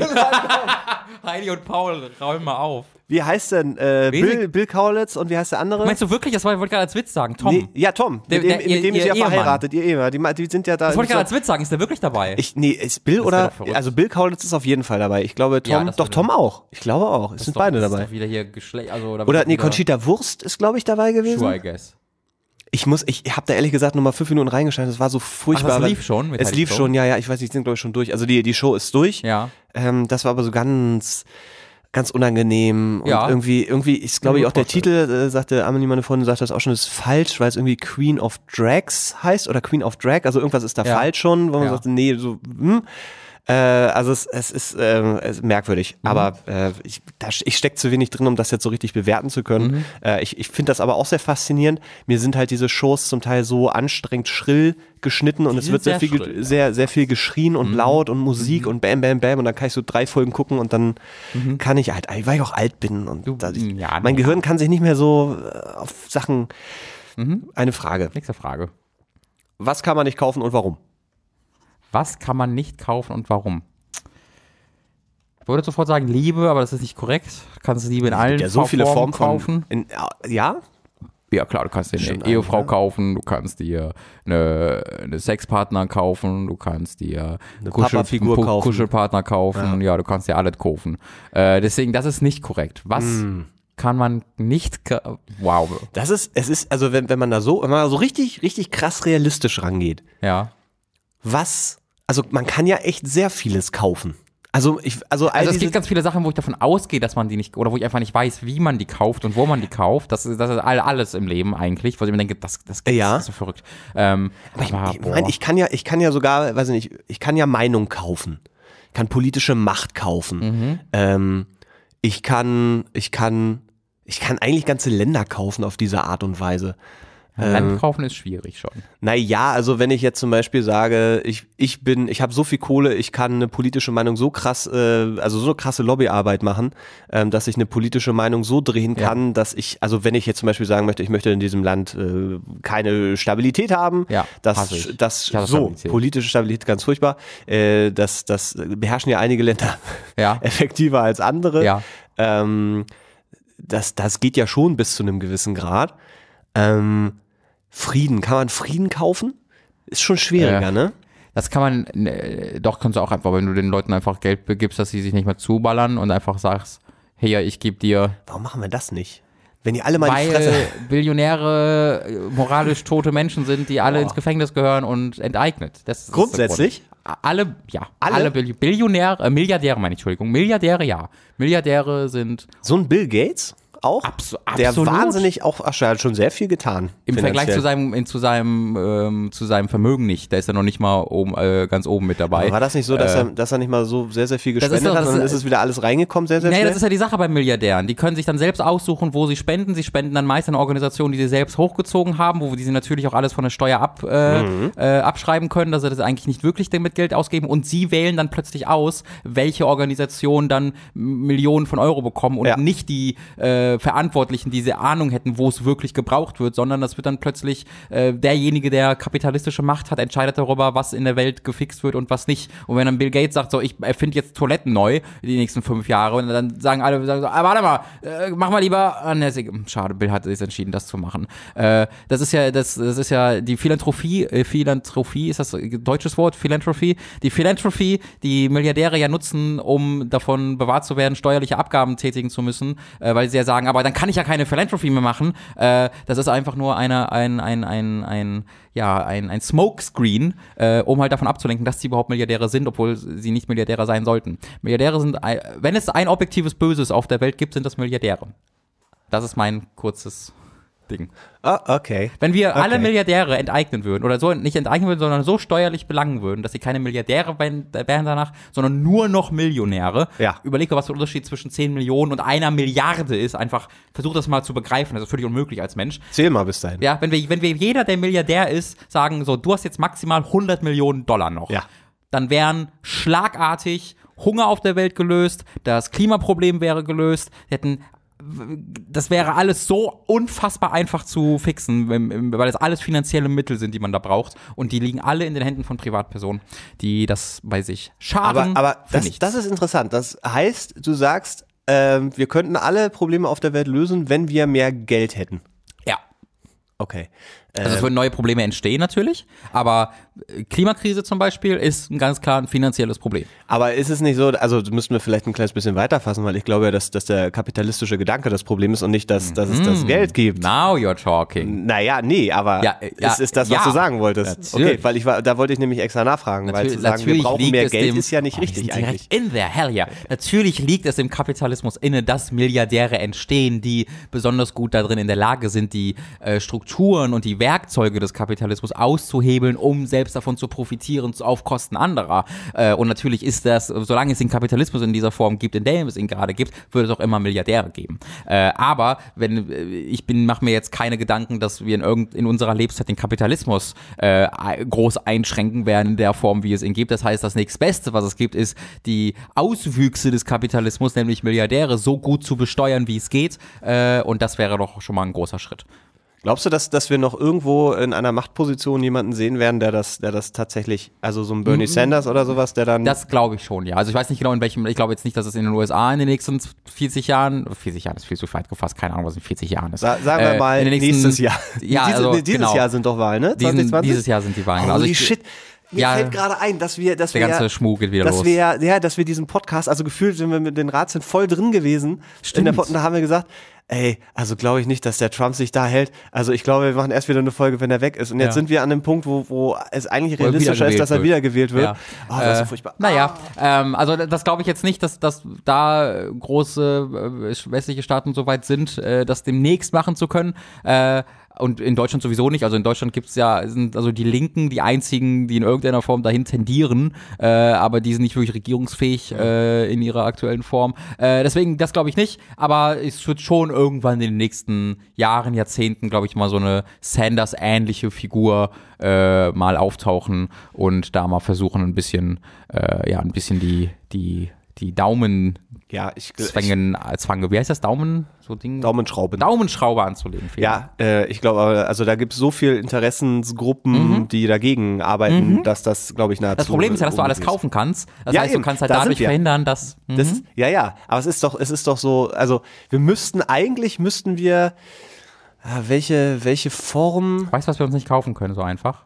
S2: Heidi und Paul, räum mal auf.
S1: Wie heißt denn äh,
S2: Wesig-
S1: Bill, Bill Kaulitz und wie heißt der andere?
S2: Meinst du wirklich, das wollte ich gerade als Witz sagen, Tom?
S1: Nee, ja, Tom.
S2: Der-
S1: mit dem,
S2: der-
S1: mit
S2: ihr-
S1: dem ist
S2: ihr
S1: ja
S2: Ehemann.
S1: verheiratet. Ihr Ehemann. Die, die sind ja da.
S2: Das wollte ich
S1: so-
S2: gerade als Witz sagen, ist der wirklich dabei?
S1: Ich, nee, ist Bill
S2: Das wär
S1: oder,
S2: doch verrückt.
S1: also Bill Kaulitz ist auf jeden Fall dabei. Ich glaube,
S2: Ja,
S1: Tom,
S2: das
S1: doch
S2: würde-
S1: Tom auch. Ich glaube auch. Es
S2: Das
S1: sind
S2: ist doch-
S1: beide
S2: das
S1: dabei.
S2: Ist doch wieder hier Geschlecht, also, da
S1: Oder
S2: wird
S1: nee,
S2: wieder-
S1: Conchita Wurst ist, glaube ich, dabei gewesen.
S2: Sure, I guess.
S1: Ich muss, ich habe da ehrlich gesagt nur mal fünf Minuten reingeschaltet. Das war so furchtbar.
S2: Ach, das
S1: weil-
S2: lief schon mit
S1: Es
S2: Heidi
S1: lief
S2: Klum?
S1: schon, ja, ja. Ich weiß nicht, die sind glaube ich schon durch. Also die, die Show ist durch.
S2: Ja.
S1: Ähm, das war aber so ganz, ganz unangenehm und
S2: Ja.
S1: irgendwie, irgendwie ist glaube
S2: Kann
S1: ich
S2: ich
S1: auch
S2: mir
S1: der Titel, äh, sagte Amelie, meine Freundin, sagt das auch schon, ist falsch, weil es irgendwie Queen of Drags heißt oder Queen of Drag, also irgendwas ist da
S2: Ja.
S1: falsch schon, wo man
S2: Ja.
S1: sagt, nee, so, hm. Äh, also es, es ist ähm, es ist merkwürdig,
S2: Mhm.
S1: aber äh, ich, da, ich stecke zu wenig drin, um das jetzt so richtig bewerten zu können.
S2: Mhm.
S1: Äh, ich ich finde das aber auch sehr faszinierend. Mir sind halt diese Shows zum Teil so anstrengend schrill geschnitten und
S2: Die
S1: es
S2: sind
S1: wird sehr,
S2: sehr
S1: viel, ge-
S2: schrill, ja.
S1: sehr, sehr viel geschrien und laut und Musik und bam, bam, bam und dann kann ich so drei Folgen gucken und dann kann ich halt, weil ich auch alt bin und
S2: Du-
S1: da, ich,
S2: ja,
S1: mein
S2: ja.
S1: Gehirn kann sich nicht mehr so äh, auf Sachen. Eine Frage.
S2: Nächste Frage.
S1: Was kann man nicht kaufen und warum?
S2: Was kann man nicht kaufen und warum? Ich würde sofort sagen Liebe, aber das ist nicht korrekt. Du kannst Liebe in allen
S1: Ja, so viele Formen
S2: kaufen.
S1: von. In, ja?
S2: Ja, klar, du kannst dir eine
S1: Stimmt
S2: Ehefrau
S1: eigentlich, ja.
S2: kaufen, du kannst dir eine, eine Sexpartner kaufen, du kannst dir
S1: Eine
S2: Kuschel,
S1: Papa-Figur
S2: Pu-
S1: kaufen.
S2: Kuschelpartner kaufen, ja. du kannst dir alles kaufen. Äh, deswegen, das ist nicht korrekt. Was
S1: Mm.
S2: kann man nicht, ka- wow,
S1: Das ist, es ist, also wenn, wenn man da so, wenn man da so richtig, richtig krass realistisch rangeht,
S2: ja.
S1: was, also man kann ja echt sehr vieles kaufen. Also ich, also, all
S2: Also es
S1: diese,
S2: gibt ganz viele Sachen, wo ich davon ausgehe, dass man die nicht, oder wo ich einfach nicht weiß, wie man die kauft und wo man die kauft. Das ist, das ist all, alles im Leben eigentlich, wo ich mir denke, das, das, das
S1: Ja.
S2: ist so verrückt. Ähm, aber ich,
S1: ich meine, ich kann ja, ich kann ja sogar, weiß ich nicht, ich kann ja Meinung kaufen. Ich kann politische Macht kaufen.
S2: Mhm.
S1: Ähm, ich kann, ich kann, ich kann eigentlich ganze Länder kaufen auf diese Art und Weise.
S2: Land kaufen ist schwierig schon.
S1: Naja, also wenn ich jetzt zum Beispiel sage, ich, ich bin, ich habe so viel Kohle, ich kann eine politische Meinung so krass, äh, also so eine krasse Lobbyarbeit machen, ähm, dass ich eine politische Meinung so drehen kann, dass ich, also wenn ich jetzt zum Beispiel sagen möchte, ich möchte in diesem Land äh, keine Stabilität haben,
S2: Ja,
S1: das,
S2: hasse ich.
S1: das
S2: Ich hasse
S1: so,
S2: Stabilität.
S1: politische Stabilität ganz furchtbar, äh, das, das beherrschen ja einige Länder
S2: Ja.
S1: effektiver als andere.
S2: Ja.
S1: Ähm, das, das geht ja schon bis zu einem gewissen Grad. Ähm, Frieden, kann man Frieden kaufen? Ist schon schwieriger,
S2: Äh,
S1: ne?
S2: Das kann man, ne, doch kannst du auch einfach, wenn du den Leuten einfach Geld begibst, dass sie sich nicht mehr zuballern und einfach sagst, hey, ja, ich gebe dir,
S1: Warum machen wir das nicht? Wenn die alle mal die
S2: weil
S1: Fresse...
S2: Billionäre äh, moralisch tote Menschen sind, die alle ins Gefängnis gehören und enteignet. Das ist
S1: Grundsätzlich?
S2: der Grund. Alle, ja,
S1: Alle?
S2: alle, Bill- Billionäre, äh, Milliardäre meine ich, Entschuldigung, Milliardäre, ja. Milliardäre sind,
S1: So ein Bill Gates auch,
S2: Abs-
S1: der
S2: absolut.
S1: wahnsinnig auch, ach, er hat schon sehr viel getan.
S2: Im Vergleich
S1: finanziell.
S2: zu seinem, in, zu seinem, ähm, zu seinem Vermögen nicht. Da ist er noch nicht mal oben, äh, ganz oben mit dabei.
S1: Aber war das nicht so, dass,
S2: äh,
S1: er, dass er nicht mal so sehr, sehr viel
S2: das ist
S1: gespendet
S2: doch-
S1: hat,
S2: das
S1: sondern
S2: ist-
S1: ist es wieder alles reingekommen, sehr, sehr
S2: Naja,
S1: schnell?
S2: das ist ja die Sache bei Milliardären. Die können sich dann selbst aussuchen, wo sie spenden. Sie spenden dann meist an Organisationen, die sie selbst hochgezogen haben, wo die sie natürlich auch alles von der Steuer ab, äh,
S1: Mhm.
S2: äh, abschreiben können, dass sie das eigentlich nicht wirklich damit Geld ausgeben. Und sie wählen dann plötzlich aus, welche Organisation dann Millionen von Euro bekommen und
S1: Ja.
S2: nicht die äh, Verantwortlichen, die diese Ahnung hätten, wo es wirklich gebraucht wird, sondern das wird dann plötzlich äh, derjenige, der kapitalistische Macht hat, entscheidet darüber, was in der Welt gefixt wird und was nicht. Und wenn dann Bill Gates sagt, so, ich erfinde jetzt Toiletten neu die nächsten fünf Jahre und dann sagen alle, sagen so, ah, warte mal, äh, mach mal lieber, ah, ne, schade, Bill hat sich entschieden, das zu machen. Äh, das ist ja, das, das ist ja die Philanthropie, äh, Philanthropie, ist das ein deutsches Wort, Philanthropie? Die Philanthropie, die Milliardäre ja nutzen, um davon bewahrt zu werden, steuerliche Abgaben tätigen zu müssen, äh, weil sie ja sagen, aber dann kann ich ja keine Philanthropy mehr machen. Äh, das ist einfach nur eine, ein, ein, ein, ein, ja, ein, ein Smokescreen, äh, um halt davon abzulenken, dass sie überhaupt Milliardäre sind, obwohl sie nicht Milliardäre sein sollten. Milliardäre sind, ein, wenn es ein objektives Böses auf der Welt gibt, sind das Milliardäre. Das ist mein kurzes Ding.
S1: Ah, okay.
S2: Wenn wir
S1: Okay.
S2: alle Milliardäre enteignen würden, oder so, nicht enteignen würden, sondern so steuerlich belangen würden, dass sie keine Milliardäre wären wären danach, sondern nur noch Millionäre.
S1: Ja.
S2: Überleg mal, was der Unterschied zwischen zehn Millionen und einer Milliarde ist. Einfach, versuch das mal zu begreifen. Das ist völlig unmöglich als Mensch.
S1: Zähl mal bis dahin.
S2: Ja, wenn wir, wenn wir jeder, der Milliardär ist, sagen so, du hast jetzt maximal hundert Millionen Dollar noch.
S1: Ja.
S2: Dann wären schlagartig Hunger auf der Welt gelöst, das Klimaproblem wäre gelöst, wir hätten das wäre alles so unfassbar einfach zu fixen, weil es alles finanzielle Mittel sind, die man da braucht. Und die liegen alle in den Händen von Privatpersonen, die das bei sich schaden.
S1: Aber, aber
S2: für
S1: das,
S2: nichts.
S1: das ist interessant. Das heißt, du sagst, ähm, wir könnten alle Probleme auf der Welt lösen, wenn wir mehr Geld hätten.
S2: Ja.
S1: Okay.
S2: Also es würden neue Probleme entstehen natürlich, aber Klimakrise zum Beispiel ist ein ganz klar ein finanzielles Problem.
S1: Aber ist es nicht so, also müssten wir vielleicht ein kleines bisschen weiterfassen, weil ich glaube ja, dass, dass der kapitalistische Gedanke das Problem ist und nicht, dass, dass es das Geld gibt.
S2: Now you're talking.
S1: Naja, nee, aber
S2: Ja, äh, ja,
S1: es ist das, was
S2: ja,
S1: du sagen wolltest.
S2: natürlich.
S1: Okay, weil ich war, da wollte ich nämlich extra nachfragen, weil zu sagen, wir brauchen
S2: liegt
S1: mehr
S2: es
S1: Geld
S2: dem,
S1: ist ja nicht
S2: oh,
S1: richtig
S2: wir sind
S1: eigentlich.
S2: direkt in there, hell yeah. Natürlich liegt es dem Kapitalismus inne, dass Milliardäre entstehen, die besonders gut darin in der Lage sind, die äh, Strukturen und die Werkzeuge des Kapitalismus auszuhebeln, um selbst davon zu profitieren auf Kosten anderer. Äh, und natürlich ist das, solange es den Kapitalismus in dieser Form gibt, in der es ihn gerade gibt, würde es auch immer Milliardäre geben. Äh, aber wenn ich bin, mache mir jetzt keine Gedanken, dass wir in irgend in unserer Lebenszeit den Kapitalismus äh, groß einschränken werden in der Form, wie es ihn gibt. Das heißt, das nächstbeste, was es gibt, ist die Auswüchse des Kapitalismus, nämlich Milliardäre, so gut zu besteuern, wie es geht. Äh, und das wäre doch schon mal ein großer Schritt.
S1: Glaubst du, dass, dass wir noch irgendwo in einer Machtposition jemanden sehen werden, der das, der das tatsächlich, also so ein Bernie Sanders oder sowas, der dann...
S2: Das glaube ich schon, ja. Also ich weiß nicht genau in welchem, ich glaube jetzt nicht, dass es in den U S A in den nächsten vierzig Jahren, vierzig Jahren ist viel zu weit gefasst, keine Ahnung, was in vierzig Jahren ist.
S1: Sa- sagen wir
S2: Äh,
S1: mal,
S2: in den nächsten,
S1: nächstes Jahr.
S2: Ja,
S1: Diese,
S2: also,
S1: nee, dieses
S2: genau.
S1: Jahr sind doch Wahlen, ne?
S2: Diesen,
S1: zwanzig zwanzig?
S2: dieses Jahr sind die Wahlen. genau. Also
S1: Holy
S2: ich,
S1: shit. Mir
S2: ja,
S1: fällt gerade ein, dass wir, dass
S2: der
S1: wir,
S2: ganze Schmuh geht wieder
S1: dass
S2: los.
S1: wir, ja, dass wir diesen Podcast, also gefühlt sind wir mit den Rats sind voll drin gewesen.
S2: Stimmt.
S1: In der Pod, und da haben wir gesagt, ey, also glaube ich nicht, dass der Trump sich da hält. Also ich glaube, wir machen erst wieder eine Folge, wenn er weg ist. Und jetzt
S2: Ja.
S1: sind wir an dem Punkt, wo, wo es eigentlich
S2: Wo er
S1: realistischer ist, dass er
S2: wiedergewählt
S1: wiedergewählt wird.
S2: Ja.
S1: Oh, das ist so
S2: Äh,
S1: furchtbar.
S2: Naja, ähm, also das glaube ich jetzt nicht, dass, dass da große äh, westliche Staaten so weit sind, äh, das demnächst machen zu können. Äh, und in Deutschland sowieso nicht. Also in Deutschland gibt's ja, sind also die Linken die einzigen, die in irgendeiner Form dahin tendieren, äh, aber die sind nicht wirklich regierungsfähig äh, in ihrer aktuellen Form. Äh, deswegen, das glaube ich nicht, aber es wird schon irgendwann in den nächsten Jahren, Jahrzehnten, glaube ich, mal so eine Sanders-ähnliche Figur äh, mal auftauchen und da mal versuchen, ein bisschen, äh, ja, ein bisschen die, die, die Daumen
S1: Ja, ich, ich
S2: Zwängen, Zwange, wie heißt das? Daumen, so Ding?
S1: Daumenschrauben.
S2: Daumenschraube anzulegen. vielen Dank.
S1: Ja, äh, ich glaube, also da gibt es so viel Interessensgruppen, die dagegen arbeiten, dass das, glaube ich, nahezu...
S2: Das Problem ist ja, dass du alles
S1: unmöglich ist.
S2: kaufen kannst. Das
S1: Ja,
S2: heißt,
S1: eben,
S2: du kannst halt
S1: da sind
S2: dadurch
S1: wir.
S2: verhindern, dass.
S1: Das ist, ja, ja, aber es ist doch, es ist doch so, also wir müssten, eigentlich müssten wir, ja, welche, welche Form,
S2: Weißt du, was wir uns nicht kaufen können, so einfach?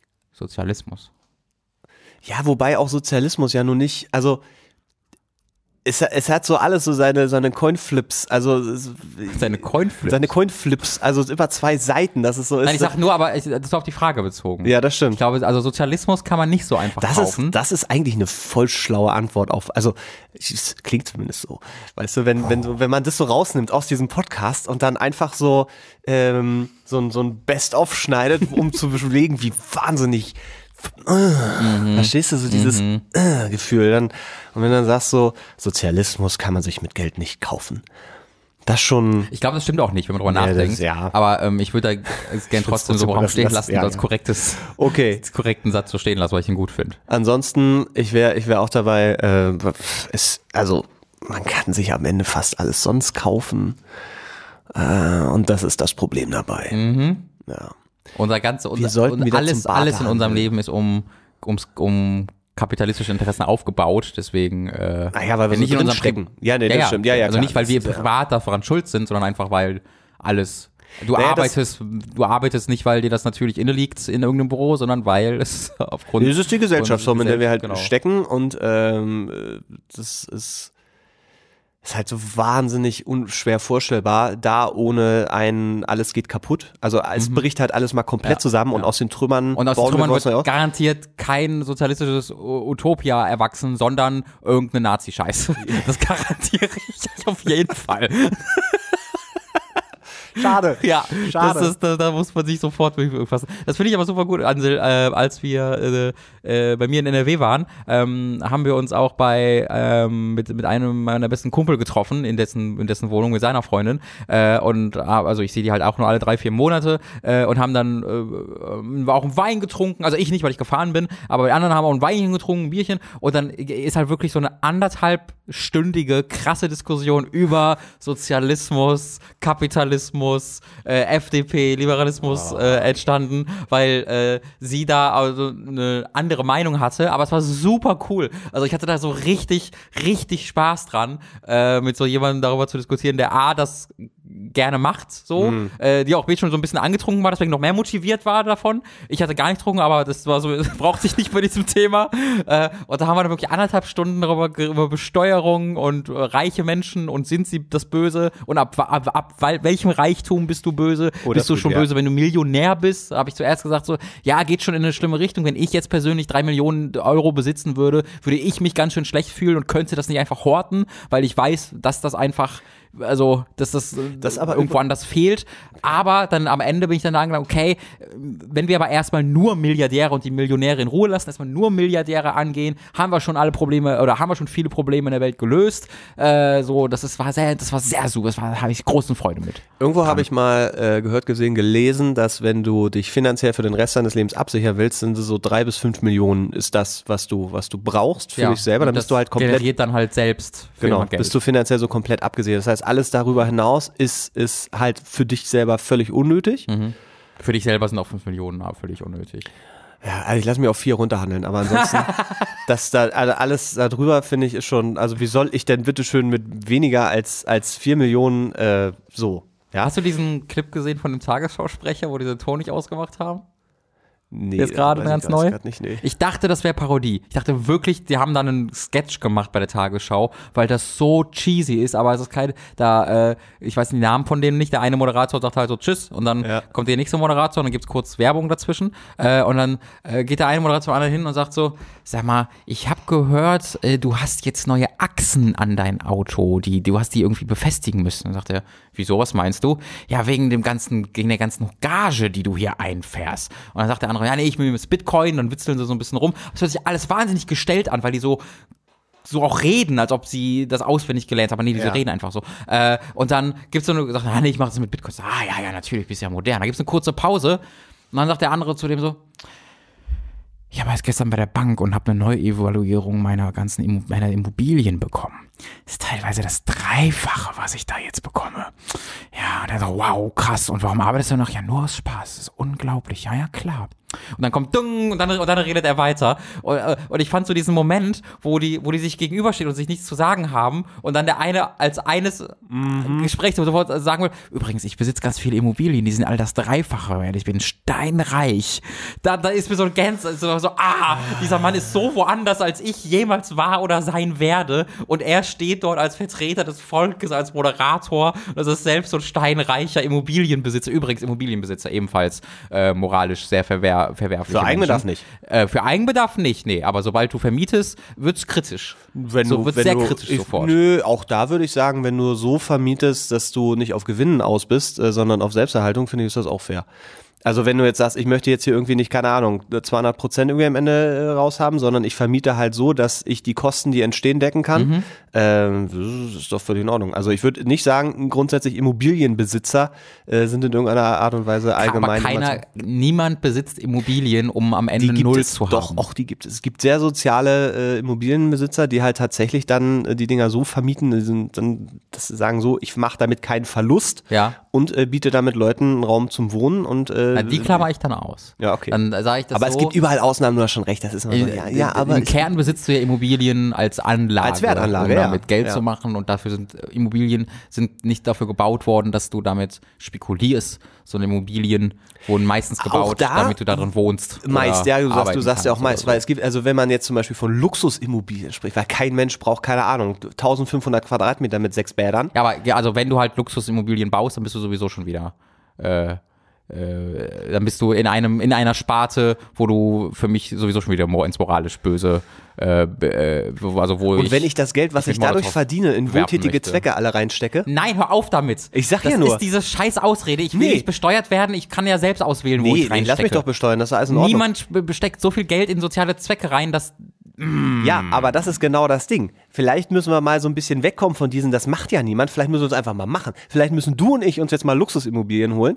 S2: Sozialismus.
S1: ja, wobei auch Sozialismus ja nun nicht, also Es, es hat so alles so seine, seine Coinflips, also
S2: Seine Coinflips?
S1: Seine Coinflips, also immer zwei Seiten, das ist so. Ist
S2: Nein, ich sag nur, aber ich, das ist auf die Frage bezogen.
S1: Ja, das stimmt.
S2: Ich glaube, also Sozialismus kann man nicht so einfach
S1: das
S2: kaufen.
S1: Ist, das ist eigentlich eine voll schlaue Antwort auf, also es klingt zumindest so. Weißt du, wenn, oh. wenn, wenn man das so rausnimmt aus diesem Podcast und dann einfach so, ähm, so, ein, so ein Best-of schneidet, um zu überlegen, wie wahnsinnig Mhm. Verstehst du, so dieses mhm. äh, Gefühl dann, und wenn du dann sagst so, Sozialismus kann man sich mit Geld nicht kaufen. Das schon.
S2: Ich glaube, das stimmt auch nicht, wenn man drüber
S1: ja,
S2: nachdenkt.
S1: Das, ja.
S2: Aber ähm, ich würde da gerne trotzdem so im Raum stehen lassen, ja, als korrektes,
S1: okay.
S2: als korrekten Satz so stehen lassen, weil ich ihn gut finde.
S1: Ansonsten, ich wäre ich wäre auch dabei, äh, es, also man kann sich am Ende fast alles sonst kaufen. Äh, und das ist das Problem dabei.
S2: Mhm.
S1: Ja.
S2: Unser ganze, unser, und alles, alles in unserem Leben ist um, ums, um kapitalistische Interessen aufgebaut, deswegen äh,
S1: ah ja, weil wir so
S2: nicht in unserem
S1: stecken. Ja, nee, das ja, stimmt. Ja, ja,
S2: also
S1: klar.
S2: nicht, weil wir privat daran schuld sind, sondern einfach, weil alles Du naja, arbeitest, du arbeitest nicht, weil dir das natürlich inne liegt in irgendeinem Büro, sondern weil es aufgrund.
S1: Das ist die Gesellschaftsform, in der wir halt
S2: genau.
S1: stecken, und ähm, das ist ist halt so wahnsinnig unschwer vorstellbar, da ohne ein alles geht kaputt. Also es mhm. bricht halt alles mal komplett ja, zusammen ja. und aus den Trümmern
S2: und aus den Trümmern wird auch garantiert kein sozialistisches Utopia erwachsen, sondern irgendeine Nazi-Scheiße. Das garantiere ich auf jeden Fall.
S1: Schade.
S2: Ja,
S1: schade.
S2: Das ist, da, da muss man sich sofort befassen. Das finde ich aber super gut, Ansel. Äh, als wir äh, äh, bei mir in N R W waren, ähm, haben wir uns auch bei ähm, mit mit einem meiner besten Kumpel getroffen in dessen in dessen Wohnung mit seiner Freundin. Äh, und also ich sehe die halt auch nur alle drei vier Monate äh, und haben dann äh, auch einen Wein getrunken. Also ich nicht, weil ich gefahren bin, aber die anderen haben auch ein Weinchen getrunken, ein Bierchen. Und dann ist halt wirklich so eine anderthalbstündige krasse Diskussion über Sozialismus, Kapitalismus, Äh, F D P, Liberalismus äh, entstanden, weil äh, sie da also eine andere Meinung hatte, aber es war super cool. Also ich hatte da so richtig, richtig Spaß dran, äh, mit so jemandem darüber zu diskutieren, der A, das gerne macht, so, mhm. äh, die auch schon so ein bisschen angetrunken war, deswegen noch mehr motiviert war davon. Ich hatte gar nicht getrunken, aber das war so, braucht sich nicht bei diesem Thema. Äh, und da haben wir dann wirklich anderthalb Stunden darüber, über Besteuerung und äh, reiche Menschen und sind sie das Böse und ab, ab, ab welchem Reichtum bist du böse? Oh, bist du schon ja. böse, wenn du Millionär bist? Habe ich zuerst gesagt so, ja, geht schon in eine schlimme Richtung. Wenn ich jetzt persönlich drei Millionen Euro besitzen würde, würde ich mich ganz schön schlecht fühlen und könnte das nicht einfach horten, weil ich weiß, dass das einfach also, dass das,
S1: das aber
S2: irgendwo anders fehlt. Aber dann am Ende bin ich dann da angelangt, okay, wenn wir aber erstmal nur Milliardäre und die Millionäre in Ruhe lassen, erstmal nur Milliardäre angehen, haben wir schon alle Probleme oder haben wir schon viele Probleme in der Welt gelöst. Äh, so, das ist, war sehr, das war sehr super, das war, habe ich große Freude mit.
S1: Irgendwo habe ich mal äh, gehört, gesehen, gelesen, dass wenn du dich finanziell für den Rest deines Lebens absichern willst, sind so drei bis fünf Millionen ist das, was du, was du brauchst für
S2: ja,
S1: dich selber. Dann bist du halt komplett.
S2: Generiert dann halt selbst.
S1: Genau, bist du finanziell so komplett abgesichert. Das heißt, alles darüber hinaus ist, ist halt für dich selber völlig unnötig.
S2: Mhm. Für dich selber sind auch fünf Millionen völlig unnötig.
S1: Ja, also ich lasse mich auf vier runterhandeln, aber ansonsten, das da, also alles darüber finde ich ist schon, also wie soll ich denn bitteschön mit weniger als, als vier Millionen äh, so, ja?
S2: Hast du diesen Clip gesehen von dem Tagesschausprecher, wo die den Ton nicht ausgemacht haben?
S1: Nee,
S2: jetzt gerade ganz
S1: ich
S2: neu.
S1: Nicht, nee.
S2: Ich dachte, das wäre Parodie. Ich dachte wirklich, die haben da einen Sketch gemacht bei der Tagesschau, weil das so cheesy ist, aber es ist kein, da, äh, ich weiß den Namen von denen nicht, der eine Moderator sagt halt so Tschüss und dann ja. kommt der nächste Moderator und dann gibt's kurz Werbung dazwischen äh, und dann äh, geht der eine Moderator zum anderen hin und sagt so, sag mal, ich habe gehört, äh, du hast jetzt neue Achsen an dein Auto, die, du hast die irgendwie befestigen müssen. Und dann sagt er, wieso, was meinst du? Ja, wegen dem ganzen, wegen der ganzen Gage, die du hier einfährst. Und dann sagt der andere, ja, nee, ich will mit Bitcoin, dann witzeln sie so ein bisschen rum. Das hört sich alles wahnsinnig gestellt an, weil die so so auch reden, als ob sie das auswendig gelernt haben. Aber nee, die ja. reden einfach so. Äh, und dann gibt's so eine, sagt, ah, nee, ich mache das mit Bitcoin. So, ah, ja, ja, natürlich, bist ja modern. Da gibt's eine kurze Pause. Und dann sagt der andere zu dem so, ich war jetzt gestern bei der Bank und habe eine Neuevaluierung meiner ganzen Immo- meiner Immobilien bekommen. Das ist teilweise das Dreifache, was ich da jetzt bekomme. Ja, und er so, wow, krass. Und warum arbeitest du noch? Ja, nur aus Spaß. Das ist unglaublich. Ja, ja, klar. Und dann kommt Dung und dann, und dann redet er weiter. Und, und ich fand so diesen Moment, wo die, wo die sich gegenüberstehen und sich nichts zu sagen haben und dann der eine als eines mhm. Gespräch sofort sagen will, übrigens, ich besitze ganz viele Immobilien, die sind all das Dreifache wert, ich bin steinreich. Da, da ist mir so ein ganz, so, so, ah, dieser Mann ist so woanders, als ich jemals war oder sein werde und er steht dort als Vertreter des Volkes, als Moderator und das ist selbst so ein steinreicher Immobilienbesitzer, übrigens Immobilienbesitzer ebenfalls äh, moralisch sehr verwerflich. Verwerfliche
S1: Für Eigenbedarf
S2: Menschen.
S1: nicht.
S2: Äh, für Eigenbedarf nicht, nee. Aber sobald du vermietest, wird's kritisch.
S1: Wenn
S2: so
S1: du,
S2: wird's
S1: wenn
S2: sehr
S1: du,
S2: kritisch
S1: ich,
S2: sofort.
S1: Nö, auch da würde ich sagen, wenn du so vermietest, dass du nicht auf Gewinnen aus bist, äh, sondern auf Selbsterhaltung, finde ich, ist das auch fair. Also wenn du jetzt sagst, ich möchte jetzt hier irgendwie nicht, keine Ahnung, zweihundert Prozent irgendwie am Ende äh, raus haben, sondern ich vermiete halt so, dass ich die Kosten, die entstehen, decken kann, mhm. ähm, das ist doch völlig in Ordnung. Also ich würde nicht sagen, grundsätzlich Immobilienbesitzer äh, sind in irgendeiner Art und Weise allgemein.
S2: Aber keiner, niemand besitzt Immobilien, um am Ende
S1: die
S2: null
S1: es,
S2: zu haben.
S1: Doch, auch die gibt es. Es gibt sehr soziale äh, Immobilienbesitzer, die halt tatsächlich dann äh, die Dinger so vermieten, die sind dann, dass sie sagen so, ich mache damit keinen Verlust
S2: ja.
S1: und äh, biete damit Leuten einen Raum zum Wohnen und äh,
S2: Na, die klammer ich dann aus.
S1: Ja, okay.
S2: Dann sage ich das
S1: aber
S2: so,
S1: es gibt überall Ausnahmen, du hast schon recht, das ist immer so, ja, ja, aber
S2: im Kern besitzt du ja Immobilien als Anlage,
S1: als Wertanlage,
S2: um
S1: ja.
S2: damit Geld
S1: ja.
S2: zu machen und dafür sind Immobilien sind nicht dafür gebaut worden, dass du damit spekulierst, sondern Immobilien wurden meistens gebaut, da, damit du darin wohnst.
S1: Meist, ja, du sagst, du sagst ja auch meist, so. Weil es gibt, also wenn man jetzt zum Beispiel von Luxusimmobilien spricht, weil kein Mensch braucht, keine Ahnung, eintausendfünfhundert Quadratmeter mit sechs Bädern.
S2: Ja, aber ja, also wenn du halt Luxusimmobilien baust, dann bist du sowieso schon wieder äh, Äh, dann bist du in einem in einer Sparte, wo du für mich sowieso schon wieder ins moralisch böse äh, äh, also wo
S1: und
S2: ich,
S1: wenn ich das Geld, was ich, ich dadurch verdiene, in wohltätige
S2: möchte.
S1: Zwecke alle reinstecke?
S2: Nein, hör auf damit.
S1: Ich sag
S2: das
S1: ja nur.
S2: Das ist diese scheiß Ausrede. Ich will
S1: nee.
S2: nicht besteuert werden. Ich kann ja selbst auswählen, wo
S1: nee,
S2: ich reinstecke.
S1: Nee, lass mich doch besteuern. Das ist alles in Ordnung.
S2: Niemand besteckt so viel Geld in soziale Zwecke rein, dass
S1: ja, aber das ist genau das Ding. Vielleicht müssen wir mal so ein bisschen wegkommen von diesen, das macht ja niemand. Vielleicht müssen wir uns einfach mal machen. Vielleicht müssen du und ich uns jetzt mal Luxusimmobilien holen.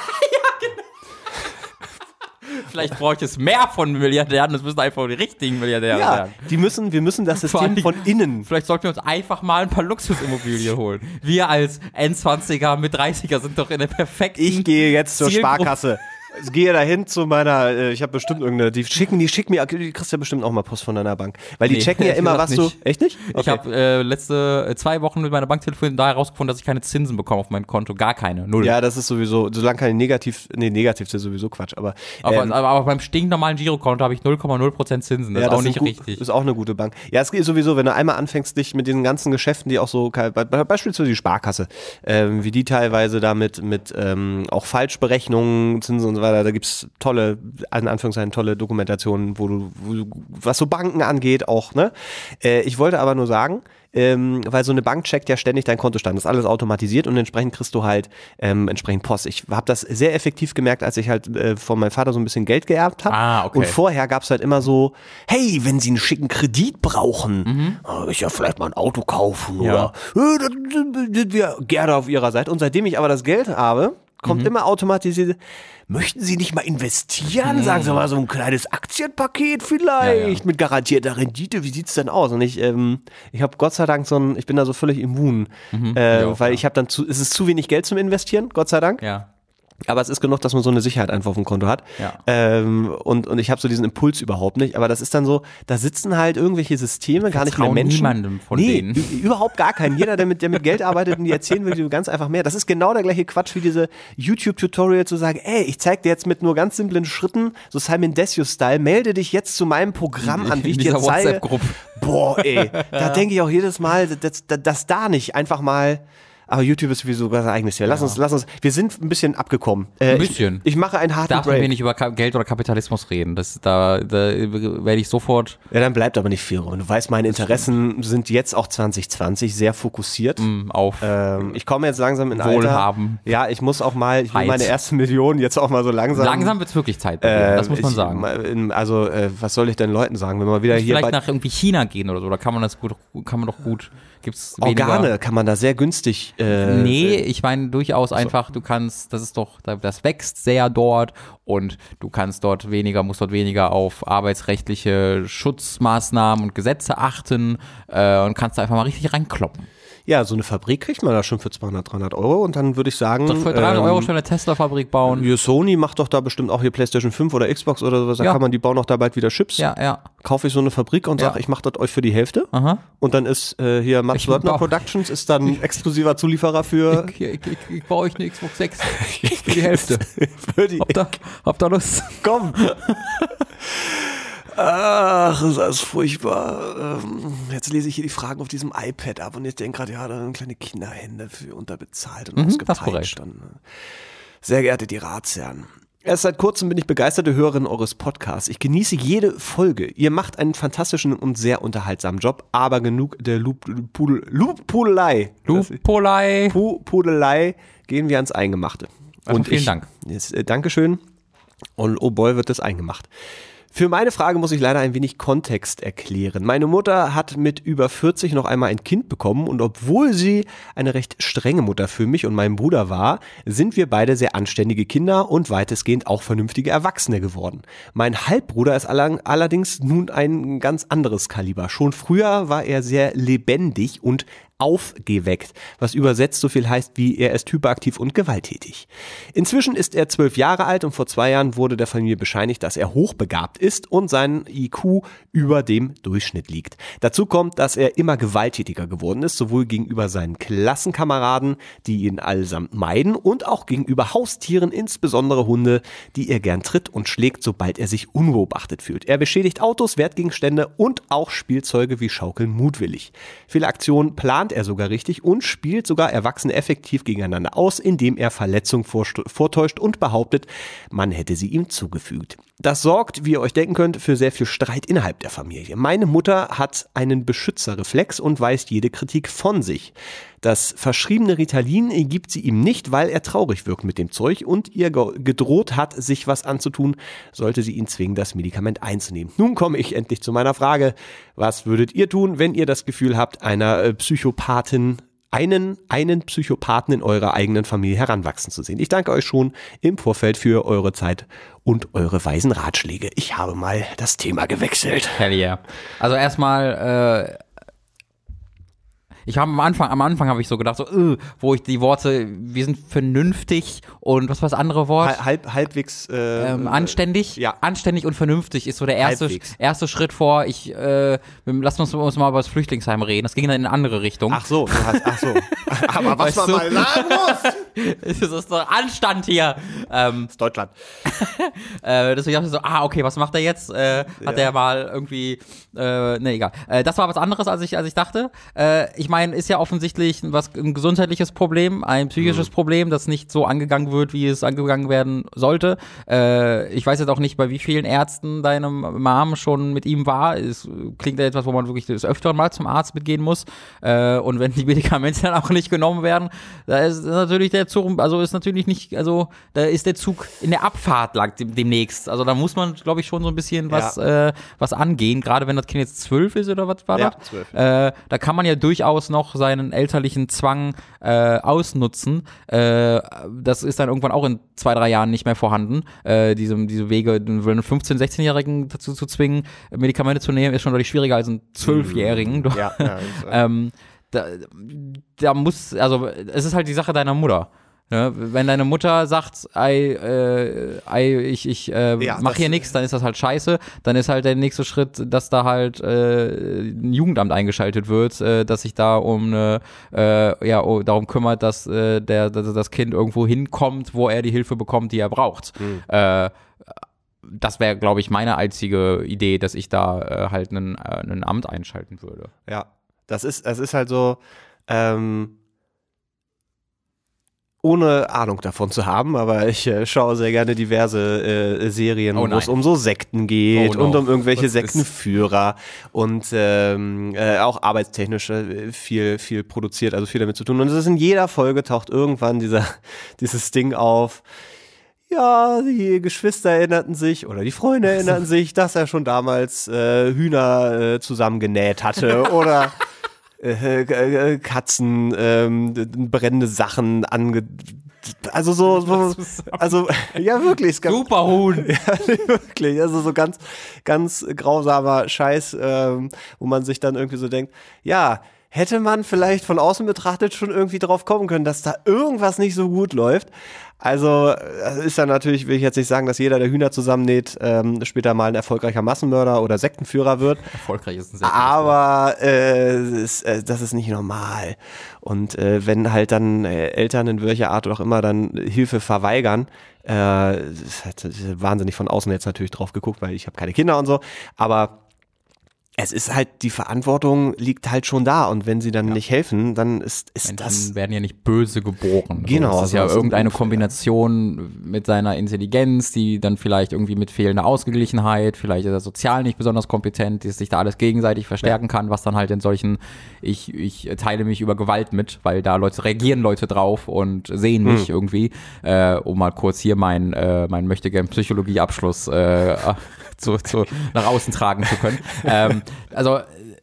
S2: Vielleicht brauche ich es mehr von Milliardären, das müssen einfach die richtigen Milliardäre
S1: ja,
S2: sein.
S1: Die müssen, wir müssen das System von innen.
S2: Vielleicht sollten wir uns einfach mal ein paar Luxusimmobilien holen. Wir als Endzwanziger mit dreißiger sind doch in der perfekten
S1: Ich gehe jetzt zur
S2: Zielgruppe.
S1: Sparkasse. Ich gehe dahin zu meiner, äh, ich habe bestimmt irgendeine, die schicken, die schicken mir, die kriegst ja bestimmt auch mal Post von deiner Bank. Weil die
S2: Nee,
S1: checken ja immer, was
S2: nicht.
S1: du, echt nicht? Okay.
S2: Ich habe äh, letzte äh, zwei Wochen mit meiner Bank telefoniert und da herausgefunden, dass ich keine Zinsen bekomme auf mein Konto. Gar keine, null.
S1: Ja, das ist sowieso, solange keine negativ, nee, negativ ist ja sowieso Quatsch, aber.
S2: Aber,
S1: ähm,
S2: aber, aber beim stinknormalen Girokonto habe ich null Komma null Prozent Zinsen, das
S1: ja,
S2: ist auch
S1: das
S2: nicht
S1: gut,
S2: richtig.
S1: Ist auch eine gute Bank. Ja, es geht sowieso, wenn du einmal anfängst, dich mit diesen ganzen Geschäften, die auch so, beispielsweise die Sparkasse, ähm, wie die teilweise damit mit ähm, auch Falschberechnungen, Zinsen und so weiter, da gibt's tolle, in Anführungszeichen tolle Dokumentationen, wo du, wo du, was so Banken angeht auch, ne? Äh, ich wollte aber nur sagen, ähm, weil so eine Bank checkt ja ständig dein Kontostand, das ist alles automatisiert und entsprechend kriegst du halt ähm, entsprechend Post. Ich habe das sehr effektiv gemerkt, als ich halt äh, von meinem Vater so ein bisschen Geld geerbt habe.
S2: Ah, okay.
S1: Und vorher gab's halt immer so, hey, wenn Sie einen schicken Kredit brauchen,
S2: Mhm.
S1: oh, ich ja vielleicht mal ein Auto kaufen
S2: Ja.
S1: oder äh, dann sind wir gerne auf Ihrer Seite. Und seitdem ich aber das Geld habe, kommt
S2: Mhm.
S1: immer automatisiert, möchten Sie nicht mal investieren?
S2: Mhm.
S1: Sagen Sie mal so ein kleines Aktienpaket vielleicht
S2: Ja, ja.
S1: mit garantierter Rendite. Wie sieht's denn aus? Und ich, ähm, ich habe Gott sei Dank so ein, ich bin da so völlig immun,
S2: Mhm.
S1: äh,
S2: Ja, auch,
S1: weil
S2: ja.
S1: ich habe dann zu, es ist zu wenig Geld zum Investieren, Gott sei Dank.
S2: Ja.
S1: Aber es ist genug, dass man so eine Sicherheit einfach auf dem Konto hat.
S2: Ja.
S1: Ähm, und, und ich habe so diesen Impuls überhaupt nicht. Aber das ist dann so, da sitzen halt irgendwelche Systeme, gar nicht mehr
S2: vertraue
S1: Menschen.
S2: niemandem von
S1: nee,
S2: denen.
S1: ü- überhaupt gar keinen. Jeder, der mit, der mit Geld arbeitet und die erzählen will, die ganz einfach mehr. Das ist genau der gleiche Quatsch wie diese YouTube-Tutorial zu sagen, ey, ich zeig dir jetzt mit nur ganz simplen Schritten, so Simon Desue-Style, melde dich jetzt zu meinem Programm an, wie ich
S2: In
S1: dir
S2: dieser
S1: zeige.
S2: WhatsApp-Gruppe.
S1: Boah, ey, da denke ich auch jedes Mal, dass, dass, dass da nicht einfach mal. Aber YouTube ist sowieso was eigenes hier. Lass
S2: Ja.
S1: uns, lass uns. Wir sind ein bisschen abgekommen. Äh,
S2: Ein bisschen.
S1: Ich, ich mache einen harten
S2: Darf man
S1: Break.
S2: hier nicht über Ka- Geld oder Kapitalismus reden? Das, da, da werde ich sofort
S1: Ja, dann bleibt aber nicht viel rum. Du weißt, meine Interessen sind jetzt auch zwanzig zwanzig sehr fokussiert.
S2: mh, auf
S1: Ähm, ich komme jetzt langsam in Alter.
S2: Wohlhaben.
S1: Ja, ich muss auch mal, ich will
S2: Heid.
S1: meine erste Million jetzt auch mal so langsam.
S2: langsam wird's wirklich Zeit bei dir,
S1: äh,
S2: das muss man
S1: ich,
S2: sagen.
S1: in, also, äh, was soll ich denn Leuten sagen, wenn man wieder hier
S2: Vielleicht
S1: bei
S2: nach irgendwie China gehen oder so, da kann man das gut, kann man doch gut, gibt's weniger.
S1: Organe kann man da sehr günstig. Äh,
S2: Nee, ich meine durchaus einfach, du kannst, das ist doch, das wächst sehr dort und du kannst dort weniger, musst dort weniger auf arbeitsrechtliche Schutzmaßnahmen und Gesetze achten äh, und kannst da einfach mal richtig reinkloppen.
S1: Ja, so eine Fabrik kriegt man da schon für zweihundert, dreihundert Euro und dann würde ich sagen...
S2: Doch für dreihundert
S1: ähm,
S2: Euro schon eine Tesla-Fabrik bauen.
S1: Hier Sony macht doch da bestimmt auch hier PlayStation fünf oder Xbox oder sowas, da
S2: Ja.
S1: kann man, die bauen auch da bald wieder Chips.
S2: Ja, ja.
S1: Kaufe ich so eine Fabrik und sage,
S2: Ja.
S1: ich mache das euch für die Hälfte.
S2: Aha.
S1: Und dann ist äh, hier Mats
S2: Ich
S1: Wörthner
S2: bau-
S1: Productions ist dann exklusiver Zulieferer für,
S2: Ich, ich, ich, ich baue euch eine Xbox sechs für die Hälfte.
S1: für die...
S2: Habt ihr, habt ihr Lust?
S1: Komm! Ach, das ist alles furchtbar. Ähm, Jetzt lese ich hier die Fragen auf diesem iPad ab und ich denke gerade, ja, da sind kleine Kinderhände für unterbezahlt und
S2: Mhm, das ist
S1: ausgepeitscht. Und, äh, sehr geehrte die Ratsherren. Erst seit kurzem bin ich begeisterte Hörerin eures Podcasts. Ich genieße jede Folge. Ihr macht einen fantastischen und sehr unterhaltsamen Job, aber genug der Lupudel- Luppudelei.
S2: Lupolei.
S1: Pu- Pudelei, gehen wir ans Eingemachte.
S2: Also
S1: und
S2: vielen
S1: ich,
S2: Dank.
S1: Jetzt, äh, Dankeschön. Und oh boy, wird das eingemacht. Für meine Frage muss ich leider ein wenig Kontext erklären. Meine Mutter hat mit über vierzig noch einmal ein Kind bekommen und obwohl sie eine recht strenge Mutter für mich und meinen Bruder war, sind wir beide sehr anständige Kinder und weitestgehend auch vernünftige Erwachsene geworden. Mein Halbbruder ist allerdings nun ein ganz anderes Kaliber. Schon früher war er sehr lebendig und aufgeweckt, was übersetzt so viel heißt wie er ist hyperaktiv und gewalttätig. Inzwischen ist er zwölf Jahre alt und vor zwei Jahren wurde der Familie bescheinigt, dass er hochbegabt ist und sein I Q über dem Durchschnitt liegt. Dazu kommt, dass er immer gewalttätiger geworden ist, sowohl gegenüber seinen Klassenkameraden, die ihn allesamt meiden, und auch gegenüber Haustieren, insbesondere Hunde, die er gern tritt und schlägt, sobald er sich unbeobachtet fühlt. Er beschädigt Autos, Wertgegenstände und auch Spielzeuge wie Schaukeln mutwillig. Viele Aktionen plant er sogar richtig und spielt sogar Erwachsene effektiv gegeneinander aus, indem er Verletzungen vortäuscht und behauptet, man hätte sie ihm zugefügt. Das sorgt, wie ihr euch denken könnt, für sehr viel Streit innerhalb der Familie. Meine Mutter hat einen Beschützerreflex und weist jede Kritik von sich. Das verschriebene Ritalin gibt sie ihm nicht, weil er traurig wirkt mit dem Zeug und ihr gedroht hat, sich was anzutun, sollte sie ihn zwingen, das Medikament einzunehmen. Nun komme ich endlich zu meiner Frage. Was würdet ihr tun, wenn ihr das Gefühl habt, einer Psychopathin einen, einen Psychopathen in eurer eigenen Familie heranwachsen zu sehen? Ich danke euch schon im Vorfeld für eure Zeit und eure weisen Ratschläge. Ich habe mal das Thema gewechselt.
S2: Hell yeah. Also erstmal, äh, ich habe am Anfang, am Anfang habe ich so gedacht, so, äh, wo ich die Worte, wir sind vernünftig und was war das andere Wort?
S1: Halb, halbwegs äh,
S2: ähm, anständig.
S1: Ja.
S2: Anständig und vernünftig ist so der erste,
S1: Halbwegs.
S2: erste Schritt vor. Ich, äh, lass uns, uns mal über das Flüchtlingsheim reden. Das ging dann in eine andere Richtung.
S1: Ach so, du hast, ach so. Aber was
S2: Weißt
S1: man
S2: du?
S1: mal sagen muss.
S2: Es ist doch Anstand hier. Ähm,
S1: Das ist Deutschland.
S2: Äh, deswegen dachte ich so, ah, okay, was macht er jetzt? Äh, hat
S1: Ja.
S2: er mal irgendwie, äh, ne, egal. Äh, das war was anderes, als ich, als ich dachte. Äh, ich meine, ist ja offensichtlich was, ein gesundheitliches Problem, ein psychisches
S1: Mhm.
S2: Problem, das nicht so angegangen wird, wie es angegangen werden sollte. Äh, ich weiß jetzt auch nicht, bei wie vielen Ärzten deine Mom schon mit ihm war. Es klingt ja etwas, wo man wirklich des Öfteren mal zum Arzt mitgehen muss. Äh, und wenn die Medikamente dann auch nicht genommen werden, da ist natürlich der Zug, also ist natürlich nicht, also da ist der Zug in der Abfahrt lang dem, demnächst. Also da muss man, glaube ich, schon so ein bisschen was,
S1: Ja.
S2: äh, was angehen. Gerade wenn das Kind jetzt zwölf ist oder was war
S1: Ja,
S2: das?
S1: zwölf.
S2: Äh, da kann man ja durchaus noch seinen elterlichen Zwang äh, ausnutzen. Äh, das ist dann irgendwann auch in zwei, drei Jahren nicht mehr vorhanden. Äh, diese, diese Wege, einen fünfzehn-, sechzehnjährigen dazu zu zwingen, Medikamente zu nehmen, ist schon deutlich schwieriger als einen zwölfjährigen.
S1: Ja, ja, das, äh,
S2: ähm, da, da muss, also es ist halt die Sache deiner Mutter. Ne? Wenn deine Mutter sagt, ei, äh, ei, ich, ich äh,
S1: Ja,
S2: mach
S1: das-
S2: hier nichts, dann ist das halt scheiße. Dann ist halt der nächste Schritt, dass da halt äh, ein Jugendamt eingeschaltet wird, äh, dass sich da um eine, äh, ja, oh, darum kümmert, dass äh, der, dass das Kind irgendwo hinkommt, wo er die Hilfe bekommt, die er braucht.
S1: Mhm.
S2: Äh, das wäre, glaube ich, meine einzige Idee, dass ich da äh, halt einen, äh, ein Amt einschalten würde.
S1: ja. Das ist, es ist halt so, ähm, ohne Ahnung davon zu haben, aber ich äh, schaue sehr gerne diverse äh, Serien,
S2: Oh
S1: wo
S2: nein.
S1: es um so Sekten geht
S2: Oh no.
S1: und um irgendwelche
S2: Was ist-
S1: Sektenführer und ähm, äh, auch arbeitstechnisch äh, viel, viel produziert, also viel damit zu tun. Und es ist in jeder Folge taucht irgendwann dieser, dieses Ding auf. Ja, die Geschwister erinnerten sich oder die Freunde erinnerten sich, dass er schon damals äh, Hühner äh, zusammengenäht hatte oder äh, äh, Katzen, ähm, brennende Sachen ange... Also so, so also ja wirklich, es gab,
S2: Super Huhn!
S1: ja, wirklich, also so ganz, ganz grausamer Scheiß, ähm, wo man sich dann irgendwie so denkt, ja, hätte man vielleicht von außen betrachtet schon irgendwie drauf kommen können, dass da irgendwas nicht so gut läuft. Also das ist ja natürlich, will ich jetzt nicht sagen, dass jeder, der Hühner zusammennäht, ähm, später mal ein erfolgreicher Massenmörder oder Sektenführer wird.
S2: Erfolgreich ist ein sehr
S1: Aber äh, ist, äh, das ist nicht normal. Und äh, wenn halt dann äh, Eltern in welcher Art auch immer dann Hilfe verweigern, äh, das hat wahnsinnig von außen jetzt natürlich drauf geguckt, weil ich habe keine Kinder und so, aber es ist halt, die Verantwortung liegt halt schon da und wenn sie dann ja. nicht helfen, dann ist, ist
S2: Menschen
S1: das...
S2: werden ja nicht böse geboren.
S1: Genau.
S2: So, das ist ja
S1: also
S2: irgendeine
S1: so
S2: Kombination mit seiner Intelligenz, die dann vielleicht irgendwie mit fehlender Ausgeglichenheit, vielleicht ist er sozial nicht besonders kompetent, dass sich da alles gegenseitig verstärken ja. kann, was dann halt in solchen, ich, ich teile mich über Gewalt mit, weil da Leute, reagieren Leute drauf und sehen mich hm. irgendwie, äh, um mal kurz hier mein, äh, mein möchtegern Psychologie-Abschluss äh, zu, zu, nach außen tragen zu können. ähm, Also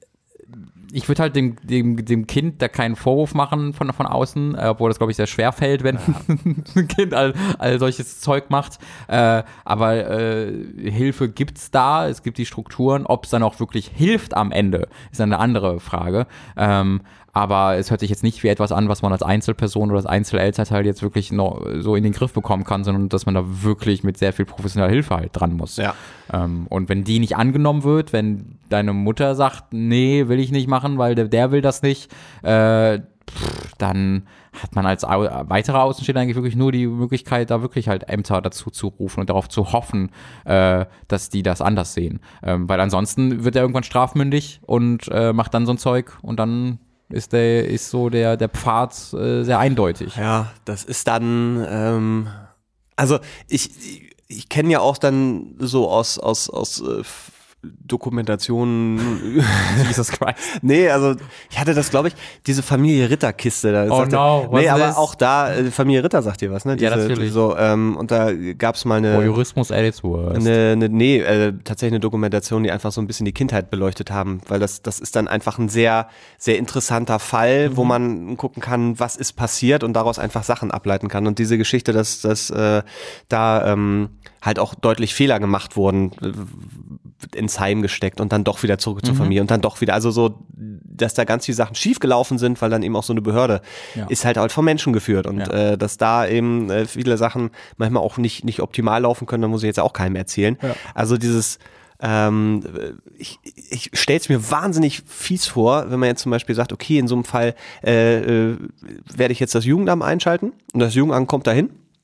S2: ich würde halt dem, dem, dem Kind da keinen Vorwurf machen von, von außen, äh, obwohl das, glaube ich, sehr schwer fällt, wenn ja. ein Kind all, all solches Zeug macht. Äh, aber äh, Hilfe gibt's da, es gibt die Strukturen. Ob es dann auch wirklich hilft am Ende, ist eine andere Frage. Ähm, aber es hört sich jetzt nicht wie etwas an, was man als Einzelperson oder als Einzelelternteil jetzt wirklich noch so in den Griff bekommen kann, sondern dass man da wirklich mit sehr viel professioneller Hilfe halt dran muss.
S1: Ja.
S2: Ähm, und wenn die nicht angenommen wird, wenn deine Mutter sagt, nee, will ich nicht machen, weil der, der will das nicht, äh, pff, dann hat man als au- weiterer Außenstehender eigentlich wirklich nur die Möglichkeit, da wirklich halt Ämter dazu zu rufen und darauf zu hoffen, äh, dass die das anders sehen. Ähm, weil ansonsten wird er irgendwann strafmündig und äh, macht dann so ein Zeug und dann ist der ist so der der Pfad äh, sehr eindeutig.
S1: Ja, das ist dann ähm, also ich ich, ich kenne ja auch dann so aus aus aus äh, Dokumentationen.
S2: Jesus Christ.
S1: Nee, also ich hatte das, glaube ich, diese Familie Ritter-Kiste. Da
S2: oh
S1: sagte,
S2: no, was
S1: nee, aber
S2: this?
S1: auch da, äh, Familie Ritter sagt dir was, ne? Diese,
S2: Ja, natürlich.
S1: So, ähm, und da gab's mal eine...
S2: Voyeurismus at its worst.
S1: Eine, eine, nee, äh, tatsächlich eine Dokumentation, die einfach so ein bisschen die Kindheit beleuchtet haben, weil das, das ist dann einfach ein sehr, sehr interessanter Fall, mhm. wo man gucken kann, was ist passiert und daraus einfach Sachen ableiten kann. Und diese Geschichte, dass, dass äh, da ähm, halt auch deutlich Fehler gemacht wurden, ins Heim gesteckt und dann doch wieder zurück zur
S2: Mhm.
S1: Familie und dann doch wieder, also so, dass da ganz viele Sachen schiefgelaufen sind, weil dann eben auch so eine Behörde
S2: Ja.
S1: ist halt halt vom Menschen geführt und
S2: Ja.
S1: äh, dass da eben äh, viele Sachen manchmal auch nicht nicht optimal laufen können, da muss ich jetzt auch keinem erzählen.
S2: Ja.
S1: Also dieses ähm, ich, ich stelle es mir wahnsinnig fies vor, wenn man jetzt zum Beispiel sagt, okay, in so einem Fall äh, äh, werde ich jetzt das Jugendamt einschalten und das Jugendamt kommt dahin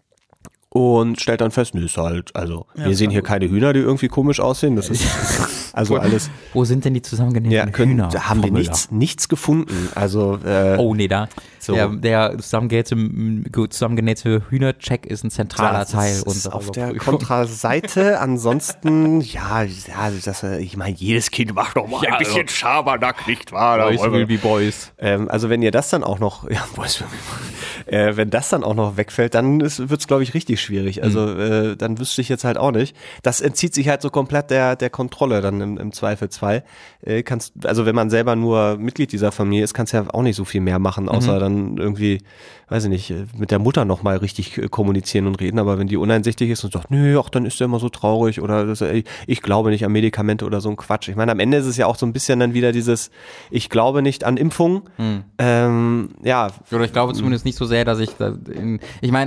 S1: und stellt dann fest, nö, ist halt, also
S2: Ja,
S1: wir sehen hier
S2: gut.
S1: keine Hühner, die irgendwie komisch aussehen. Das ist also alles.
S2: Wo sind denn die zusammengenähten
S1: Ja, können,
S2: Hühner?
S1: da haben wir
S2: Frau
S1: nichts, nichts gefunden. Also äh,
S2: Oh nee, da
S1: So.
S2: der, der zusammengenähte, zusammengenähte Hühnercheck ist ein zentraler
S1: das
S2: Teil
S1: ist
S2: unserer
S1: auf der
S2: Überprüfung.
S1: Kontraseite. Ansonsten, ja, ja, das, äh, ich meine, jedes Kind macht doch mal ein bisschen Schabernack, nicht wahr? Da
S2: Boys
S1: wollen wir-
S2: will be boys.
S1: Ähm, also wenn ihr das dann auch noch, ja, Boys will be- äh, wenn das dann auch noch wegfällt, dann wird es, glaube ich, richtig schwierig. Also äh, dann wüsste ich jetzt halt auch nicht. Das entzieht sich halt so komplett der der Kontrolle dann im, im Zweifelsfall. Äh, kannst, also wenn man selber nur Mitglied dieser Familie ist, kannst du ja auch nicht so viel mehr machen, außer
S2: Mhm.
S1: dann irgendwie, weiß ich nicht, äh, mit der Mutter noch mal richtig äh, kommunizieren und reden. Aber wenn die uneinsichtig ist und sagt, nö, ach, dann ist der immer so traurig oder das, äh, ich glaube nicht an Medikamente oder so ein Quatsch. Ich meine, am Ende ist es ja auch so ein bisschen dann wieder dieses, ich glaube nicht an Impfungen.
S2: Mhm.
S1: Ähm, ja,
S2: Oder ich glaube zumindest nicht so sehr, dass ich da in, ich meine,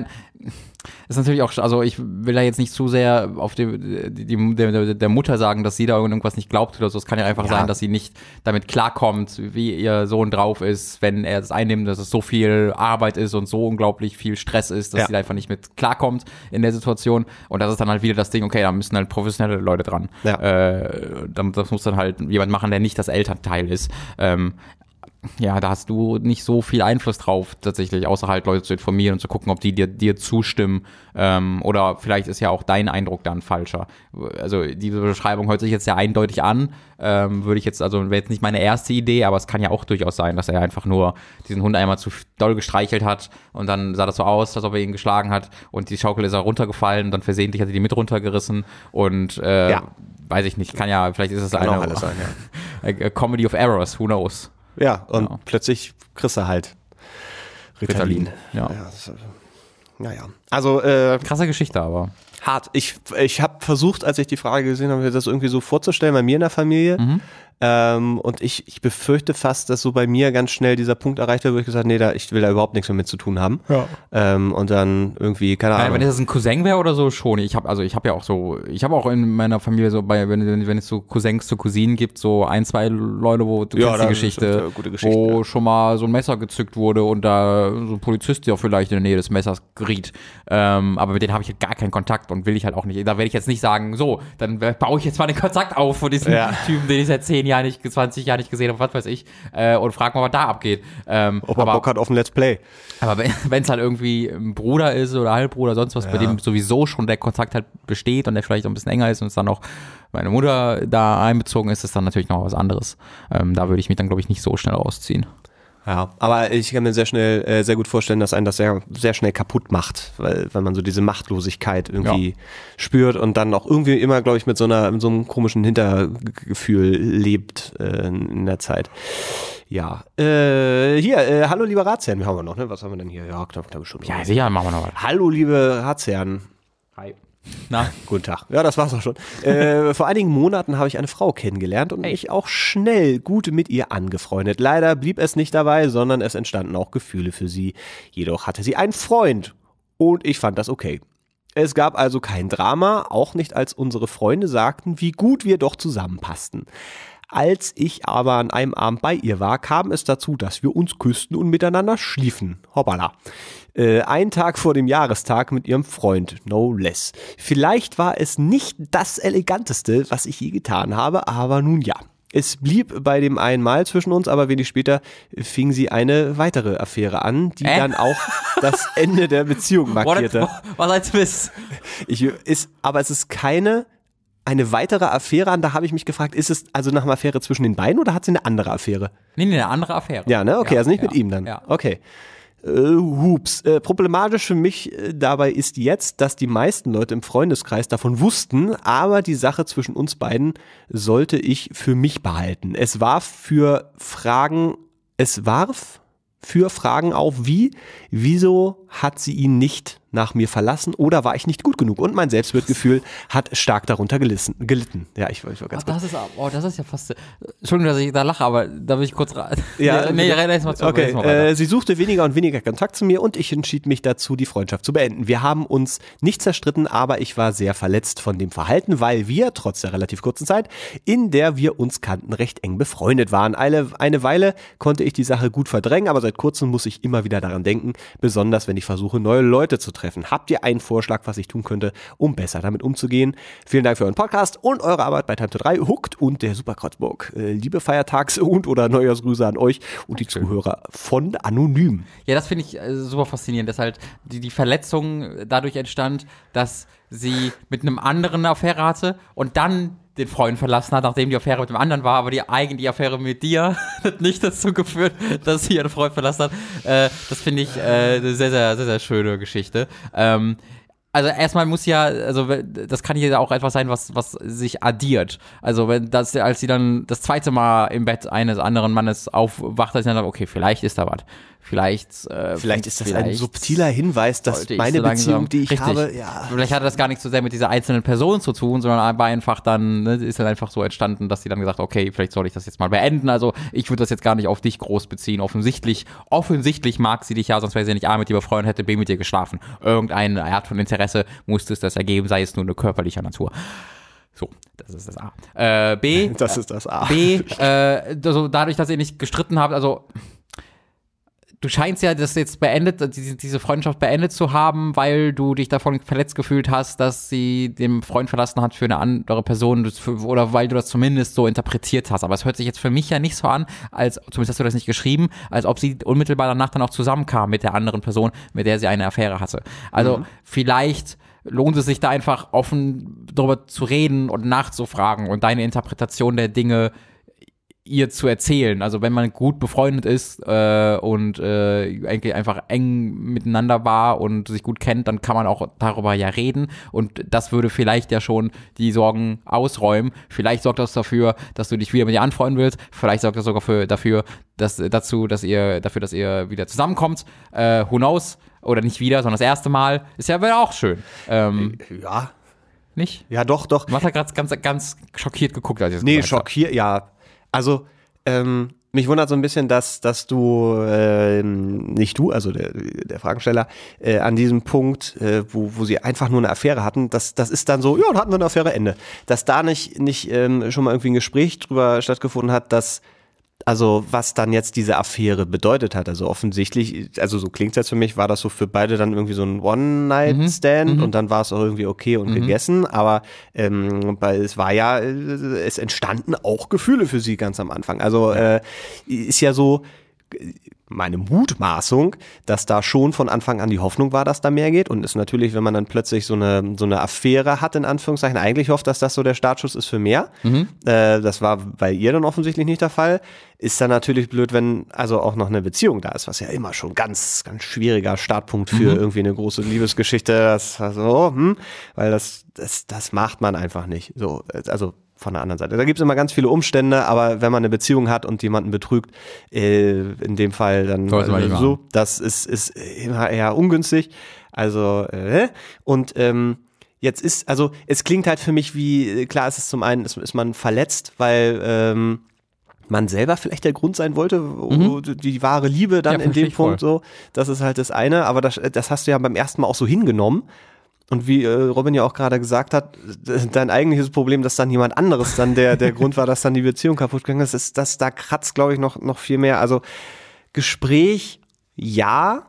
S2: ist natürlich auch, also ich will da jetzt nicht zu sehr auf die, die, die der, der Mutter sagen, dass sie da irgendwas nicht glaubt oder so. Es kann ja einfach
S1: Ja.
S2: sein, dass sie nicht damit klarkommt, wie ihr Sohn drauf ist, wenn er es einnimmt, dass es so viel Arbeit ist und so unglaublich viel Stress ist, dass
S1: Ja.
S2: sie da einfach nicht mit klarkommt in der Situation. Und das ist dann halt wieder das Ding, okay, da müssen halt professionelle Leute dran.
S1: Ja.
S2: Äh, dann- das muss dann halt jemand machen, der nicht das Elternteil ist. Ähm, ja, da hast du nicht so viel Einfluss drauf, tatsächlich, außer halt Leute zu informieren und zu gucken, ob die dir, dir zustimmen. Ähm, oder vielleicht ist ja auch dein Eindruck dann falscher. Also diese Beschreibung hört sich jetzt sehr eindeutig an. Ähm, würde ich jetzt, also wäre jetzt nicht meine erste Idee, aber es kann ja auch durchaus sein, dass er einfach nur diesen Hund einmal zu doll gestreichelt hat und dann sah das so aus, als ob er ihn geschlagen hat und die Schaukel ist er runtergefallen und dann versehentlich hat er die mit runtergerissen und äh,
S1: Ja.
S2: weiß ich nicht, kann ja, vielleicht ist es
S1: Kann
S2: eine
S1: auch alles sein,
S2: a, a Comedy of Errors, who knows.
S1: ja, und
S2: Ja.
S1: plötzlich kriegst du halt Ritalin.
S2: Ritalin, ja.
S1: Ja, das, äh, naja. Also äh,
S2: Krasse Geschichte, aber.
S1: hart. Ich, ich habe versucht, als ich die Frage gesehen habe, mir das irgendwie so vorzustellen bei mir in der Familie.
S2: Mhm.
S1: Ähm, und ich, ich befürchte fast, dass so bei mir ganz schnell dieser Punkt erreicht wird, wo ich gesagt habe, nee, da, ich will da überhaupt nichts mehr mit zu tun haben.
S2: Ja.
S1: Ähm, und dann irgendwie, keine
S2: Nein,
S1: Ahnung.
S2: wenn das ein Cousin wäre oder so, schon. Ich habe also ich habe ja auch so, ich habe auch in meiner Familie so, bei wenn, wenn, wenn es so Cousins zu Cousinen gibt, so ein, zwei Leute, wo du
S1: Ja,
S2: kennst die
S1: da-
S2: Geschichte,
S1: das ist, äh, gute Geschichten,
S2: wo
S1: ja.
S2: schon mal so ein Messer gezückt wurde und da so ein Polizist, der auch vielleicht in der Nähe des Messers geriet. Ähm, aber mit denen habe ich halt gar keinen Kontakt und will ich halt auch nicht. Da werde ich jetzt nicht sagen, so, dann baue ich jetzt mal den Kontakt auf von diesem
S1: Ja.
S2: Typen, den ich seit zehn Jahren nicht, zwanzig Jahren nicht gesehen habe, was weiß ich, äh, und frag mal, was da abgeht. Ähm,
S1: Ob er
S2: aber
S1: Bock hat auf ein Let's Play.
S2: aber wenn es halt irgendwie ein Bruder ist oder Halbbruder, sonst was, bei dem sowieso schon der Kontakt halt besteht und der vielleicht auch ein bisschen enger ist und es dann auch meine Mutter da einbezogen ist, ist dann natürlich noch was anderes. Ähm, da würde ich mich dann, glaube ich, nicht so schnell rausziehen.
S1: Ja, aber ich kann mir sehr schnell, äh, sehr gut vorstellen, dass einen das sehr, sehr schnell kaputt macht, weil, weil man so diese Machtlosigkeit irgendwie
S2: Ja.
S1: spürt und dann auch irgendwie immer, glaube ich, mit so einer, mit so einem komischen Hintergefühl lebt äh, in der Zeit. Ja, äh, hier, äh, hallo liebe Ratsherren, wir haben wir noch, ne? Was haben wir denn hier? Ja, knapp, knapp schon.
S2: Ja, sicher, machen wir noch was.
S1: Hallo liebe Ratsherren.
S2: Hi. Na,
S1: Guten Tag. Ja, das war's auch schon. Äh, vor einigen Monaten habe ich eine Frau kennengelernt und mich auch schnell gut mit ihr angefreundet. Leider blieb es nicht dabei, sondern es entstanden auch Gefühle für sie. Jedoch hatte sie einen Freund und ich fand das okay. Es gab also kein Drama, auch nicht als unsere Freunde sagten, wie gut wir doch zusammenpassten. Als ich aber an einem Abend bei ihr war, kam es dazu, dass wir uns küssten und miteinander schliefen. Hoppala. Äh, ein Tag vor dem Jahrestag mit ihrem Freund, no less. Vielleicht war es nicht das Eleganteste, was ich je getan habe, aber nun ja. Es blieb bei dem einen Mal zwischen uns, aber wenig später fing sie eine weitere Affäre an, die
S2: Äh?
S1: dann auch das Ende der Beziehung markierte.
S2: what, was als Wiss?
S1: Ich, ist, aber es ist keine eine weitere Affäre an, da habe ich mich gefragt, ist es also nach einer Affäre zwischen den beiden oder hat sie eine andere Affäre?
S2: Nee, nee, eine andere Affäre.
S1: Ja, ne? Okay,
S2: Ja,
S1: also nicht
S2: ja,
S1: mit ihm dann.
S2: Ja.
S1: Okay. Äh, hups. Äh, problematisch für mich äh, dabei ist jetzt, dass die meisten Leute im Freundeskreis davon wussten, aber die Sache zwischen uns beiden sollte ich für mich behalten. Es war für Fragen, es warf für Fragen auf wie, wieso hat sie ihn nicht nach mir verlassen oder war ich nicht gut genug? Und mein Selbstwertgefühl hat stark darunter gelissen, gelitten. Ja, ich, ich war ganz
S2: Oh, das ist, oh, das ist ja fast. Entschuldigung, dass ich da lache, aber da will ich kurz rein.
S1: Ja,
S2: nee, renn jetzt mal zu.
S1: okay.
S2: Jetzt mal weiter.
S1: Äh, sie suchte weniger und weniger Kontakt zu mir und ich entschied mich dazu, die Freundschaft zu beenden. Wir haben uns nicht zerstritten, aber ich war sehr verletzt von dem Verhalten, weil wir, trotz der relativ kurzen Zeit, in der wir uns kannten, recht eng befreundet waren. Eine, eine Weile konnte ich die Sache gut verdrängen, aber seit kurzem muss ich immer wieder daran denken, besonders wenn ich versuche, neue Leute zu treffen. Habt ihr einen Vorschlag, was ich tun könnte, um besser damit umzugehen? Vielen Dank für euren Podcast und eure Arbeit bei Time to drei, Hooked und der Superkrotzburg. Äh, liebe Feiertags- und oder Neujahrsgrüße an euch und die Zuhörer von Anonym.
S2: Ja, das finde ich äh, super faszinierend, dass halt die, die Verletzung dadurch entstand, dass sie mit einem anderen eine Affäre hatte und dann den Freund verlassen hat, nachdem die Affäre mit dem anderen war, aber die eigentliche Affäre mit dir hat nicht dazu geführt, dass sie ihren Freund verlassen hat. Äh, das finde ich äh, eine sehr, sehr, sehr, sehr schöne Geschichte. Ähm, Also erstmal muss ja, also das kann hier auch etwas sein, was was sich addiert. Also wenn das, als sie dann das zweite Mal im Bett eines anderen Mannes aufwacht, dass sie dann sagt, okay, vielleicht ist da was. Vielleicht, äh,
S1: Vielleicht ist das
S2: vielleicht
S1: ein subtiler Hinweis, dass
S2: sollte ich
S1: meine
S2: so langsam-
S1: Beziehung, die ich
S2: Richtig.
S1: habe, ja.
S2: Vielleicht hatte das gar nicht so sehr mit dieser einzelnen Person zu tun, sondern aber einfach dann, ne, ist dann einfach so entstanden, dass sie dann gesagt hat, okay, vielleicht soll ich das jetzt mal beenden. Also ich würde das jetzt gar nicht auf dich groß beziehen. Offensichtlich, offensichtlich mag sie dich ja, sonst wäre sie ja nicht A mit dir befreundet, hätte B mit dir geschlafen. Irgendeine Art von Interesse musste es das ergeben, sei es nur eine körperliche Natur. So, das ist das A. Äh, B.
S1: Das ist das A.
S2: B. Äh, also dadurch, dass ihr nicht gestritten habt, also du scheinst ja das jetzt beendet, diese Freundschaft beendet zu haben, weil du dich davon verletzt gefühlt hast, dass sie den Freund verlassen hat für eine andere Person oder weil du das zumindest so interpretiert hast. Aber es hört sich jetzt für mich ja nicht so an, als, zumindest hast du das nicht geschrieben, als ob sie unmittelbar danach dann auch zusammenkam mit der anderen Person, mit der sie eine Affäre hatte. Also mhm. vielleicht lohnt es sich da einfach offen darüber zu reden und nachzufragen und deine Interpretation der Dinge ihr zu erzählen. Also wenn man gut befreundet ist äh, und äh, einfach eng miteinander war und sich gut kennt, dann kann man auch darüber ja reden und das würde vielleicht ja schon die Sorgen ausräumen. Vielleicht sorgt das dafür, dass du dich wieder mit ihr anfreunden willst. Vielleicht sorgt das sogar für, dafür, dass dazu, dass ihr dafür, dass ihr wieder zusammenkommt. Äh, who knows? Oder nicht wieder, sondern das erste Mal. Ist ja auch schön. Ähm,
S1: ja.
S2: Nicht?
S1: Ja, doch, doch.
S2: Du hast ja gerade ganz, ganz schockiert geguckt, als ich das
S1: Nee,
S2: gesagt habe.
S1: schockiert, ja. Also, ähm, mich wundert so ein bisschen, dass, dass du, äh, nicht du, also der, der Fragensteller, äh, an diesem Punkt, äh, wo, wo sie einfach nur eine Affäre hatten, das, das ist dann so, ja, dann hatten wir eine Affäre, Ende. Dass da nicht, nicht ähm, schon mal irgendwie ein Gespräch drüber stattgefunden hat, dass, also was dann jetzt diese Affäre bedeutet hat. Also offensichtlich, also so klingt es jetzt für mich, war das so für beide dann irgendwie so ein One-Night-Stand mhm. und dann war es auch irgendwie okay und mhm. gegessen. Aber ähm, weil es war ja, es entstanden auch Gefühle für sie ganz am Anfang. Also äh, ist ja so meine Mutmaßung, dass da schon von Anfang an die Hoffnung war, dass da mehr geht und ist natürlich, wenn man dann plötzlich so eine so eine Affäre hat, in Anführungszeichen, eigentlich hofft, dass das so der Startschuss ist für mehr. Mhm. Äh, das war bei ihr dann offensichtlich nicht der Fall. Ist dann natürlich blöd, wenn also auch noch eine Beziehung da ist, was ja immer schon ganz, ganz schwieriger Startpunkt für mhm. irgendwie eine große Liebesgeschichte, das also, hm, weil das, das, das macht man einfach nicht. So, also von der anderen Seite. Da gibt es immer ganz viele Umstände, aber wenn man eine Beziehung hat und jemanden betrügt, äh, in dem Fall dann also so, das ist, ist immer eher ungünstig. Also, äh, und ähm, jetzt ist, also es klingt halt für mich wie, klar ist es zum einen, ist, ist man verletzt, weil ähm, man selber vielleicht der Grund sein wollte, mhm. die, die wahre Liebe dann ja, in dem Punkt voll. So, das ist halt das eine, aber das, das hast du ja beim ersten Mal auch so hingenommen. Und wie äh, Robin ja auch gerade gesagt hat, dein eigentliches Problem, dass dann jemand anderes dann der der Grund war, dass dann die Beziehung kaputt gegangen ist, ist, dass da kratzt, glaube ich, noch noch viel mehr. Also Gespräch, ja,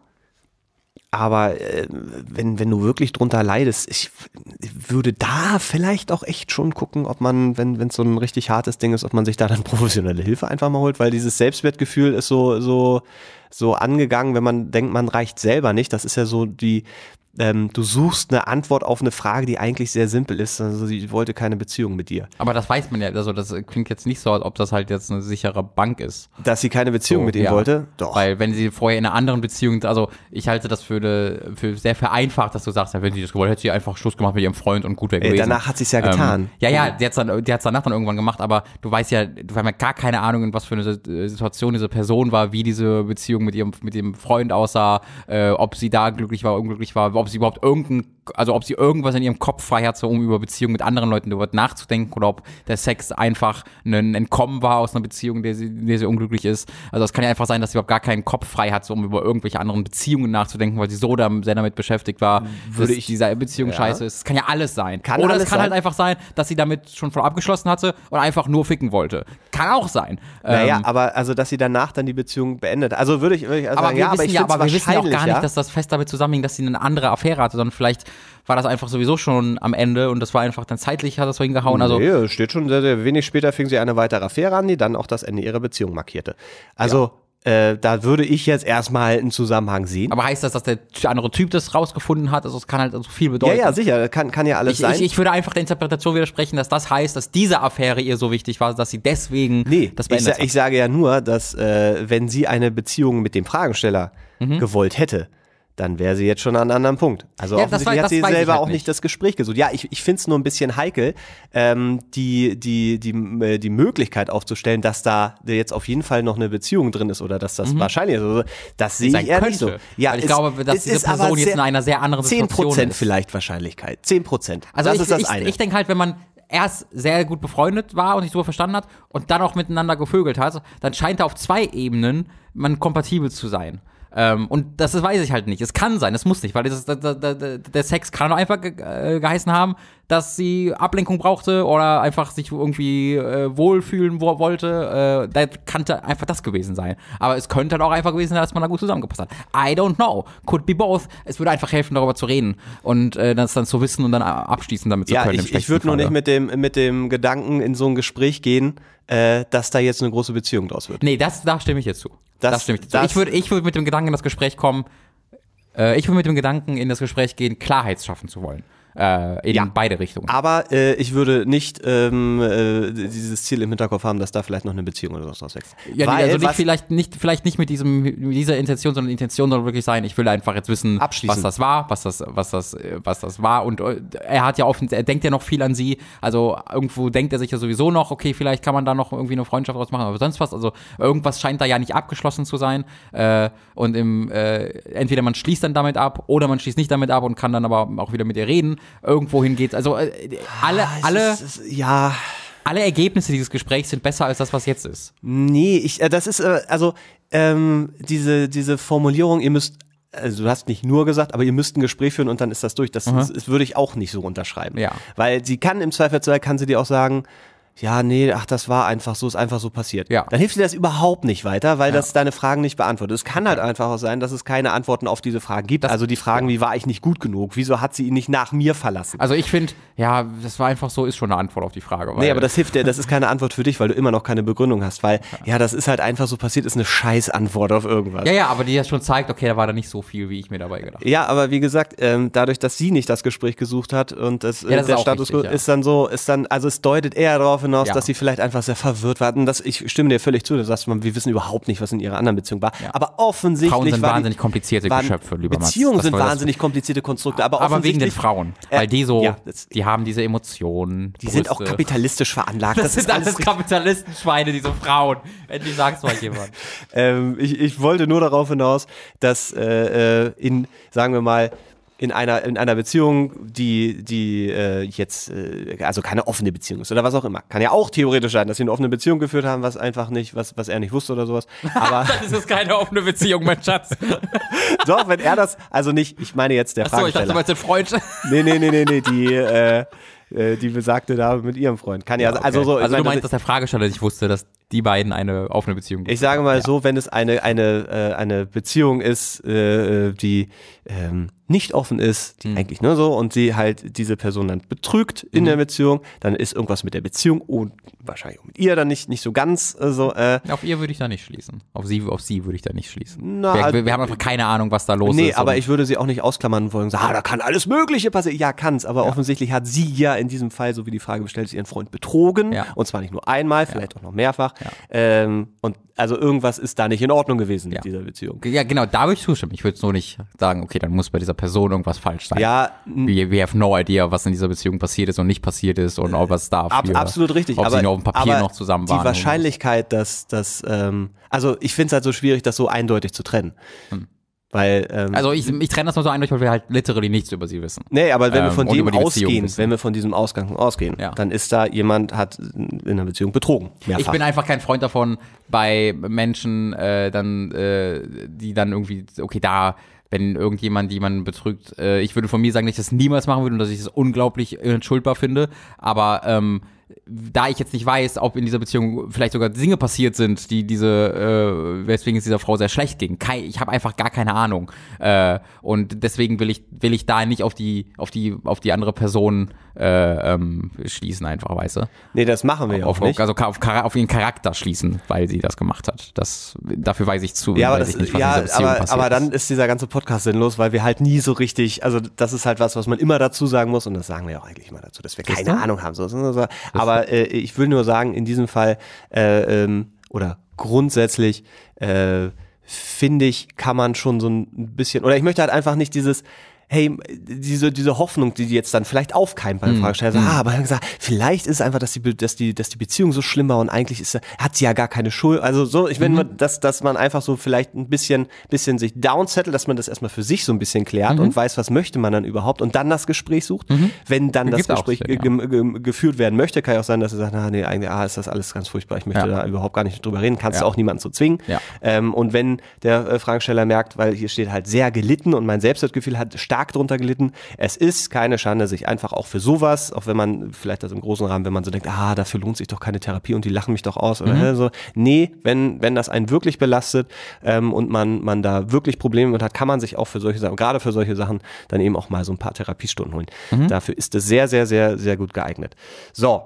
S1: aber äh, wenn wenn du wirklich drunter leidest, ich würde da vielleicht auch echt schon gucken, ob man, wenn wenn es so ein richtig hartes Ding ist, ob man sich da dann professionelle Hilfe einfach mal holt, weil dieses Selbstwertgefühl ist so so so angegangen, wenn man denkt, man reicht selber nicht. Das ist ja so die Ähm, du suchst eine Antwort auf eine Frage, die eigentlich sehr simpel ist. Also sie wollte keine Beziehung mit dir.
S2: Aber das weiß man ja, also das klingt jetzt nicht so, als ob das halt jetzt eine sichere Bank ist.
S1: Dass sie keine Beziehung so, mit ihm ja. wollte?
S2: Doch. Weil wenn sie vorher in einer anderen Beziehung, also ich halte das für, eine, für sehr vereinfacht, dass du sagst, ja, wenn sie das gewollt hätte, sie einfach Schluss gemacht mit ihrem Freund und gut wäre gewesen.
S1: Äh, danach hat sie es ja getan.
S2: Ähm, ja, ja, die hat es dann, die hat's danach dann irgendwann gemacht, aber du weißt ja, du hast ja gar keine Ahnung, in was für eine Situation diese Person war, wie diese Beziehung mit ihrem, mit ihrem Freund aussah, äh, ob sie da glücklich war, unglücklich war, ob sie überhaupt irgendein also ob sie irgendwas in ihrem Kopf frei hat, so um über Beziehungen mit anderen Leuten darüber nachzudenken oder ob der Sex einfach ein Entkommen war aus einer Beziehung, in der sie, in der sie unglücklich ist. Also es kann ja einfach sein, dass sie überhaupt gar keinen Kopf frei hat, so um über irgendwelche anderen Beziehungen nachzudenken, weil sie so da sehr damit beschäftigt war,
S1: Würde
S2: dass
S1: ich,
S2: diese Beziehung ja. scheiße ist. Es kann ja alles sein.
S1: Kann
S2: oder
S1: alles
S2: es kann
S1: sein.
S2: halt einfach sein, dass sie damit schon voll abgeschlossen hatte und einfach nur ficken wollte. Kann auch sein.
S1: Naja,
S2: ähm,
S1: aber also, dass sie danach dann die Beziehung beendet. Also würde ich, würde ich also
S2: aber
S1: sagen,
S2: wir
S1: ja,
S2: wissen
S1: aber ich
S2: ja, aber wir wissen ja auch gar
S1: ja?
S2: nicht, dass das fest damit zusammenhing, dass sie eine andere Affäre hatte, sondern vielleicht war das einfach sowieso schon am Ende und das war einfach dann zeitlich, hat das so hingehauen. Also
S1: nee, steht schon sehr, sehr wenig später fing sie eine weitere Affäre an, die dann auch das Ende ihrer Beziehung markierte. Also ja. äh, da würde ich jetzt erstmal einen Zusammenhang sehen.
S2: Aber heißt das, dass der andere Typ das rausgefunden hat? Also es kann halt so viel bedeuten.
S1: Ja, ja, sicher, kann, kann ja alles
S2: ich,
S1: sein.
S2: Ich, ich würde einfach der Interpretation widersprechen, dass das heißt, dass diese Affäre ihr so wichtig war, dass sie deswegen
S1: nee,
S2: das beendet
S1: ich,
S2: hat.
S1: Ich sage ja nur, dass äh, wenn sie eine Beziehung mit dem Fragensteller mhm. gewollt hätte, dann wäre sie jetzt schon an einem anderen Punkt. Also ja, offensichtlich war, hat sie selber halt auch nicht. nicht das Gespräch gesucht. Ja, ich, ich finde es nur ein bisschen heikel, ähm, die, die, die, die Möglichkeit aufzustellen, dass da jetzt auf jeden Fall noch eine Beziehung drin ist oder dass das mhm. wahrscheinlich ist. Also, das sehe ich eher nicht so. Ja,
S2: Weil ich es, glaube, dass diese Person jetzt in einer sehr anderen Situation ist.
S1: zehn Prozent vielleicht Wahrscheinlichkeit. zehn Prozent.
S2: Also
S1: das
S2: ich,
S1: ist das
S2: ich,
S1: eine.
S2: Ich denke halt, wenn man erst sehr gut befreundet war und sich so verstanden hat und dann auch miteinander gevögelt hat, dann scheint da auf zwei Ebenen man kompatibel zu sein. Ähm, und das, das weiß ich halt nicht. Es kann sein, es muss nicht, weil das, das, das, das, der Sex kann auch einfach ge, äh, geheißen haben, dass sie Ablenkung brauchte oder einfach sich irgendwie äh, wohlfühlen wo, wollte. Äh, das könnte einfach das gewesen sein. Aber es könnte halt auch einfach gewesen sein, dass man da gut zusammengepasst hat. I don't know. Could be both. Es würde einfach helfen, darüber zu reden und äh, das dann zu wissen und dann abschließen damit zu
S1: ja,
S2: können.
S1: Ich, ich würde nur nicht mit dem, mit dem Gedanken in so ein Gespräch gehen, äh, dass da jetzt eine große Beziehung draus wird.
S2: Nee, das, da stimme ich jetzt zu.
S1: Das,
S2: das stimmt. Das, ich würde ich würd mit dem Gedanken in das Gespräch kommen, äh, ich würde mit dem Gedanken in das Gespräch gehen, Klarheit schaffen zu wollen. Äh, in ja, beide Richtungen.
S1: Aber äh, ich würde nicht ähm, äh, dieses Ziel im Hinterkopf haben, dass da vielleicht noch eine Beziehung oder sowas wächst.
S2: Ja, Weil, also nicht, vielleicht, nicht, vielleicht nicht mit, diesem, mit dieser Intention, sondern Intention soll wirklich sein, ich will einfach jetzt wissen, was das war, was das, was das, was das war. Und er hat ja offen, er denkt ja noch viel an sie. Also irgendwo denkt er sich ja sowieso noch, okay, vielleicht kann man da noch irgendwie eine Freundschaft draus machen, aber sonst was. Also irgendwas scheint da ja nicht abgeschlossen zu sein. Äh, und im, äh, entweder man schließt dann damit ab oder man schließt nicht damit ab und kann dann aber auch wieder mit ihr reden. Irgendwohin geht's. Also äh, alle,
S1: ah,
S2: alle.
S1: Ist, ist, ja.
S2: alle Ergebnisse dieses Gesprächs sind besser als das, was jetzt ist.
S1: Nee, ich, äh, das ist, äh, also, ähm, diese, diese Formulierung, ihr müsst, also du hast nicht nur gesagt, aber ihr müsst ein Gespräch führen und dann ist das durch. Das,
S2: Mhm.
S1: das, das würde ich auch nicht so unterschreiben.
S2: Ja.
S1: Weil sie kann im Zweifelsfall, kann sie dir auch sagen, ja, nee, ach, das war einfach so, ist einfach so passiert.
S2: Ja.
S1: Dann hilft dir das überhaupt nicht weiter, weil
S2: Ja.
S1: das deine Fragen nicht beantwortet. Es kann halt einfach auch sein, dass es keine Antworten auf diese Fragen gibt.
S2: Das-
S1: also die Fragen, wie war ich nicht gut genug? Wieso hat sie ihn nicht nach mir verlassen?
S2: Also ich finde, ja, das war einfach so, ist schon eine Antwort auf die Frage. Weil
S1: Nee, aber das hilft dir, das ist keine Antwort für dich, weil du immer noch keine Begründung hast, weil, ja, das ist halt einfach so passiert, ist eine Scheißantwort auf irgendwas.
S2: Ja, ja, aber die ja schon zeigt, okay, da war da nicht so viel, wie ich mir dabei gedacht habe.
S1: Ja, aber wie gesagt, ähm, dadurch, dass sie nicht das Gespräch gesucht hat und das,
S2: Ja, das
S1: äh, der
S2: ist auch
S1: Status quo
S2: richtig, ja.
S1: ist dann so, ist dann, also es deutet eher darauf hinaus,
S2: Ja.
S1: dass sie vielleicht einfach sehr verwirrt war. Und das, ich stimme dir völlig zu, du sagst, man, wir wissen überhaupt nicht, was in ihrer anderen Beziehung war.
S2: Ja.
S1: Aber offensichtlich
S2: Frauen sind
S1: war
S2: wahnsinnig
S1: die,
S2: komplizierte
S1: waren,
S2: Geschöpfe, lieber Mats.
S1: Beziehungen
S2: Das
S1: sind
S2: war das-
S1: wahnsinnig komplizierte Konstrukte, aber,
S2: Aber wegen den
S1: offensichtlich,
S2: Frauen,
S1: Äh,
S2: weil die so,
S1: ja, das-
S2: die haben diese Emotionen.
S1: die sind auch
S2: Brüste.
S1: kapitalistisch veranlagt.
S2: Das, sind
S1: ist
S2: alles
S1: richtig.
S2: Kapitalistenschweine, diese Frauen. Endlich sagt's mal jemand.
S1: Ähm, ich, ich wollte nur darauf hinaus, dass äh, äh, in, sagen wir mal, in einer in einer Beziehung, die die äh, jetzt äh, also keine offene Beziehung ist oder was auch immer, kann ja auch theoretisch sein, dass sie eine offene Beziehung geführt haben, was einfach nicht, was was er nicht wusste oder sowas. Aber
S2: Das ist keine offene Beziehung, mein Schatz.
S1: doch, wenn er das, also nicht, ich meine jetzt der
S2: Achso, ich dachte, du
S1: Fragesteller.
S2: meinst den Freund.
S1: Nee, nee, nee, nee, nee, die äh, äh, die besagte Dame mit ihrem Freund. Kann ja,
S2: Okay.
S1: also so. ich
S2: also
S1: meine,
S2: du meinst,
S1: das-
S2: dass der Fragesteller nicht wusste, dass die beiden eine offene Beziehung
S1: Ich sage mal
S2: Ja.
S1: so, wenn es eine eine äh, eine Beziehung ist, äh, die ähm, nicht offen ist, die
S2: Mhm.
S1: eigentlich nur so und sie halt diese Person dann betrügt in
S2: Mhm.
S1: der Beziehung, dann ist irgendwas mit der Beziehung und wahrscheinlich auch mit ihr dann nicht nicht so ganz äh, so. Äh,
S2: Auf ihr würde ich da nicht schließen. Auf sie, auf sie würde ich da nicht schließen.
S1: Na,
S2: wir, wir, wir haben einfach keine Ahnung, was da los
S1: nee,
S2: ist.
S1: aber
S2: und-
S1: ich würde sie auch nicht ausklammern wollen und sagen, ah, da kann alles Mögliche passieren. Ja, kann's, aber offensichtlich hat sie ja in diesem Fall, so wie die Frage bestellt ist, ihren Freund betrogen
S2: Ja.
S1: und zwar nicht nur einmal, vielleicht auch noch mehrfach.
S2: Ja.
S1: Ähm, und also irgendwas ist da nicht in Ordnung gewesen
S2: Ja.
S1: mit dieser Beziehung.
S2: Ja, genau, da würde ich zustimmen. Ich würde es nur nicht sagen, okay, dann muss bei dieser Person irgendwas falsch sein.
S1: Ja, n-
S2: We, we have no idea, was in dieser Beziehung passiert ist und nicht passiert ist und ob es da
S1: Ab, absolut richtig.
S2: ob
S1: aber,
S2: sie nur auf dem Papier
S1: aber
S2: noch zusammen
S1: die
S2: waren.
S1: Wahrscheinlichkeit, dass das, ähm, also ich finde es halt so schwierig, das so eindeutig zu trennen. Weil, ähm,
S2: Also ich, ich trenne das mal so eindeutig, weil wir halt literally nichts über sie wissen.
S1: nee, aber wenn wir
S2: ähm,
S1: von
S2: und
S1: dem
S2: über die Beziehung
S1: ausgehen,
S2: wissen.
S1: wenn wir von diesem Ausgang ausgehen,
S2: Ja.
S1: dann ist da jemand, hat in einer Beziehung betrogen. Mehrfach.
S2: Ich bin einfach kein Freund davon, bei Menschen äh, dann, äh, die dann irgendwie, okay, da, wenn irgendjemand jemanden betrügt, äh, ich würde von mir sagen, dass ich das niemals machen würde und dass ich das unglaublich entschuldbar finde, aber ähm, da ich jetzt nicht weiß, ob in dieser Beziehung vielleicht sogar Dinge passiert sind, die diese, äh, weswegen es dieser Frau sehr schlecht ging. Kei, ich habe einfach gar keine Ahnung. Äh, und deswegen will ich, will ich da nicht auf die, auf die, auf die andere Person äh, ähm, schließen, einfach, weißt du?
S1: nee, das machen wir ja auch
S2: Auf,
S1: nicht.
S2: also auf, Chara- auf ihren Charakter schließen, weil sie das gemacht hat. Das, dafür weiß ich zu.
S1: Ja, aber,
S2: weiß
S1: das,
S2: ich nicht, was in
S1: ja
S2: dieser Beziehung
S1: aber,
S2: passiert
S1: aber dann
S2: ist.
S1: ist dieser ganze Podcast sinnlos, weil wir halt nie so richtig, also das ist halt was, was man immer dazu sagen muss und das sagen wir ja auch eigentlich immer dazu, dass wir keine
S2: du?
S1: Ahnung haben. So, so, so. Aber äh, ich will nur sagen, in diesem Fall äh, ähm, oder grundsätzlich äh, finde ich, kann man schon so ein bisschen, oder ich möchte halt einfach nicht dieses hey, diese, diese Hoffnung, die jetzt dann vielleicht aufkeimt beim
S2: Mm.
S1: Fragesteller, so, ah, aber dann gesagt, vielleicht ist einfach, dass die, Be- dass die, dass die Beziehung so schlimm war und eigentlich ist, hat sie ja gar keine Schuld. Also so, ich finde,
S2: Mhm.
S1: dass, dass man einfach so vielleicht ein bisschen, bisschen sich downsettelt, dass man das erstmal für sich so ein bisschen klärt
S2: Mhm.
S1: und weiß, was möchte man dann überhaupt und dann das Gespräch sucht. Wenn dann das
S2: Gibt auch
S1: Gespräch
S2: Sinn, ja.
S1: ge- ge- geführt werden möchte, kann ja auch sein, dass er sagt, ah, nee, eigentlich, ah, ist das alles ganz furchtbar, ich möchte
S2: Ja.
S1: da überhaupt gar nicht drüber reden, kannst
S2: Ja.
S1: du auch niemanden zu zwingen.
S2: Ja.
S1: Ähm, und wenn der äh, Fragesteller merkt, weil hier steht halt sehr gelitten und mein Selbstwertgefühl hat stark drunter gelitten, es ist keine Schande, sich einfach auch für sowas, auch wenn man vielleicht das im großen Rahmen, wenn man so denkt, ah, dafür lohnt sich doch keine Therapie und die lachen mich doch aus oder
S2: Mhm.
S1: so. Nee, wenn, wenn das einen wirklich belastet ähm, und man, man da wirklich Probleme mit hat, kann man sich auch für solche Sachen, gerade für solche Sachen, dann eben auch mal so ein paar Therapiestunden holen.
S2: Mhm.
S1: Dafür ist es sehr, sehr, sehr, sehr gut geeignet. So,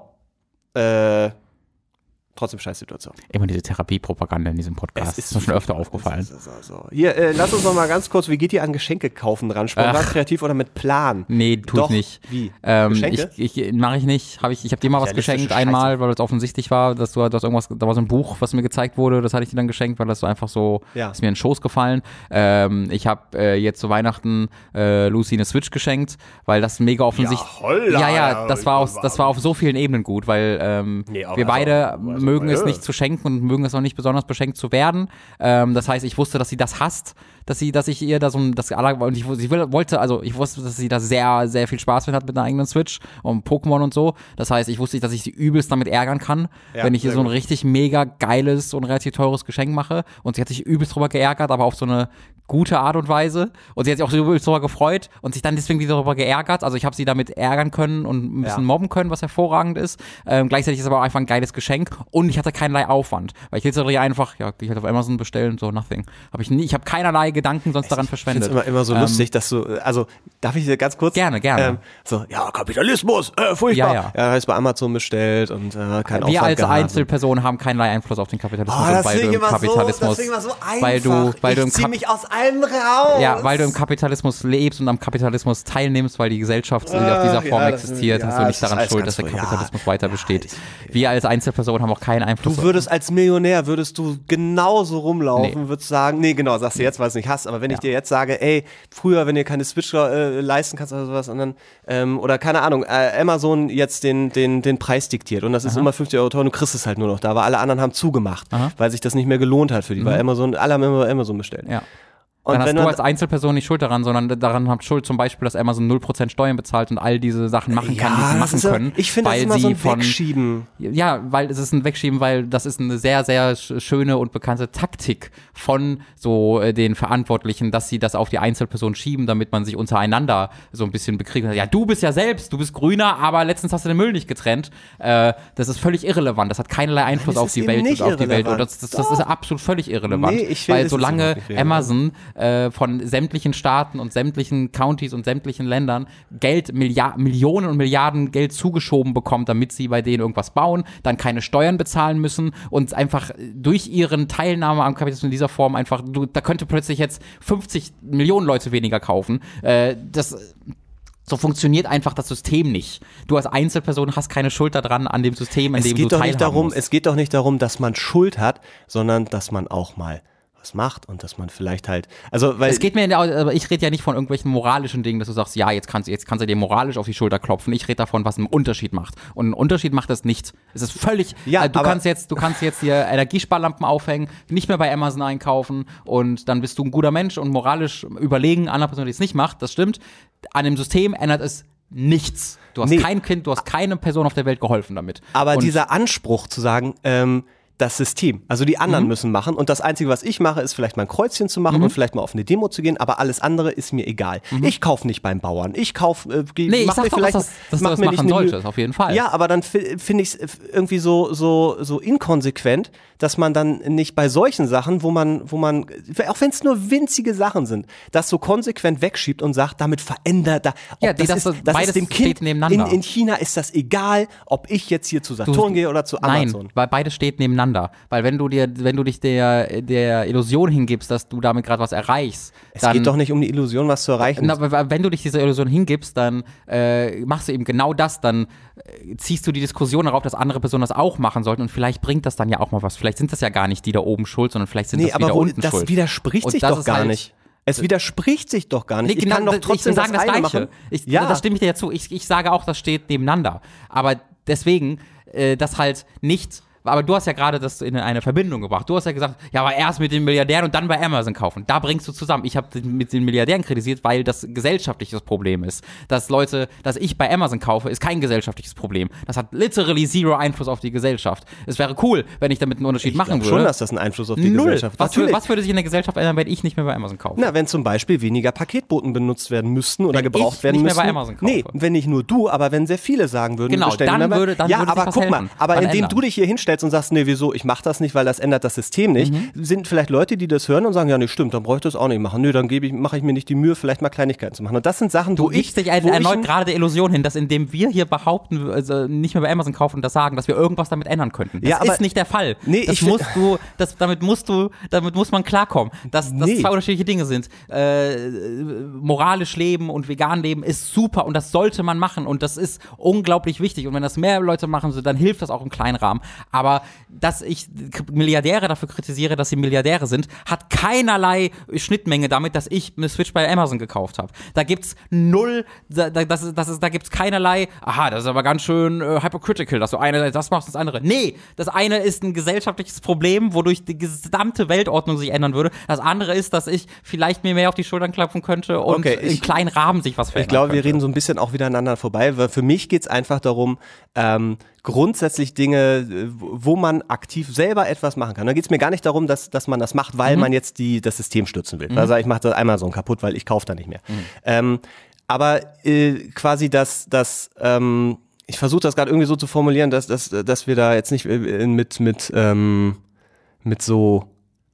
S1: äh, trotzdem Scheißsituation.
S2: Immer diese Therapiepropaganda in diesem Podcast.
S1: Es
S2: ist mir schon öfter aufgefallen.
S1: So, so, so. Hier, äh, lass uns noch mal ganz kurz, wie geht ihr an Geschenke kaufen dran? Spontan,
S2: Ach.
S1: kreativ oder mit Plan?
S2: Nee, tu
S1: Doch,
S2: ich nicht.
S1: wie?
S2: Ähm,
S1: Geschenke?
S2: Ich, ich mache ich nicht. Hab ich ich habe dir mal was
S1: Realistische
S2: geschenkt
S1: Scheiße.
S2: einmal, weil es offensichtlich war, dass du, du hast irgendwas, da war so ein Buch, was mir gezeigt wurde, das hatte ich dir dann geschenkt, weil das so einfach so,
S1: Ja.
S2: ist mir in den Schoß gefallen. Ähm, ich habe äh, jetzt zu Weihnachten äh, Lucy eine Switch geschenkt, weil das mega offensichtlich.
S1: holla,
S2: ja, ja, das war auf, das war auf so vielen Ebenen gut, weil ähm,
S1: Nee, aber
S2: wir
S1: also,
S2: beide
S1: also,
S2: mögen
S1: ja.
S2: es nicht zu schenken und mögen es auch nicht besonders beschenkt zu werden. Ähm, das heißt, ich wusste, dass sie das hasst, dass sie, dass ich ihr da so ein, das und ich, sie wollte, also ich wusste, dass sie da sehr, sehr viel Spaß mit hat mit einer eigenen Switch und Pokémon und so. Das heißt, ich wusste, dass ich sie übelst damit ärgern kann, ja, wenn ich ihr so ein gut. richtig mega geiles und relativ teures Geschenk mache. Und sie hat sich übelst drüber geärgert, aber auf so eine gute Art und Weise. Und sie hat sich auch so übelst drüber gefreut und sich dann deswegen wieder darüber geärgert. Also ich habe sie damit ärgern können und ein bisschen ja. mobben können, was hervorragend ist. Ähm, gleichzeitig ist es aber auch einfach ein geiles Geschenk und ich hatte keinerlei Aufwand. Weil ich literally einfach, ja, ich hätte auf Amazon bestellen, so nothing. Hab ich nie, ich habe keinerlei Gedanken sonst daran verschwendet.
S1: Ich finde es immer, immer so ähm, lustig, dass du, also darf ich dir ganz kurz?
S2: Gerne, gerne. Ähm,
S1: so, ja, Kapitalismus, äh, furchtbar. Ja, ja. ja ist bei Amazon bestellt und äh, kein Aufwand
S2: Wir als
S1: gehabt.
S2: Einzelpersonen haben keinerlei Einfluss auf den Kapitalismus.
S1: Oh,
S2: und weil du im Kapitalismus,
S1: so, das so einfach.
S2: weil du, weil
S1: ich
S2: du im
S1: zieh mich aus allem raus.
S2: Ja, weil du im Kapitalismus lebst und am Kapitalismus teilnimmst, weil die Gesellschaft ah, auf dieser Form ja, existiert, ist, ja, hast du nicht daran schuld, dass der Kapitalismus ja, weiter besteht. Ja, wir als Einzelpersonen haben auch keinen Einfluss.
S1: Du würdest als Millionär, würdest du genauso rumlaufen, nee. würdest sagen, nee, genau, sagst du jetzt, weil du es nicht hast, aber wenn ja. ich dir jetzt sage, ey, früher, wenn ihr keine Switch äh, leisten kannst oder sowas, und dann, ähm, oder keine Ahnung, äh, Amazon jetzt den, den, den Preis diktiert und das ist Aha. immer fünfzig Euro teuer und du kriegst es halt nur noch da, weil alle anderen haben zugemacht, Aha. weil sich das nicht mehr gelohnt hat für die, mhm. weil Amazon, alle haben immer Amazon bestellt.
S2: Ja. Und dann hast du als Einzelperson nicht Schuld daran, sondern daran habt Schuld zum Beispiel, dass Amazon null Prozent Steuern bezahlt und all diese Sachen machen kann, ja, die sie machen
S1: so,
S2: können.
S1: Ich finde das immer so ein von, Wegschieben.
S2: Ja, weil es ist ein Wegschieben, weil das ist eine sehr, sehr schöne und bekannte Taktik von so äh, den Verantwortlichen, dass sie das auf die Einzelperson schieben, damit man sich untereinander so ein bisschen bekriegt. Ja, du bist ja selbst, du bist Grüner, aber letztens hast du den Müll nicht getrennt. Äh, das ist völlig irrelevant. Das hat keinerlei Einfluss
S1: Nein,
S2: auf die Welt und auf die Welt. Und das, das, das ist absolut völlig irrelevant. Nee, ich will, weil solange Amazon äh, von sämtlichen Staaten und sämtlichen Countys und sämtlichen Ländern Geld, Milliard, Millionen und Milliarden Geld zugeschoben bekommt, damit sie bei denen irgendwas bauen, dann keine Steuern bezahlen müssen und einfach durch ihren Teilnahme am Kapitalismus in dieser Form einfach, du, da könnte plötzlich jetzt fünfzig Millionen Leute weniger kaufen. Äh, das So funktioniert einfach das System nicht. Du als Einzelperson hast keine Schuld daran an dem System, in
S1: es
S2: dem
S1: geht
S2: du
S1: doch nicht darum,
S2: musst.
S1: Es geht doch nicht darum, dass man Schuld hat, sondern dass man auch mal macht und dass man vielleicht halt, also weil
S2: es geht mir, aber ich rede ja nicht von irgendwelchen moralischen Dingen, dass du sagst, ja, jetzt kannst, jetzt kannst du dir moralisch auf die Schulter klopfen. Ich rede davon, was einen Unterschied macht. Und einen Unterschied macht es nicht. Es ist völlig,
S1: ja,
S2: äh, du kannst jetzt, du kannst jetzt hier Energiesparlampen aufhängen, nicht mehr bei Amazon einkaufen und dann bist du ein guter Mensch und moralisch überlegen einer Person, die es nicht macht. Das stimmt. An dem System ändert es nichts. Du hast nee. kein Kind, du hast keine Person auf der Welt geholfen damit.
S1: Aber
S2: und
S1: dieser Anspruch zu sagen, ähm, das System. Also die anderen mhm. müssen machen und das Einzige, was ich mache, ist vielleicht mal ein Kreuzchen zu machen mhm. und vielleicht mal auf eine Demo zu gehen, aber alles andere ist mir egal. Mhm. Ich kaufe nicht beim Bauern. Ich kaufe, äh,
S2: nee, ich sag doch, dass, das, dass du das machen solltest, auf jeden Fall.
S1: Ja, aber dann finde ich es irgendwie so, so, so inkonsequent, dass man dann nicht bei solchen Sachen, wo man, wo man, auch wenn es nur winzige Sachen sind, das so konsequent wegschiebt und sagt, damit verändert da,
S2: ja, das, das, ist, das ist dem Kind
S1: in, in China ist das egal, ob ich jetzt hier zu Saturn du, gehe oder zu Amazon.
S2: Nein, weil beides steht nebeneinander. Weil wenn du dir, wenn du dich der, der Illusion hingibst, dass du damit gerade was erreichst,
S1: es
S2: dann,
S1: geht doch nicht um die Illusion, was zu erreichen.
S2: Na, wenn du dich dieser Illusion hingibst, dann äh, machst du eben genau das, dann äh, ziehst du die Diskussion darauf, dass andere Personen das auch machen sollten und vielleicht bringt das dann ja auch mal was. Vielleicht sind das ja gar nicht die da oben schuld, sondern vielleicht sind
S1: nee,
S2: das wieder
S1: aber wo,
S2: unten
S1: das
S2: schuld.
S1: Das widerspricht sich doch gar halt, nicht. Es widerspricht sich doch gar nicht.
S2: Nee,
S1: ich kann doch trotzdem
S2: ich sagen
S1: das,
S2: das
S1: eine
S2: Gleiche.
S1: machen.
S2: Ich,
S1: ja.
S2: Das stimme ich dir ja zu. Ich, ich sage auch, das steht nebeneinander. Aber deswegen, äh, das halt nicht. Aber du hast ja gerade das in eine Verbindung gebracht. Du hast ja gesagt, ja, aber erst mit den Milliardären und dann bei Amazon kaufen. Da bringst du zusammen. Ich habe mit den Milliardären kritisiert, weil das gesellschaftliches Problem ist. Dass Leute, dass ich bei Amazon kaufe, ist kein gesellschaftliches Problem. Das hat literally zero Einfluss auf die Gesellschaft. Es wäre cool, wenn ich damit einen Unterschied
S1: ich
S2: machen würde.
S1: schon, dass das einen Einfluss auf die
S2: Null.
S1: Gesellschaft hat.
S2: Was, für, was würde sich in der Gesellschaft ändern, wenn ich nicht mehr bei Amazon kaufe?
S1: Na, wenn zum Beispiel weniger Paketboten benutzt werden müssten oder
S2: wenn
S1: gebraucht
S2: ich
S1: werden
S2: nicht
S1: müssen.
S2: Mehr bei Amazon kaufe.
S1: Nee, wenn nicht nur du, aber wenn sehr viele sagen würden,
S2: genau,
S1: bestellen
S2: dann
S1: wir
S2: würde, dann
S1: ja,
S2: würde
S1: aber
S2: was
S1: guck
S2: helfen.
S1: mal, aber indem
S2: ändern.
S1: du dich hier hinstellst und sagst, nee, wieso, ich mache das nicht, weil das ändert das System nicht, mhm. sind vielleicht Leute, die das hören und sagen, ja, nee, stimmt, dann brauche ich das auch nicht machen. Nö, dann gebe ich, mache ich mir nicht die Mühe, vielleicht mal Kleinigkeiten zu machen. Und das sind Sachen,
S2: du
S1: wo ich...
S2: Du dich erneut gerade der Illusion hin, dass indem wir hier behaupten, also nicht mehr bei Amazon kaufen und das sagen, dass wir irgendwas damit ändern könnten. Das
S1: ja, aber,
S2: ist nicht der Fall.
S1: Nee,
S2: das
S1: ich
S2: musst du, das, damit musst du, damit muss man klarkommen, dass das nee. zwei unterschiedliche Dinge sind. Äh, moralisch leben und vegan leben ist super und das sollte man machen und das ist unglaublich wichtig. Und wenn das mehr Leute machen, dann hilft das auch im kleinen Rahmen. Aber Aber dass ich Milliardäre dafür kritisiere, dass sie Milliardäre sind, hat keinerlei Schnittmenge damit, dass ich eine Switch bei Amazon gekauft habe. Da gibt's null, da, das ist, das ist, da gibt's keinerlei, aha, das ist aber ganz schön äh, hypocritical, dass du eine das machst, das andere. Nee, das eine ist ein gesellschaftliches Problem, wodurch die gesamte Weltordnung sich ändern würde. Das andere ist, dass ich vielleicht mir mehr auf die Schultern klopfen könnte und
S1: okay, ich,
S2: in kleinen Rahmen sich was verändern
S1: Ich glaube,
S2: könnte.
S1: wir reden so ein bisschen auch wieder aneinander vorbei, weil für mich geht's einfach darum, ähm, grundsätzlich Dinge, wo man aktiv selber etwas machen kann. Da geht's mir gar nicht darum, dass, dass man das macht, weil mhm. man jetzt die, das System stützen will. Mhm. Also ich mache das Amazon kaputt, weil ich kaufe da nicht mehr. Mhm. Ähm, aber äh, quasi das, das ähm, ich versuche das gerade irgendwie so zu formulieren, dass, dass, dass wir da jetzt nicht mit, mit, ähm, mit so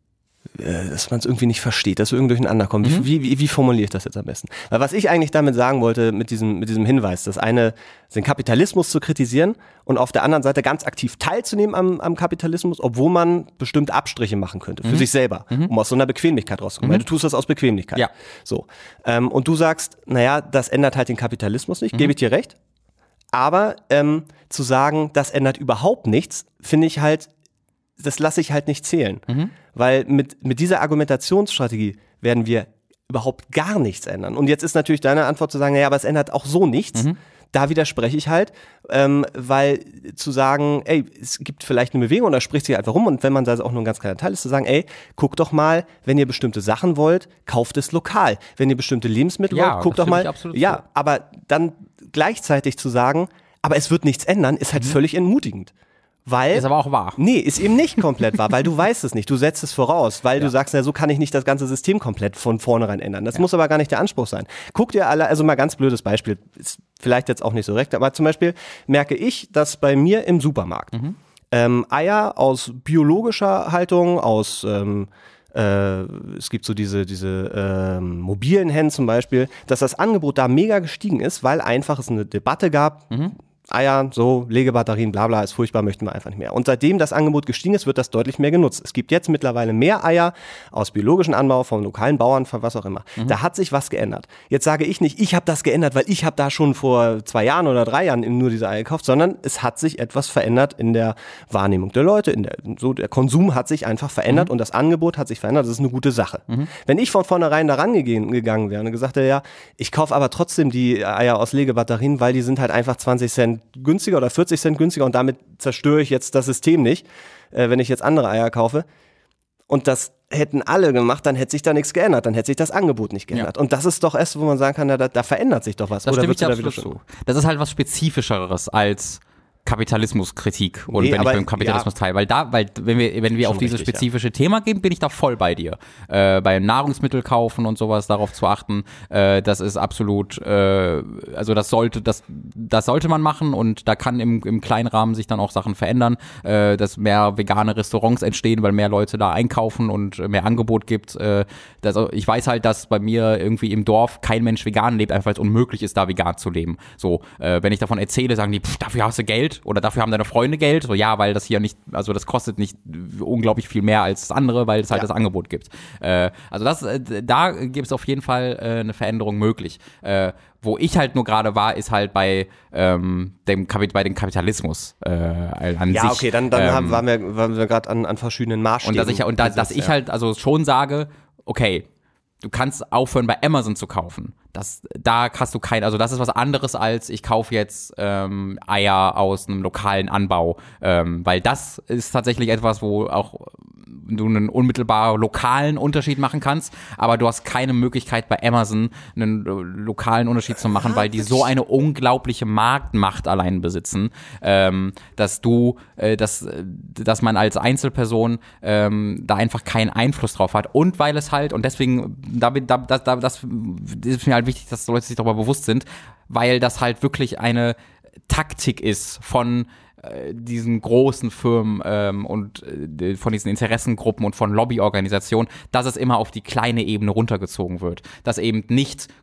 S1: dass man es irgendwie nicht versteht, dass wir irgendwie durcheinander kommen. Mhm. Wie, wie, wie formuliere ich das jetzt am besten? Weil was ich eigentlich damit sagen wollte, mit diesem, mit diesem Hinweis, das eine, den Kapitalismus zu kritisieren und auf der anderen Seite ganz aktiv teilzunehmen am, am Kapitalismus, obwohl man bestimmte Abstriche machen könnte, für mhm. sich selber, mhm. um aus so einer Bequemlichkeit rauszukommen. Mhm. Weil du tust das aus Bequemlichkeit.
S2: Ja.
S1: So. Ähm, und du sagst, naja, das ändert halt den Kapitalismus nicht, mhm. gebe ich dir recht. Aber ähm, zu sagen, das ändert überhaupt nichts, finde ich halt, das lasse ich halt nicht zählen. Mhm. Weil mit, mit dieser Argumentationsstrategie werden wir überhaupt gar nichts ändern. Und jetzt ist natürlich deine Antwort zu sagen, naja, aber es ändert auch so nichts. Mhm. Da widerspreche ich halt, ähm, weil zu sagen, ey, es gibt vielleicht eine Bewegung und da spricht sich einfach rum und wenn man da auch nur ein ganz kleiner Teil ist, zu sagen, ey, guckt doch mal, wenn ihr bestimmte Sachen wollt, kauft es lokal. Wenn ihr bestimmte Lebensmittel
S2: ja,
S1: wollt, guckt doch mal. Ja, so. Aber dann gleichzeitig zu sagen, aber es wird nichts ändern, ist halt mhm. völlig entmutigend. Weil,
S2: ist aber auch wahr.
S1: Nee, ist eben nicht komplett wahr, weil du weißt es nicht, du setzt es voraus, weil ja. du sagst, na, so kann ich nicht das ganze System komplett von vornherein ändern. Das ja. muss aber gar nicht der Anspruch sein. Guck dir alle, also mal ganz blödes Beispiel, ist vielleicht jetzt auch nicht so recht, aber zum Beispiel merke ich, dass bei mir im Supermarkt mhm. ähm, Eier aus biologischer Haltung, aus ähm, äh, es gibt so diese, diese ähm, mobilen Hennen zum Beispiel, dass das Angebot da mega gestiegen ist, weil einfach es eine Debatte gab, mhm. Eier, so, Legebatterien, bla bla, ist furchtbar, möchten wir einfach nicht mehr. Und seitdem das Angebot gestiegen ist, wird das deutlich mehr genutzt. Es gibt jetzt mittlerweile mehr Eier aus biologischem Anbau, von lokalen Bauern, von was auch immer. Mhm. Da hat sich was geändert. Jetzt sage ich nicht, ich habe das geändert, weil ich habe da schon vor zwei Jahren oder drei Jahren nur diese Eier gekauft, sondern es hat sich etwas verändert in der Wahrnehmung der Leute. In der, so, der Konsum hat sich einfach verändert mhm. und das Angebot hat sich verändert. Das ist eine gute Sache. Mhm. Wenn ich von vornherein da rangegangen wäre und gesagt hätte, ja, ich kaufe aber trotzdem die Eier aus Legebatterien, weil die sind halt einfach zwanzig Cent günstiger oder vierzig Cent günstiger und damit zerstöre ich jetzt das System nicht, äh, wenn ich jetzt andere Eier kaufe. Und das hätten alle gemacht, dann hätte sich da nichts geändert, dann hätte sich das Angebot nicht geändert. Ja. Und das ist doch erst, wo man sagen kann, ja, da, da verändert sich doch was.
S2: Das
S1: oder
S2: stimme ich
S1: da
S2: absolut zu. Das ist halt was Spezifischeres als Kapitalismuskritik und
S1: nee,
S2: wenn
S1: aber,
S2: ich beim Kapitalismus
S1: ja.
S2: teil, weil da, weil wenn wir, wenn wir
S1: Schon
S2: auf dieses
S1: richtig,
S2: spezifische
S1: ja.
S2: Thema gehen, bin ich da voll bei dir. Äh, beim Nahrungsmittel kaufen und sowas darauf zu achten, äh, das ist absolut, äh, also das sollte, das, das sollte man machen und da kann im, im kleinen Rahmen sich dann auch Sachen verändern, äh, dass mehr vegane Restaurants entstehen, weil mehr Leute da einkaufen und mehr Angebot gibt. Äh, das, ich weiß halt, dass bei mir irgendwie im Dorf kein Mensch vegan lebt, einfach weil es unmöglich ist, da vegan zu leben. So, äh, wenn ich davon erzähle, sagen die, pff, dafür hast du Geld oder dafür haben deine Freunde Geld, so ja, weil das hier nicht, also das kostet nicht unglaublich viel mehr als das andere, weil es halt ja. das Angebot gibt. Äh, also das, äh, da gibt es auf jeden Fall äh, eine Veränderung möglich. Äh, wo ich halt nur gerade war, ist halt bei ähm, dem Kapit- bei dem Kapitalismus äh, an
S1: ja,
S2: sich.
S1: Ja, okay, dann, dann
S2: ähm,
S1: haben, waren wir, waren wir gerade an, an verschiedenen Maßstäben.
S2: Und dass ich, und da, dass ich halt also schon sage, okay, du kannst aufhören, bei Amazon zu kaufen. Das, da hast du kein, also das ist was anderes als ich kaufe jetzt ähm, Eier aus einem lokalen Anbau, ähm, weil das ist tatsächlich etwas, wo auch du einen unmittelbar lokalen Unterschied machen kannst, aber du hast keine Möglichkeit bei Amazon einen lokalen Unterschied zu machen, weil die so eine unglaubliche Marktmacht allein besitzen, ähm, dass du, äh, dass, dass man als Einzelperson ähm, da einfach keinen Einfluss drauf hat und weil es halt, und deswegen, da, da, das, da, das ist mir halt wichtig, dass Leute sich darüber bewusst sind, weil das halt wirklich eine Taktik ist von diesen großen Firmen ähm, und äh, von diesen Interessengruppen und von Lobbyorganisationen, dass es immer auf die kleine Ebene runtergezogen wird. Dass eben nicht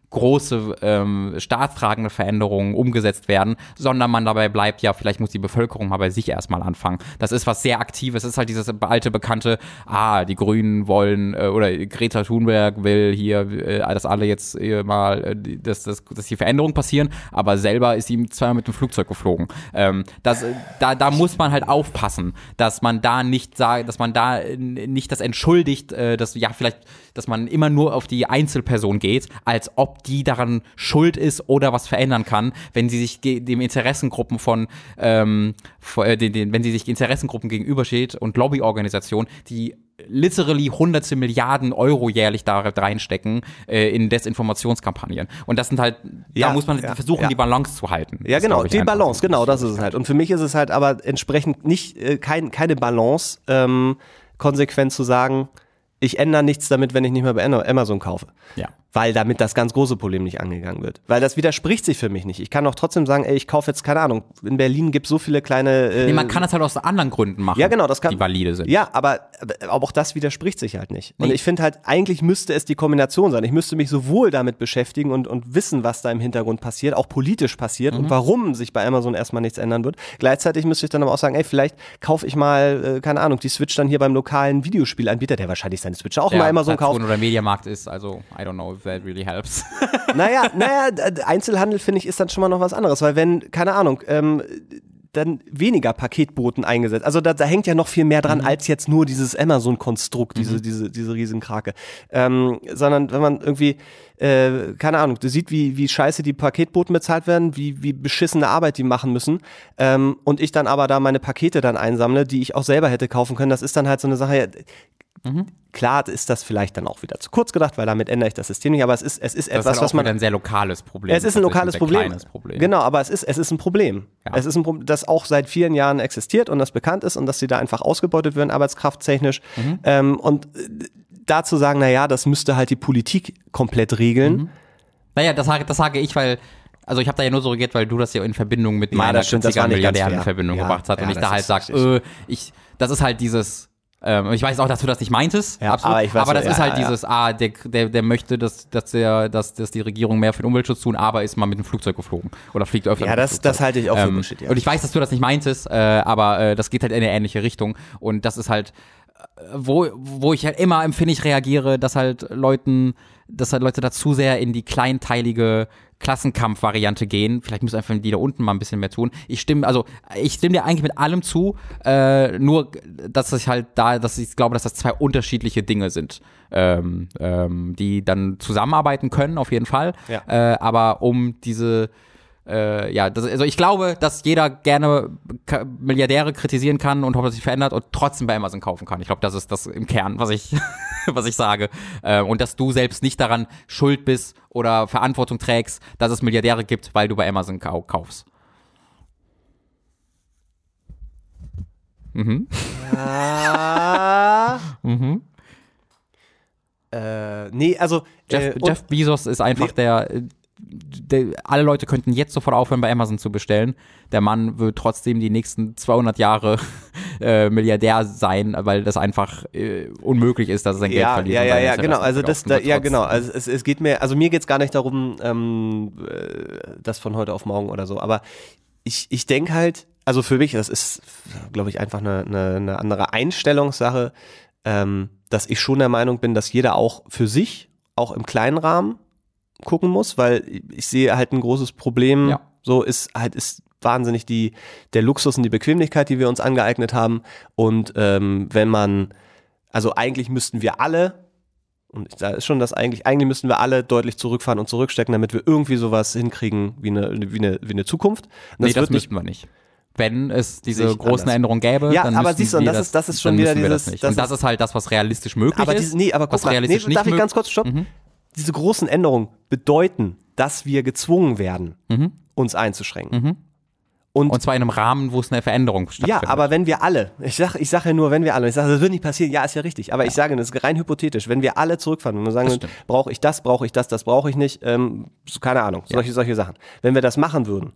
S2: große ähm, staatstragende Veränderungen umgesetzt werden, sondern man dabei bleibt, ja, vielleicht muss die Bevölkerung mal bei sich erstmal anfangen. Das ist was sehr Aktives, es ist halt dieses alte, bekannte, ah, die Grünen wollen, äh, oder Greta Thunberg will hier, äh, dass alle jetzt äh, mal, äh, dass, dass, dass die Veränderungen passieren, aber selber ist sie zweimal mit dem Flugzeug geflogen. Ähm, das, da, da muss man halt aufpassen, dass man da nicht sagt, dass man da nicht das entschuldigt, äh, dass, ja, vielleicht, dass man immer nur auf die Einzelperson geht, als ob die daran schuld ist oder was verändern kann, wenn sie sich ge- dem Interessengruppen von, ähm, von äh, den, den, wenn sie sich Interessengruppen gegenübersteht und Lobbyorganisationen, die literally hunderte Milliarden Euro jährlich da reinstecken äh, in Desinformationskampagnen. Und das sind halt,
S1: ja,
S2: da muss man
S1: ja,
S2: versuchen,
S1: ja.
S2: die Balance zu halten.
S1: Ja,
S2: das
S1: genau,
S2: ich,
S1: die
S2: einfach
S1: Balance, genau, das ist es halt. Und für mich ist es halt aber entsprechend nicht äh, kein, keine Balance, ähm, konsequent zu sagen, ich ändere nichts damit, wenn ich nicht mehr bei Amazon kaufe.
S2: Ja.
S1: Weil damit das ganz große Problem nicht angegangen wird. Weil das widerspricht sich für mich nicht. Ich kann auch trotzdem sagen, ey, ich kaufe jetzt, keine Ahnung, in Berlin gibt es so viele kleine... Äh,
S2: nee, man kann das halt aus anderen Gründen machen,
S1: ja, genau, das kann,
S2: die valide sind.
S1: Ja, aber, aber auch das widerspricht sich halt nicht.
S2: Nee.
S1: Und ich finde halt, eigentlich müsste es die Kombination sein. Ich müsste mich sowohl damit beschäftigen und, und wissen, was da im Hintergrund passiert, auch politisch passiert mhm. und warum sich bei Amazon erstmal nichts ändern wird. Gleichzeitig müsste ich dann aber auch sagen, ey, vielleicht kaufe ich mal, äh, keine Ahnung, die Switch dann hier beim lokalen Videospielanbieter, der wahrscheinlich seine Switch auch
S2: ja,
S1: immer Amazon kauft.
S2: oder Mediamarkt ist, also I don't know if that really helps.
S1: Naja, naja, Einzelhandel finde ich ist dann schon mal noch was anderes, weil wenn, keine Ahnung, ähm, dann weniger Paketboten eingesetzt. Also da, da hängt ja noch viel mehr dran, mhm. als jetzt nur dieses Amazon-Konstrukt, diese, mhm. diese, diese Riesenkrake. Ähm, sondern wenn man irgendwie, äh, keine Ahnung, du siehst, wie, wie scheiße die Paketboten bezahlt werden, wie, wie beschissene Arbeit die machen müssen, ähm, und ich dann aber da meine Pakete dann einsammle, die ich auch selber hätte kaufen können, das ist dann halt so eine Sache, ja, Mhm. Klar ist das vielleicht dann auch wieder zu kurz gedacht, weil damit ändere ich das System nicht, aber es ist, es ist etwas,
S2: das ist halt
S1: was man...
S2: Das ist ein sehr lokales Problem.
S1: Es ist ein lokales
S2: ein
S1: Problem.
S2: Kleines Problem.
S1: Genau, aber es ist, es ist ein Problem. Ja. Es ist ein Problem, das auch seit vielen Jahren existiert und das bekannt ist und dass sie da einfach ausgebeutet werden, arbeitskrafttechnisch. Mhm. Ähm, und dazu sagen, naja, das müsste halt die Politik komplett regeln.
S2: Mhm. Naja, das sage, das sage ich, weil... Also ich habe da ja nur so reagiert, weil du das ja in Verbindung mit
S1: ja,
S2: meiner
S1: Milliardären
S2: in Verbindung
S1: ja,
S2: gebracht hast
S1: ja,
S2: und ich da halt sag, äh, ich, das ist halt dieses... Ähm, ich weiß auch, dass du das nicht meintest,
S1: ja,
S2: absolut.
S1: Aber, ich weiß,
S2: aber das
S1: ja,
S2: ist halt
S1: ja,
S2: dieses, ah, der, der, der möchte, dass, dass, der, dass, dass die Regierung mehr für den Umweltschutz tun, aber ist mal mit dem Flugzeug geflogen oder fliegt öfter
S1: ja,
S2: mit dem
S1: das,
S2: Flugzeug.
S1: das halte ich auch für
S2: ähm,
S1: Bullshit, ja.
S2: Und ich weiß, dass du das nicht meintest, äh, aber äh, das geht halt in eine ähnliche Richtung und das ist halt, wo, wo ich halt immer empfindlich reagiere, dass halt Leuten, dass halt Leute da zu sehr in die kleinteilige Klassenkampf-Variante gehen. Vielleicht müssen einfach die da unten mal ein bisschen mehr tun. Ich stimme, also ich stimme dir eigentlich mit allem zu, äh, nur dass ich halt da, dass ich glaube, dass das zwei unterschiedliche Dinge sind, ähm, ähm, die dann zusammenarbeiten können, auf jeden Fall.
S1: Ja.
S2: Äh, aber um diese Äh, ja, das, also ich glaube, dass jeder gerne K- Milliardäre kritisieren kann und hofft, dass sich verändert und trotzdem bei Amazon kaufen kann. Ich glaube, das ist das im Kern, was ich was ich sage. Äh, und dass du selbst nicht daran schuld bist oder Verantwortung trägst, dass es Milliardäre gibt, weil du bei Amazon kau- kaufst. Mhm.
S1: Ja.
S2: mhm.
S1: Äh, nee, also
S2: Jeff,
S1: äh,
S2: Jeff Bezos ist einfach nee. der Der, alle Leute könnten jetzt sofort aufhören, bei Amazon zu bestellen. Der Mann wird trotzdem die nächsten zweihundert Jahre äh, Milliardär sein, weil das einfach äh, unmöglich ist, dass er sein Geld
S1: ja,
S2: verliert.
S1: Ja, ja, ja,
S2: Interesse
S1: genau. Also das, da, ja, genau. Also
S2: es,
S1: es, es geht mir, also mir geht's gar nicht darum, ähm, das von heute auf morgen oder so. Aber ich, ich denke halt, also für mich, das ist, glaube ich, einfach eine, eine, eine andere Einstellungssache, ähm, dass ich schon der Meinung bin, dass jeder auch für sich, auch im kleinen Rahmen, gucken muss, weil ich sehe halt ein großes Problem,
S2: ja.
S1: so ist halt ist wahnsinnig die der Luxus und die Bequemlichkeit, die wir uns angeeignet haben und ähm, wenn man, also eigentlich müssten wir alle, und da ist schon das eigentlich, eigentlich müssten wir alle deutlich zurückfahren und zurückstecken, damit wir irgendwie sowas hinkriegen wie eine wie eine wie eine Zukunft. Und
S2: nee,
S1: das,
S2: das
S1: wird
S2: müssten
S1: nicht,
S2: wir nicht. Wenn es diese großen
S1: anders.
S2: Änderungen gäbe,
S1: ja,
S2: dann
S1: aber
S2: müssten
S1: siehst du, und
S2: wir
S1: das
S2: das,
S1: ist das ist schon wieder dieses,
S2: das nicht.
S1: das
S2: und das ist halt das, was realistisch möglich
S1: aber
S2: ist.
S1: Diese, nee, aber guck
S2: was
S1: mal,
S2: realistisch
S1: nee, darf
S2: nicht
S1: ich ganz kurz stoppen?
S2: Mhm.
S1: Diese großen Änderungen bedeuten, dass wir gezwungen werden,
S2: mhm.
S1: uns einzuschränken.
S2: Mhm.
S1: Und,
S2: und zwar in einem Rahmen, wo es eine Veränderung stattfindet.
S1: Ja, aber wenn wir alle, ich sage ich sag ja nur, wenn wir alle, ich sage, das wird nicht passieren, ja, ist ja richtig, aber ja. ich sage, das ist rein hypothetisch, wenn wir alle zurückfahren und sagen, brauche ich das, brauche ich das, das brauche ich nicht, ähm, keine Ahnung, solche, ja. solche Sachen. Wenn wir das machen würden,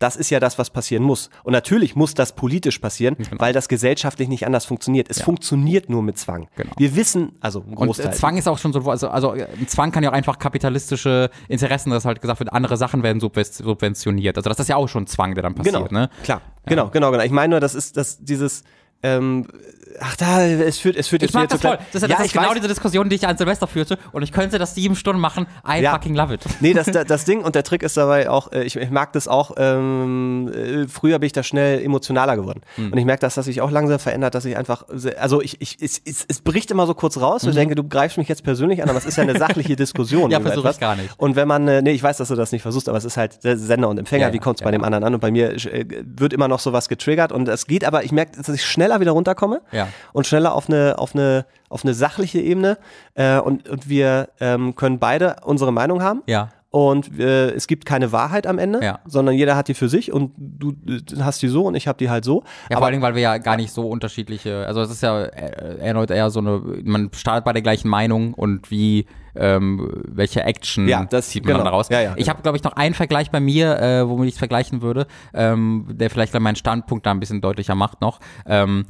S1: Das ist ja das, was passieren muss. Und natürlich muss das politisch passieren, genau. weil das gesellschaftlich nicht anders funktioniert. Es ja. funktioniert nur mit Zwang. Genau. Wir wissen, also ein Großteil.
S2: Und äh, Zwang ist auch schon so, also, also Zwang kann ja auch einfach kapitalistische Interessen, dass halt gesagt wird, andere Sachen werden subventioniert. Also das ist ja auch schon Zwang, der dann passiert.
S1: Genau,
S2: ne?
S1: klar. Ja. Genau, genau, genau. Ich meine nur, das ist das, dieses Ähm, ach da, es führt, es führt
S2: ich
S1: jetzt
S2: mag das voll. Das ist, ja,
S1: ja,
S2: das ist genau
S1: weiß.
S2: diese Diskussion, die ich an Silvester führte und ich könnte das sieben Stunden machen. I ja. fucking love it.
S1: Nee, das, das Ding und der Trick ist dabei auch, ich, ich mag das auch, ähm, früher bin ich da schnell emotionaler geworden. Mhm. Und ich merke, dass das sich auch langsam verändert, dass ich einfach, also ich, ich, es, es, es bricht immer so kurz raus und mhm. ich denke, du greifst mich jetzt persönlich an, aber es ist ja eine sachliche Diskussion.
S2: Ja, versuche ich gar nicht.
S1: Und wenn man, nee, ich weiß, dass du das nicht versuchst, aber es ist halt Sender und Empfänger,
S2: ja,
S1: wie kommt es
S2: ja,
S1: bei
S2: ja.
S1: dem anderen an und bei mir wird immer noch sowas getriggert und es geht aber, ich merke, dass ich schneller wieder runterkomme.
S2: Ja.
S1: Und schneller auf eine, auf eine, auf eine sachliche Ebene äh, und, und wir ähm, können beide unsere Meinung haben.
S2: Ja.
S1: Und äh, es gibt keine Wahrheit am Ende,
S2: ja.
S1: sondern jeder hat die für sich und du hast die so und ich habe die halt so.
S2: Ja, vor allen Dingen, weil wir ja gar nicht so unterschiedliche, also es ist ja erneut eher so eine, man startet bei der gleichen Meinung und wie ähm, welche Action
S1: ja, das,
S2: zieht man
S1: genau.
S2: dann daraus.
S1: Ja, ja,
S2: ich habe, glaube ich, noch einen Vergleich bei mir, äh, womit ich es vergleichen würde, ähm, der vielleicht dann meinen Standpunkt da ein bisschen deutlicher macht noch. Ähm,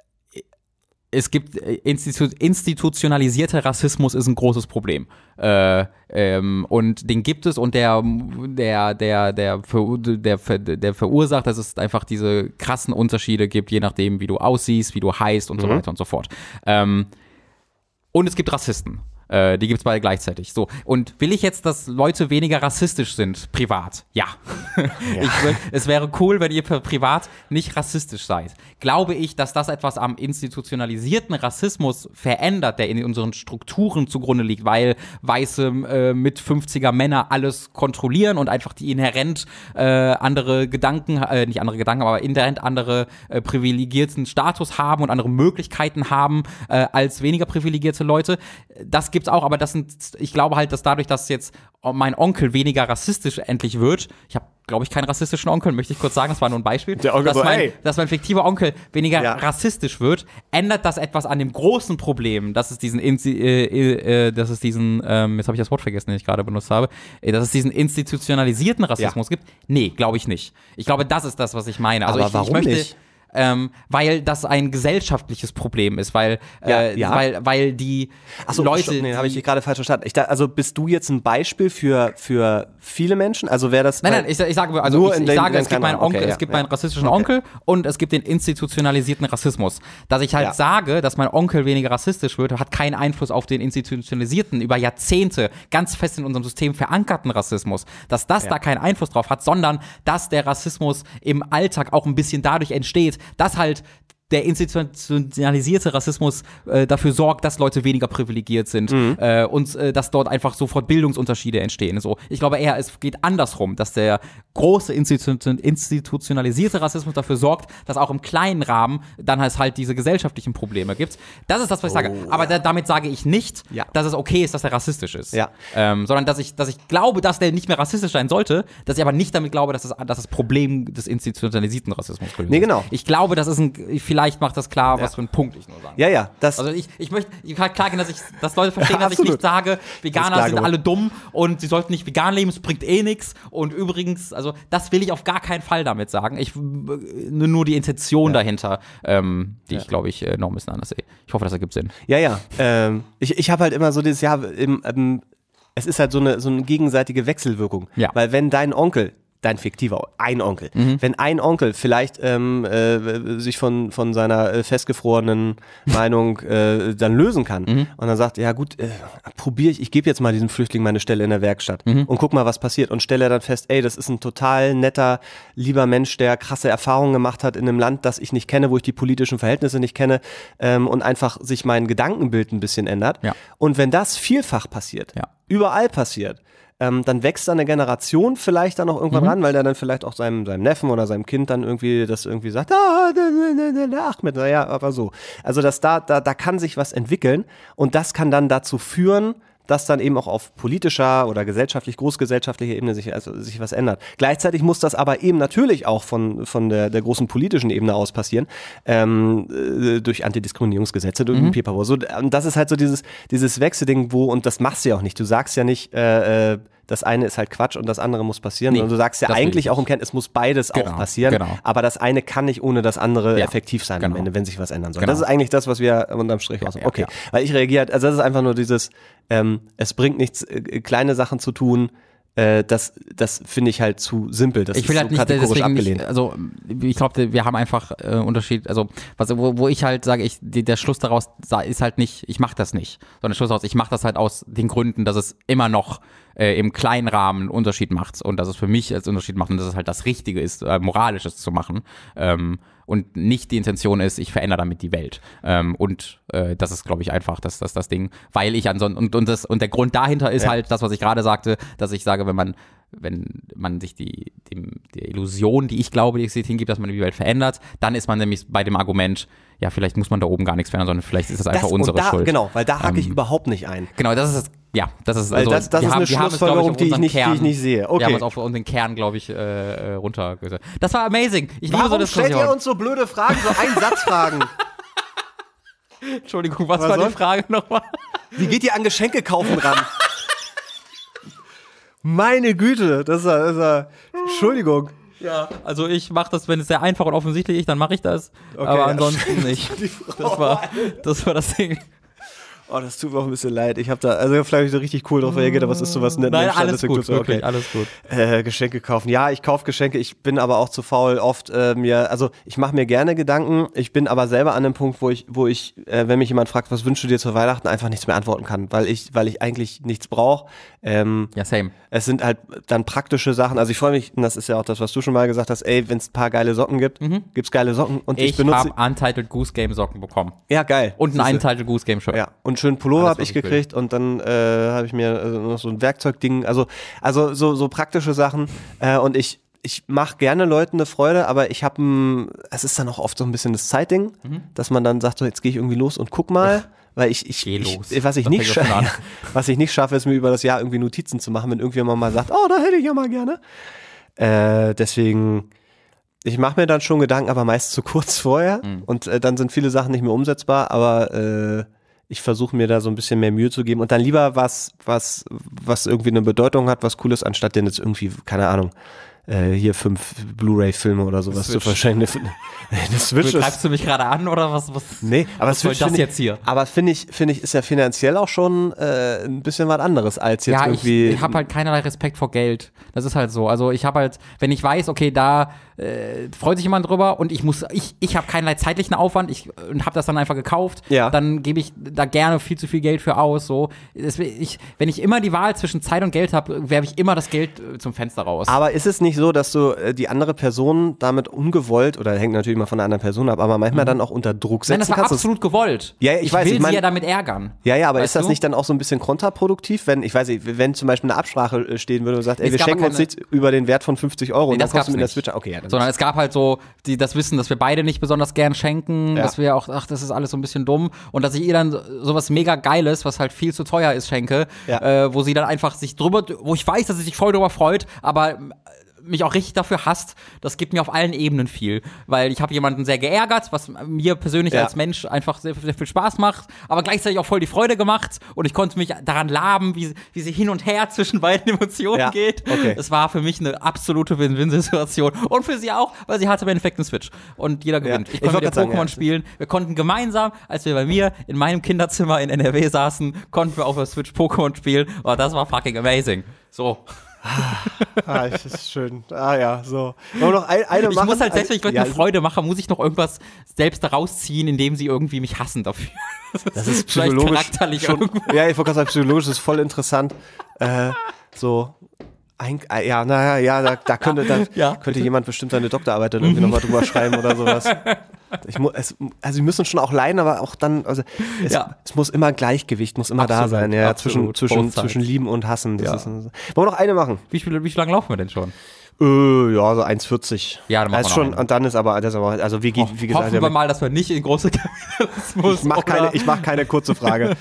S2: Es gibt Institu- institutionalisierter Rassismus ist ein großes Problem äh, ähm, und den gibt es und der der der der ver- der, der, der verursacht, dass es einfach diese krassen Unterschiede gibt, je nachdem wie du aussiehst, wie du heißt und mhm. so weiter und so fort. Ähm, und es gibt Rassisten. Äh, die gibt's beide gleichzeitig. So. Und will ich jetzt, dass Leute weniger rassistisch sind, privat? Ja. ja. Ich will, es wäre cool, wenn ihr privat nicht rassistisch seid. Glaube ich, dass das etwas am institutionalisierten Rassismus verändert, der in unseren Strukturen zugrunde liegt, weil weiße äh, mit fünfziger Männer alles kontrollieren und einfach die inhärent äh, andere Gedanken, äh, nicht andere Gedanken, aber inhärent andere äh, privilegierten Status haben und andere Möglichkeiten haben äh, als weniger privilegierte Leute. Das gibt's auch, aber das sind, ich glaube halt, dass dadurch, dass jetzt mein Onkel weniger rassistisch endlich wird, ich habe, glaube ich, keinen rassistischen Onkel, möchte ich kurz sagen, das war nur ein Beispiel,
S1: Der Onkel
S2: dass,
S1: so,
S2: mein,
S1: hey.
S2: dass mein fiktiver Onkel weniger
S1: ja.
S2: rassistisch wird, ändert das etwas an dem großen Problem, dass es diesen, äh, äh, dass es diesen, ähm, jetzt habe ich das Wort vergessen, den ich gerade benutzt habe, äh, dass es diesen institutionalisierten Rassismus ja. gibt? Nee, glaube ich nicht. Ich glaube, das ist das, was ich meine. Also
S1: aber
S2: ich,
S1: warum
S2: ich möchte,
S1: nicht?
S2: Ähm, weil das ein gesellschaftliches Problem ist, weil
S1: ja,
S2: äh,
S1: ja.
S2: weil weil die
S1: Ach so,
S2: Leute,
S1: nee, habe ich dich gerade falsch verstanden. Ich da, also bist du jetzt ein Beispiel für für viele Menschen? Also wäre das
S2: Nein, nein, ich, ich sage also
S1: nur
S2: ich,
S1: in
S2: ich
S1: den,
S2: sage,
S1: den
S2: es gibt meinen Onkel,
S1: okay, ja,
S2: es gibt
S1: ja.
S2: meinen rassistischen
S1: okay.
S2: Onkel und es gibt den institutionalisierten Rassismus. Dass ich halt
S1: ja.
S2: sage, dass mein Onkel weniger rassistisch wird, hat keinen Einfluss auf den institutionalisierten, über Jahrzehnte ganz fest in unserem System verankerten Rassismus. Dass das
S1: ja.
S2: da keinen Einfluss drauf hat, sondern dass der Rassismus im Alltag auch ein bisschen dadurch entsteht, dass halt der institutionalisierte Rassismus äh, dafür sorgt, dass Leute weniger privilegiert sind mhm. äh, und äh, dass dort einfach sofort Bildungsunterschiede entstehen. So, ich glaube eher, es geht andersrum, dass der große Institu- institutionalisierte Rassismus dafür sorgt, dass auch im kleinen Rahmen dann es halt diese gesellschaftlichen Probleme gibt. Das ist das, was ich
S1: oh,
S2: sage. Aber
S1: ja.
S2: da, damit sage ich nicht,
S1: ja.
S2: dass es okay ist, dass er rassistisch ist.
S1: Ja.
S2: Ähm, sondern dass ich, dass ich glaube, dass der nicht mehr rassistisch sein sollte, dass ich aber nicht damit glaube, dass das, dass das Problem des institutionalisierten Rassismus gelöst
S1: nee, genau.
S2: ist. Ich glaube, das ist ein, vielleicht macht das klar, was
S1: ja.
S2: für ein Punkt ich nur sagen
S1: Ja, ja. Das
S2: also ich, ich möchte ich kann klar gehen, dass, ich, dass Leute verstehen,
S1: ja,
S2: dass ich nicht sage, Veganer sind
S1: geworden.
S2: alle dumm und sie sollten nicht vegan leben, es bringt eh nichts. Und übrigens, also das will ich auf gar keinen Fall damit sagen. Ich nur die Intention ja. dahinter, ähm, die ja. ich, glaube ich, noch ein bisschen anders sehe. Ich hoffe, das ergibt Sinn.
S1: Ja, ja. Ähm, ich ich habe halt immer so dieses, ja, im, im, es ist halt so eine, so eine gegenseitige Wechselwirkung.
S2: Ja.
S1: Weil wenn dein Onkel dein fiktiver, ein Onkel. Mhm. Wenn ein Onkel vielleicht ähm, äh, sich von von seiner äh, festgefrorenen Meinung äh, dann lösen kann mhm. und dann sagt, ja gut, äh, probiere ich, ich gebe jetzt mal diesem Flüchtling meine Stelle in der Werkstatt mhm. und guck mal, was passiert und stelle dann fest, ey, das ist ein total netter, lieber Mensch, der krasse Erfahrungen gemacht hat in einem Land, das ich nicht kenne, wo ich die politischen Verhältnisse nicht kenne ähm, und einfach sich mein Gedankenbild ein bisschen ändert.
S2: Ja.
S1: Und wenn das vielfach passiert, ja. überall passiert, Ähm, dann wächst da eine Generation vielleicht dann noch irgendwann mhm. ran, weil der dann vielleicht auch seinem, seinem Neffen oder seinem Kind dann irgendwie das irgendwie sagt, ah, der Ahmed, naja, aber so. Also dass da, da, da kann sich was entwickeln und das kann dann dazu führen, dass dann eben auch auf politischer oder gesellschaftlich, großgesellschaftlicher Ebene sich, also sich was ändert. Gleichzeitig muss das aber eben natürlich auch von, von der, der großen politischen Ebene aus passieren, ähm, äh, durch Antidiskriminierungsgesetze, durch mhm. Pipapo. So, und das ist halt so dieses, dieses Wechselding, wo, und das machst du ja auch nicht. Du sagst ja nicht, äh, äh, das eine ist halt Quatsch und das andere muss passieren.
S2: Nee,
S1: und du sagst ja eigentlich auch im Kern, es muss beides
S2: genau,
S1: auch passieren,
S2: genau.
S1: aber das eine kann nicht ohne das andere
S2: ja,
S1: effektiv sein
S2: genau.
S1: am Ende, wenn sich was ändern soll.
S2: Genau.
S1: Das ist eigentlich das, was wir unterm Strich
S2: ja,
S1: ausmachen.
S2: Ja,
S1: okay,
S2: ja.
S1: weil ich reagiert, also das ist einfach nur dieses, ähm, es bringt nichts, äh, kleine Sachen zu tun, äh, das, das finde ich halt zu simpel, das
S2: ich will
S1: ist
S2: halt
S1: so
S2: nicht,
S1: kategorisch
S2: deswegen
S1: abgelehnt.
S2: nicht, also ich glaube, wir haben einfach äh, Unterschied, also was, wo, wo ich halt sage, ich die, der Schluss daraus ist halt nicht, ich mache das nicht, sondern der Schluss daraus, ich mache das halt aus den Gründen, dass es immer noch äh, im kleinen Rahmen einen Unterschied macht und dass es für mich als Unterschied macht und dass es halt das Richtige ist, äh, moralisches zu machen. Ähm, und nicht die Intention ist, ich verändere damit die Welt. Ähm, und äh, das ist, glaube ich, einfach das, das, das Ding, weil ich ansonsten, und, und, das, und der Grund dahinter ist
S1: ja.
S2: halt das, was ich gerade sagte, dass ich sage, wenn man wenn man sich die, dem, der Illusion, die ich glaube, die es hingibt, dass man die Welt verändert, dann ist man nämlich bei dem Argument, ja, vielleicht muss man da oben gar nichts verändern, sondern vielleicht ist das einfach
S1: das,
S2: unsere
S1: und da,
S2: Schuld.
S1: Genau, weil da hake ich
S2: Ähm,
S1: überhaupt nicht ein.
S2: Genau, das ist das, ja, das ist,
S1: Weil
S2: also,
S1: das, das
S2: wir
S1: ist
S2: haben,
S1: eine
S2: wir haben es,
S1: Schlussfolgerung,
S2: glaub ich,
S1: die, ich
S2: auf
S1: nicht,
S2: unseren
S1: die ich nicht sehe. Okay.
S2: Wir haben uns auf unseren Kern, glaube ich, äh, runtergesetzt. Das war amazing. Ich liebe so
S1: Warum stellt
S2: Diskussionen.
S1: ihr uns so blöde Fragen, so Einsatzfragen?
S2: Entschuldigung, was,
S1: Was
S2: war
S1: soll?
S2: die Frage nochmal?
S1: Wie geht ihr an Geschenke kaufen ran? Meine Güte, das ist ja, das ist ja, Entschuldigung.
S2: Ja, also ich mache das, wenn es sehr einfach und offensichtlich ist, dann mache ich das.
S1: Okay,
S2: aber
S1: ja,
S2: ansonsten nicht. Das war, das war das Ding.
S1: Oh, das tut mir auch ein bisschen leid. Ich habe da, also vielleicht habe ich da richtig cool drauf reagiert, aber es ist sowas nett.
S2: Nein, alles gut,
S1: so, okay.
S2: wirklich, alles gut.
S1: Äh, Geschenke kaufen. Ja, ich kaufe Geschenke, ich bin aber auch zu faul oft äh, mir, also ich mache mir gerne Gedanken, ich bin aber selber an dem Punkt, wo ich, wo ich, äh, wenn mich jemand fragt, was wünschst du dir zu Weihnachten, einfach nichts mehr antworten kann, weil ich, weil ich eigentlich nichts brauche. Ähm,
S2: Ja, same.
S1: Es sind halt dann praktische Sachen, also ich freue mich, und das ist ja auch das, was du schon mal gesagt hast, ey, wenn es ein paar geile Socken gibt,
S2: Mhm.
S1: gibt's geile Socken und ich,
S2: Ich
S1: benutze.
S2: habe Untitled Goose Game Socken bekommen.
S1: Ja, geil.
S2: Und ein
S1: Siehste.
S2: Untitled Goose Game Shirt.
S1: Ja, und einen schönen Pullover
S2: Alles,
S1: habe
S2: was
S1: ich
S2: ich
S1: gekriegt und dann äh, habe ich mir äh, noch so ein Werkzeugding, also also so so praktische Sachen äh, und ich ich mache gerne Leuten eine Freude, aber ich habe es ist dann auch oft so ein bisschen das Zeitding,
S2: Mhm.
S1: dass man dann sagt, so jetzt gehe ich irgendwie los und guck mal, weil ich ich,
S2: Geh
S1: ich
S2: los.
S1: was ich
S2: Das
S1: nicht
S2: fängt doch schon
S1: schaffe,
S2: an.
S1: was ich nicht schaffe, ist mir über das Jahr irgendwie Notizen zu machen, wenn irgendjemand mal sagt, oh, da hätte ich ja mal gerne. Äh, deswegen ich mache mir dann schon Gedanken, aber meist zu kurz vorher
S2: Mhm.
S1: und äh, dann sind viele Sachen nicht mehr umsetzbar, aber äh, ich versuche mir da so ein bisschen mehr Mühe zu geben und dann lieber was, was, was irgendwie eine Bedeutung hat, was cool ist, anstatt denn jetzt irgendwie, keine Ahnung, äh, hier fünf Blu-ray-Filme oder sowas zu
S2: Switch.
S1: verschenken. Eine Switch ist,
S2: Greifst du mich gerade an oder was? was?
S1: nee, aber
S2: Was soll
S1: Switch
S2: das
S1: find ich,
S2: jetzt hier?
S1: aber finde ich, finde ich, ist ja finanziell auch schon äh, ein bisschen was anderes als jetzt
S2: Ja,
S1: irgendwie.
S2: ich habe halt keinerlei Respekt vor Geld. Das ist halt so. Also ich habe halt, wenn ich weiß, okay, da äh, freut sich jemand drüber und ich muss, ich, ich habe keinerlei zeitlichen Aufwand, ich und habe das dann einfach gekauft,
S1: Ja.
S2: dann gebe ich da gerne viel zu viel Geld für aus. So, das, ich, wenn ich immer die Wahl zwischen Zeit und Geld habe, werfe ich immer das Geld äh, zum Fenster raus.
S1: Aber ist es nicht so, dass du äh, die andere Person damit ungewollt, oder hängt natürlich mal von der anderen Person ab, aber manchmal dann auch unter Druck setzen
S2: Nein, das war
S1: kannst?
S2: absolut gewollt.
S1: Ja, ich
S2: ich
S1: weiß,
S2: will
S1: ich mein-
S2: sie ja damit ärgern.
S1: Ja, ja, aber
S2: Weißt
S1: ist das
S2: du?
S1: nicht dann auch so ein bisschen kontraproduktiv, wenn, ich weiß nicht, wenn zum Beispiel eine Absprache äh, stehen würde und sagt, ey,
S2: Es
S1: wir
S2: gab
S1: schenken uns
S2: keine-
S1: nichts über den Wert von fünfzig Euro und dann
S2: das
S1: kommst du
S2: gab's
S1: mit der
S2: nicht.
S1: Switch. Okay, ja, dann
S2: Sondern es gab halt so die, das Wissen, dass wir beide nicht besonders gern schenken,
S1: Ja.
S2: dass wir auch, ach, das ist alles so ein bisschen dumm und dass ich ihr dann so- sowas mega Geiles, was halt viel zu teuer ist, schenke,
S1: Ja.
S2: äh, wo sie dann einfach sich drüber, wo ich weiß, dass sie sich voll drüber freut, aber äh, mich auch richtig dafür hasst, das gibt mir auf allen Ebenen viel, weil ich habe jemanden sehr geärgert, was mir persönlich
S1: Ja.
S2: als Mensch einfach sehr, sehr viel Spaß macht, aber gleichzeitig auch voll die Freude gemacht und ich konnte mich daran laben, wie, wie sie hin und her zwischen beiden Emotionen
S1: Ja,
S2: geht.
S1: okay.
S2: Es war für mich eine absolute Win-Win-Situation und für sie auch, weil sie hatte im Endeffekt einen Switch und jeder gewinnt.
S1: Ja,
S2: Ich
S1: ich
S2: konnte mit ihr
S1: wollte gerade
S2: Pokémon
S1: sagen, ja.
S2: spielen, wir konnten gemeinsam, als wir bei mir in meinem Kinderzimmer in N R W saßen, konnten wir auf der Switch Pokémon spielen und das war fucking amazing. So.
S1: Ah, das ist schön. Ah ja, so. Wollen wir noch ein, eine
S2: Ich
S1: machen?
S2: muss halt selbst, wenn ich Leuten
S1: ja,
S2: eine Freude mache, muss ich noch irgendwas selbst daraus ziehen, indem sie irgendwie mich hassen dafür.
S1: Das ist
S2: vielleicht
S1: psychologisch
S2: charakterlich
S1: schon,
S2: irgendwo.
S1: ja, ich wollte gerade sagen, psychologisch ist voll interessant. Äh, so, ein, äh, ja, naja, ja, da, da könnte, da
S2: Ja,
S1: könnte jemand bestimmt seine Doktorarbeit dann irgendwie nochmal drüber schreiben oder sowas. Ich mu es, also sie müssen schon auch leiden, aber auch dann, also es,
S2: Ja.
S1: es muss immer Gleichgewicht, muss immer da
S2: Absolut,
S1: sein, ja, zwischen,
S2: absolut.
S1: zwischen,
S2: Both sides.
S1: zwischen Lieben und Hassen. Das
S2: Ja.
S1: ist, wollen wir noch eine machen?
S2: Wie viel, wie viel lange laufen wir denn schon?
S1: Äh, ja, so eins vierzig.
S2: Ja, dann machen
S1: das ist
S2: wir noch
S1: schon,
S2: eine.
S1: und dann ist aber, das ist aber, also wie, wie gesagt,
S2: Hoffen
S1: ja,
S2: wir
S1: mit-
S2: mal, dass wir nicht in große Kapitalismus
S1: ich mache keine, ich mach keine kurze Frage.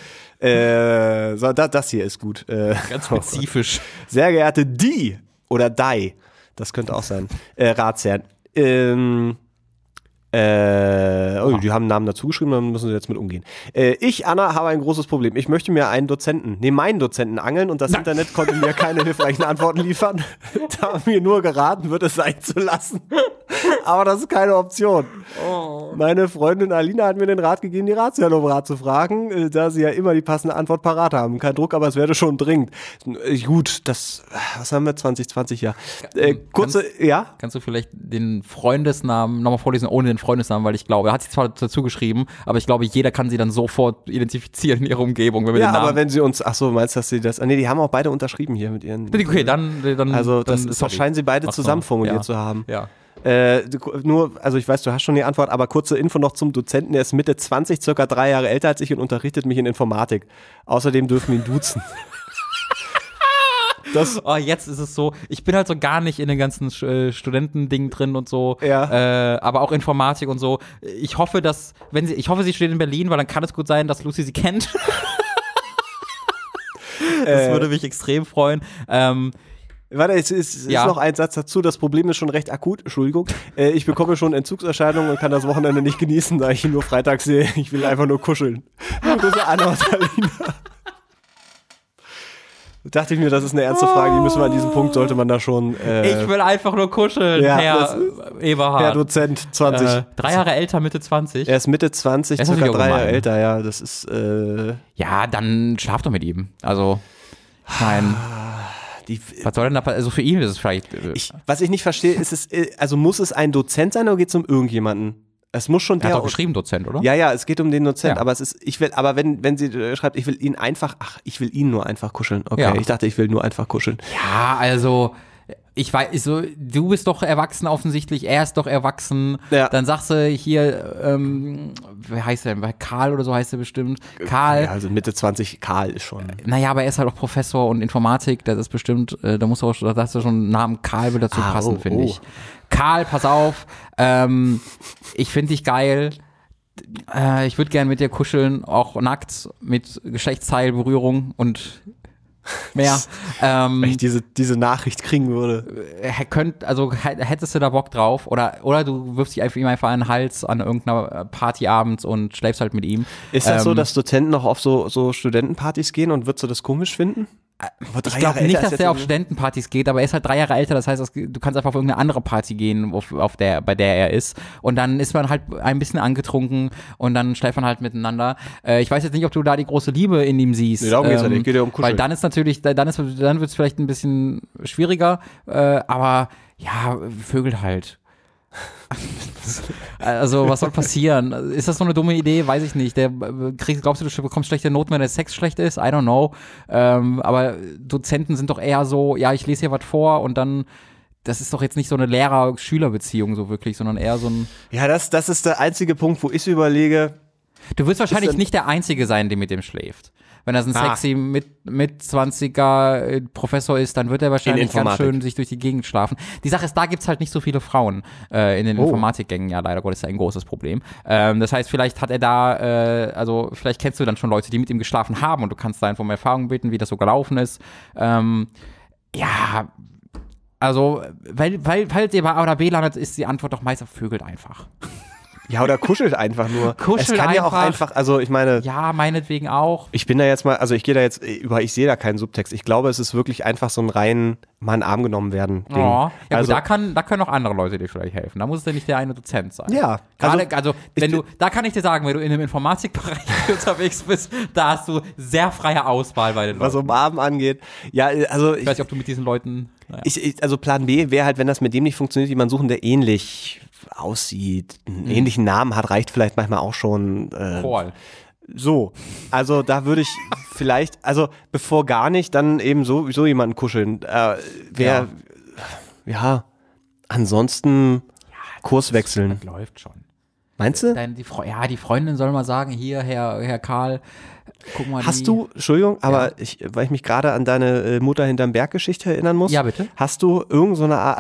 S1: äh, so, da, das hier ist gut. Äh,
S2: ganz spezifisch.
S1: Sehr geehrte Die oder Dai, das könnte auch sein, äh, Ratsherren. Ähm, Äh, oh, die haben einen Namen dazu geschrieben, dann müssen sie jetzt mit umgehen. Äh, ich, Anna, habe ein großes Problem. Ich möchte mir einen Dozenten, nee, meinen Dozenten angeln und das Internet konnte mir keine hilfreichen Antworten liefern. Da mir nur geraten wird, es sein zu lassen. Aber das ist keine Option. Oh. Meine Freundin Alina hat mir den Rat gegeben, die Ratsherr zu fragen, äh, da sie ja immer die passende Antwort parat haben. Kein Druck, aber es werde schon dringend. Äh, gut, das, was haben wir, zwanzig zwanzig, ja. Äh, kurze,
S2: kannst,
S1: ja?
S2: Kannst du vielleicht den Freundesnamen nochmal vorlesen, ohne den Freundesnamen, weil ich glaube, er hat sich zwar dazu geschrieben, aber ich glaube, jeder kann sie dann sofort identifizieren in ihrer Umgebung. Wenn wir
S1: ja,
S2: den Namen
S1: aber wenn sie uns, ach so, meinst du, dass sie das, ah, nee, die haben auch beide unterschrieben hier mit ihren.
S2: Okay, dann, dann
S1: also das,
S2: dann,
S1: das scheinen sie beide
S2: Ach so,
S1: zusammen formuliert
S2: ja.
S1: zu haben.
S2: Ja.
S1: Äh, nur, also ich weiß, du hast schon die Antwort, aber kurze Info noch zum Dozenten, der ist Mitte zwanzig, circa drei Jahre älter als ich und unterrichtet mich in Informatik. Außerdem dürfen wir ihn duzen.
S2: Das oh, jetzt ist es so, ich bin halt so gar nicht in den ganzen äh, Studentending drin und so,
S1: ja.
S2: äh, aber auch Informatik und so. Ich hoffe, dass, wenn sie, ich hoffe, sie steht in Berlin, weil dann kann es gut sein, dass Lucy sie kennt. Das äh, würde mich extrem freuen. Ähm,
S1: Warte, es ist, es
S2: ja.
S1: ist noch ein Satz dazu. Das Problem ist schon recht akut. Entschuldigung. Äh, ich bekomme schon Entzugserscheinungen und kann das Wochenende nicht genießen, da ich ihn nur freitags sehe. Ich will einfach nur kuscheln. Grüße Anna und Alina. Dachte ich mir, das ist eine ernste Frage, die müssen wir an diesem Punkt, sollte man da schon äh,
S2: Ich will einfach nur kuscheln,
S1: ja,
S2: Herr Eberhard.
S1: Herr Dozent, zwanzig.
S2: Äh, drei Jahre älter, Mitte zwanzig.
S1: Er ist Mitte zwanzig,
S2: ist
S1: circa drei Jahre
S2: gemein.
S1: älter, ja, das ist äh
S2: Ja, dann schlaf doch mit ihm. Also, ich meine,
S1: die,
S2: was soll denn da, also für ihn ist es vielleicht äh,
S1: ich, was ich nicht verstehe, ist es, also muss es ein Dozent sein oder geht es um irgendjemanden? Es muss schon
S2: er
S1: der.
S2: hat doch geschrieben, Dozent, oder?
S1: Ja, ja, es geht um den Dozent,
S2: Ja.
S1: aber es ist, ich will, aber wenn, wenn sie äh, schreibt, ich will ihn einfach, ach, ich will ihn nur einfach kuscheln. Okay,
S2: Ja.
S1: ich dachte, ich will nur einfach kuscheln.
S2: Ja, also, ich weiß, so, du bist doch erwachsen offensichtlich, er ist doch erwachsen.
S1: Ja.
S2: Dann sagst du hier, ähm, wie heißt der denn? Karl oder so heißt er bestimmt. Karl.
S1: Ja, also Mitte zwanzig, Karl ist schon.
S2: Naja, aber er ist halt auch Professor und Informatik, das ist bestimmt, äh, da muss auch, da hast du schon einen Namen Karl will dazu
S1: Ah,
S2: passen,
S1: oh,
S2: finde
S1: oh.
S2: ich. Karl, pass auf, ähm, ich finde dich geil. Äh, ich würde gern mit dir kuscheln, auch nackt, mit Geschlechtsteilberührung und mehr. ähm,
S1: Wenn ich diese, diese Nachricht kriegen würde.
S2: er könnt, also hättest du da Bock drauf oder oder du wirfst dich einfach ihm einfach an den Hals an irgendeiner Party abends und schläfst halt mit ihm.
S1: Ist das
S2: ähm,
S1: so, dass Studenten noch auf so, so Studentenpartys gehen und würdest du das komisch finden? Aber
S2: Ich
S1: drei
S2: glaube
S1: Jahre
S2: nicht,
S1: älter
S2: dass
S1: ist
S2: der
S1: jetzt
S2: auf Studentenpartys geht, aber er ist halt drei Jahre älter, das heißt, das- du kannst einfach auf irgendeine andere Party gehen, auf, auf der, bei der er ist. Und dann ist man halt ein bisschen angetrunken und dann schläft man halt miteinander. Äh, ich weiß jetzt nicht, ob du da die große Liebe in ihm siehst.
S1: Nee, darum geht's ja nicht. Geht ja um Kuscheln.
S2: Weil dann ist natürlich, dann ist, dann wird es vielleicht ein bisschen schwieriger, äh, aber ja, Vögel halt. Also, was soll passieren? Ist das so eine dumme Idee? Weiß ich nicht. Der äh, kriegst, glaubst du, du bekommst schlechte Noten, wenn der Sex schlecht ist? I don't know. Ähm, aber Dozenten sind doch eher so, ja, ich lese hier was vor und dann, das ist doch jetzt nicht so eine Lehrer-Schüler-Beziehung so wirklich, sondern eher so ein.
S1: Ja, das, das ist der einzige Punkt, wo ich überlege.
S2: Du wirst wahrscheinlich
S1: dann-
S2: nicht der Einzige sein, der mit dem schläft. Wenn das ein
S1: Ah.
S2: sexy mit, mit zwanziger äh, Professor ist, dann wird er wahrscheinlich ganz
S1: Informatik.
S2: schön sich durch die Gegend schlafen. Die Sache ist, da gibt's halt nicht so viele Frauen äh, in den
S1: Oh.
S2: Informatikgängen. Ja, leider Gottes ist ja ein großes Problem. Ähm, das heißt, vielleicht hat er da, äh, also vielleicht kennst du dann schon Leute, die mit ihm geschlafen haben und du kannst da einfach um Erfahrung bitten, wie das so gelaufen ist. Ähm, ja, also, weil, weil, falls ihr bei A oder B landet, ist die Antwort doch meist auf Vögelt einfach.
S1: Ja, oder kuschelt einfach nur.
S2: Kuschelt
S1: es kann ja auch
S2: einfach.
S1: einfach, also ich meine,
S2: Ja, meinetwegen auch.
S1: ich bin da jetzt mal, also ich gehe da jetzt über, ich sehe da keinen Subtext. Ich glaube, es ist wirklich einfach so ein rein mal in den Arm genommen werden Ding.
S2: Oh, ja,
S1: also,
S2: gut, da, kann, da können auch andere Leute dir vielleicht helfen. Da muss es ja nicht der eine Dozent sein.
S1: Ja,
S2: Gerade,
S1: also,
S2: also, wenn
S1: ich-
S2: du, da kann ich dir sagen, wenn du in einem Informatikbereich unterwegs bist, da hast du sehr freie Auswahl bei den Leuten.
S1: was um Arm angeht. Ja, also
S2: Ich weiß nicht, ob du mit diesen Leuten. Naja.
S1: Ich, ich, also Plan B wäre halt, wenn das mit dem nicht funktioniert, jemand suchen, der ähnlich aussieht, einen ähnlichen Namen hat, reicht vielleicht manchmal auch schon. Äh,
S2: Paul.
S1: so, also da würde ich vielleicht, also bevor gar nicht, dann eben so, so jemanden kuscheln. Äh, wer, ja. ansonsten Kurs wechseln.
S2: Das läuft schon.
S1: Meinst du?
S2: Dein, die Fre ja, die Freundin soll mal sagen, hier, Herr, Herr Karl, guck mal.
S1: Hast
S2: die,
S1: du, Entschuldigung, aber
S2: Ja.
S1: ich, weil ich mich gerade an deine äh, Mutter hinterm Berg-Geschichte erinnern muss.
S2: Ja, bitte.
S1: Hast du irgend so eine Art, also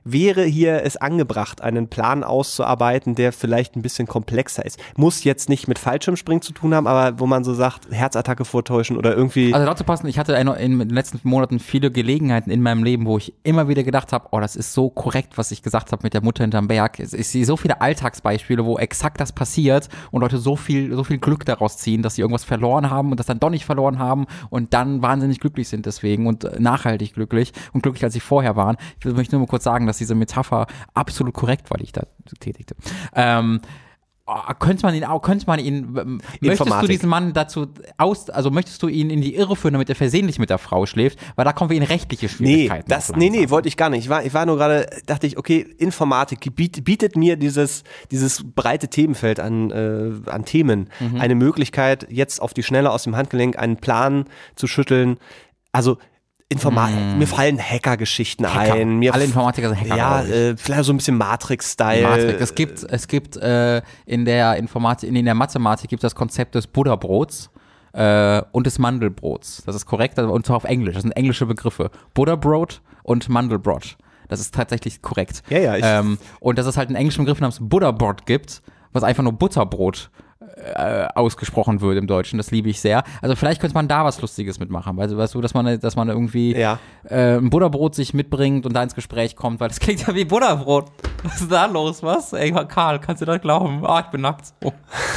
S1: wäre hier es angebracht, einen Plan auszuarbeiten, der vielleicht ein bisschen komplexer ist. Muss jetzt nicht mit Fallschirmspringen zu tun haben, aber wo man so sagt, Herzattacke vortäuschen oder irgendwie.
S2: Also dazu passen, ich hatte in den letzten Monaten viele Gelegenheiten in meinem Leben, wo ich immer wieder gedacht habe, oh, das ist so korrekt, was ich gesagt habe mit der Mutter hinterm Berg. Ich sehe so viele Alltagsbeispiele, wo exakt das passiert und Leute so viel, so viel Glück daraus ziehen, dass sie irgendwas verloren haben und das dann doch nicht verloren haben und dann wahnsinnig glücklich sind deswegen und nachhaltig glücklich und glücklicher als sie vorher waren. Ich möchte nur mal kurz sagen, dass diese Metapher absolut korrekt war, die ich da tätigte. Ähm, Oh, könnte man ihn auch, könnte man ihn, möchtest du diesen Mann dazu aus, also möchtest du ihn in die Irre führen, damit er versehentlich mit der Frau schläft? Weil da kommen wir in rechtliche Schwierigkeiten.
S1: Nee, das, nee, nee, wollte ich gar nicht. Ich war, ich war nur gerade, dachte ich, okay, Informatik bietet, bietet mir dieses, dieses breite Themenfeld an, äh, an Themen mhm. eine Möglichkeit, jetzt auf die Schnelle aus dem Handgelenk einen Plan zu schütteln. Also, Informa- mm. mir fallen Hacker-Geschichten Hacker. ein. Mir
S2: Alle Informatiker sind Hacker.
S1: Ja, äh, vielleicht so ein bisschen Matrix-Style.
S2: Matrix. Es gibt, es gibt äh, in der Informatik, in der Mathematik gibt es das Konzept des Butterbrots äh, und des Mandelbrots. Das ist korrekt, und zwar auf Englisch. Das sind englische Begriffe. Butterbrot und Mandelbrot. Das ist tatsächlich korrekt.
S1: Ja, ja. Ich
S2: ähm, und dass es halt einen englischen Begriff namens Butterbrot gibt, was einfach nur Butterbrot Äh, ausgesprochen wird im Deutschen, das liebe ich sehr. Also vielleicht könnte man da was Lustiges mitmachen, weil weißt du, dass man, dass man irgendwie
S1: ja.
S2: äh, ein Butterbrot sich mitbringt und da ins Gespräch kommt, weil das klingt ja wie Butterbrot. Was ist da los, was? Ey, Karl, kannst du das glauben? Ah, ich bin nackt. Oh.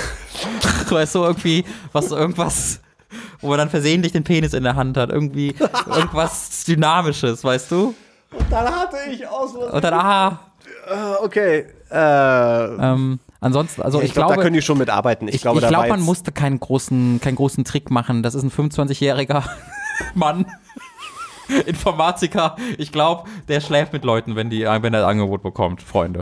S2: Weißt du, irgendwie, was, irgendwas, wo man dann versehentlich den Penis in der Hand hat, irgendwie irgendwas Dynamisches, weißt du?
S1: Und dann hatte ich aus.
S2: Und dann, aha.
S1: Uh, okay. Äh.
S2: Ähm, Ansonsten, also
S1: ja, ich,
S2: ich
S1: glaub,
S2: glaube,
S1: da können die schon mitarbeiten. Ich,
S2: ich
S1: glaube,
S2: ich glaube, man
S1: jetzt
S2: musste keinen großen, keinen großen Trick machen. Das ist ein fünfundzwanzigjähriger Mann, Informatiker. Ich glaube, der schläft mit Leuten, wenn die, wenn er ein Angebot bekommt, Freunde.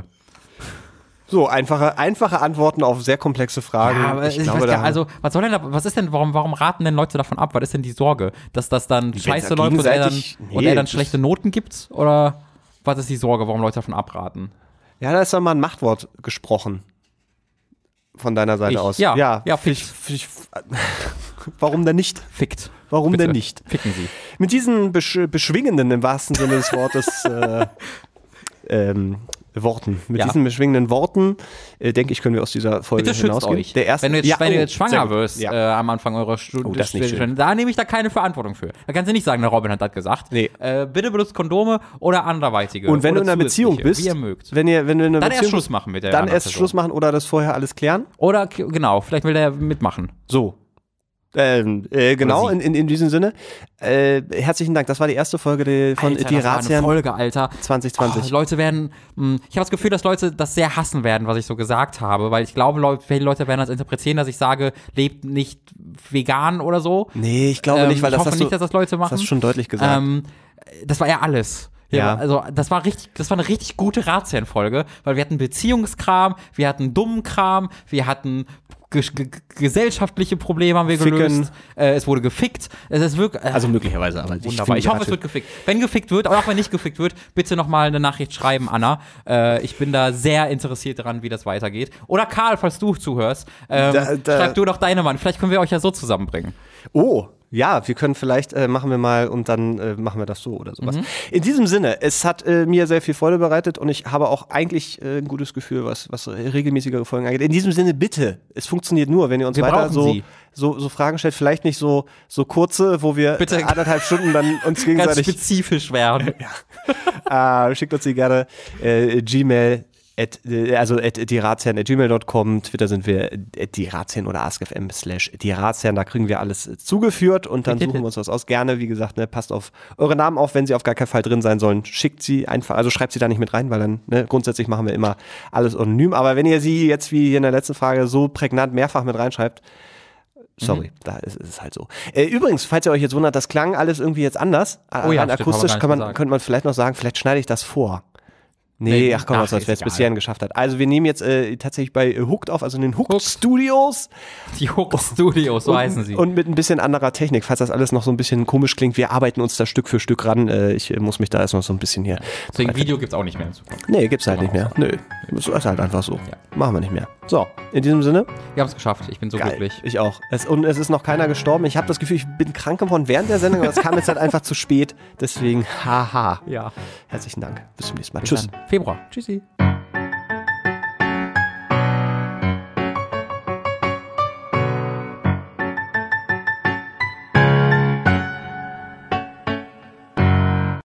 S1: So, einfache, einfache Antworten auf sehr komplexe Fragen.
S2: Ja, aber ich, ich glaube, weiß gar, also, was soll denn da, was ist denn, warum, warum raten denn Leute davon ab? Was ist denn die Sorge? Dass das dann
S1: Wenn
S2: scheiße
S1: da
S2: läuft und er dann,
S1: nee,
S2: und er dann schlechte Noten gibt? Oder was ist die Sorge, warum Leute davon abraten?
S1: Ja, da ist doch mal ein Machtwort gesprochen. Von deiner Seite
S2: ich,
S1: aus.
S2: Ja,
S1: ja,
S2: ja
S1: ich, ich, warum denn nicht?
S2: Fickt.
S1: Warum
S2: Bitte.
S1: denn nicht?
S2: Ficken Sie.
S1: Mit diesen besch- beschwingenden, im wahrsten Sinne des Wortes, äh, ähm, Worten. Mit
S2: ja.
S1: diesen beschwingenden Worten, äh, denke ich, können wir aus dieser Folge
S2: Bitte
S1: hinausgehen.
S2: Euch.
S1: Der erste,
S2: wenn du jetzt,
S1: ja,
S2: wenn du
S1: oh,
S2: jetzt schwanger wirst
S1: ja.
S2: äh, am Anfang eurer Studie,
S1: oh, das ist nicht schön.
S2: da nehme ich da keine Verantwortung für. Da kannst du nicht sagen, der Robin hat das gesagt.
S1: Nee.
S2: Äh, bitte benutzt Kondome oder anderweitige.
S1: Und wenn
S2: oder
S1: du in einer Beziehung bist,
S2: wie ihr mögt.
S1: Wenn ihr, wenn du in einer
S2: dann
S1: Beziehung
S2: erst Schluss machen mit der
S1: Dann erst
S2: Person.
S1: Schluss machen oder das vorher alles klären.
S2: Oder, genau, vielleicht will der mitmachen.
S1: So. Ähm, äh, genau, in, in, in diesem Sinne. Äh, herzlichen Dank. Das war die erste Folge de, von
S2: Alter,
S1: die
S2: das war eine
S1: Razian
S2: Folge, Alter.
S1: zwanzig zwanzig.
S2: Oh, Leute werden, mh, ich habe das Gefühl, dass Leute das sehr hassen werden, was ich so gesagt habe, weil ich glaube, Leute, viele Leute werden das interpretieren, dass ich sage, lebt nicht vegan oder so.
S1: Nee, ich glaube
S2: ähm,
S1: nicht, weil
S2: ich
S1: das
S2: hoffe
S1: hast
S2: nicht,
S1: du,
S2: dass das Leute machen.
S1: Das hast du schon deutlich gesagt.
S2: Ähm, das war ja alles. Ja,
S1: Ja.
S2: also das war richtig, das war eine richtig gute Razian-Folge, weil wir hatten Beziehungskram, wir hatten dummen Kram, wir hatten ge- ge- gesellschaftliche Probleme haben wir
S1: Ficken.
S2: gelöst. Äh, es wurde gefickt. Es ist wirklich äh,
S1: Also möglicherweise, aber
S2: wunderbar. Ich, ich hoffe, es wird gefickt. Wenn gefickt wird, oder auch wenn nicht gefickt wird, bitte nochmal eine Nachricht schreiben, Anna. Äh, ich bin da sehr interessiert daran, wie das weitergeht. Oder Karl, falls du zuhörst, ähm,
S1: Da- da-
S2: schreib du doch deine Mann. Vielleicht können wir euch ja so zusammenbringen.
S1: Oh, ja, wir können vielleicht, äh, machen wir mal und dann äh, machen wir das so oder sowas.
S2: Mhm.
S1: In diesem Sinne, es hat äh, mir sehr viel Freude bereitet und ich habe auch eigentlich äh, ein gutes Gefühl, was, was regelmäßigere Folgen angeht. In diesem Sinne, bitte, es funktioniert nur, wenn ihr uns
S2: Wir
S1: weiter
S2: brauchen
S1: so,
S2: sie.
S1: so so Fragen stellt, vielleicht nicht so so kurze, wo wir
S2: Bitte.
S1: anderthalb Stunden dann uns
S2: Ganz
S1: gegenseitig
S2: spezifisch werden.
S1: äh, schickt uns die gerne äh, Gmail at, äh, also at dirazian at gmail dot com, Twitter sind wir at dirazian oder askfm slash dirazian, da kriegen wir alles äh, zugeführt und dann suchen wir uns was aus. Gerne, wie gesagt, ne, passt auf eure Namen auf, wenn sie auf gar keinen Fall drin sein sollen, schickt sie einfach, also schreibt sie da nicht mit rein, weil dann, ne, grundsätzlich machen wir immer alles anonym, aber wenn ihr sie jetzt wie hier in der letzten Frage so prägnant mehrfach mit reinschreibt, sorry, mhm. da ist, ist es halt so. Äh, übrigens, falls ihr euch jetzt wundert, das klang alles irgendwie jetzt anders.
S2: Oh ja,
S1: Rein
S2: stimmt,
S1: akustisch
S2: haben wir gar
S1: kann
S2: nicht
S1: man,
S2: gesagt.
S1: könnte man vielleicht noch sagen, vielleicht schneide ich das vor. Nee,
S2: Nee,
S1: ach komm,
S2: ach,
S1: was soll's,
S2: ist
S1: wer es
S2: egal.
S1: bis hierhin geschafft hat. Also wir nehmen jetzt äh, tatsächlich bei äh, Hooked auf, also in den Hooked,
S2: Hooked.
S1: Studios.
S2: Die Hook Studios, so
S1: und,
S2: heißen sie.
S1: Und mit ein bisschen anderer Technik, falls das alles noch so ein bisschen komisch klingt. Wir arbeiten uns da Stück für Stück ran. Äh, ich äh, muss mich da erst noch so ein bisschen hier.
S2: Deswegen Video gibt's auch nicht mehr in Zukunft.
S1: Nee, gibt's halt nicht mehr. Nö, das ist halt einfach so.
S2: Ja.
S1: machen wir nicht mehr. So, in diesem Sinne.
S2: Wir haben es geschafft. Ich bin so
S1: Geil.
S2: glücklich.
S1: Ich auch. Es, und es ist noch keiner gestorben. Ich habe das Gefühl, ich bin krank geworden während der Sendung, aber es kam jetzt halt einfach zu spät. Deswegen, haha.
S2: Ja.
S1: Herzlichen Dank. Bis zum nächsten Mal.
S2: Bis
S1: Tschüss.
S2: dann. Februar. Tschüssi.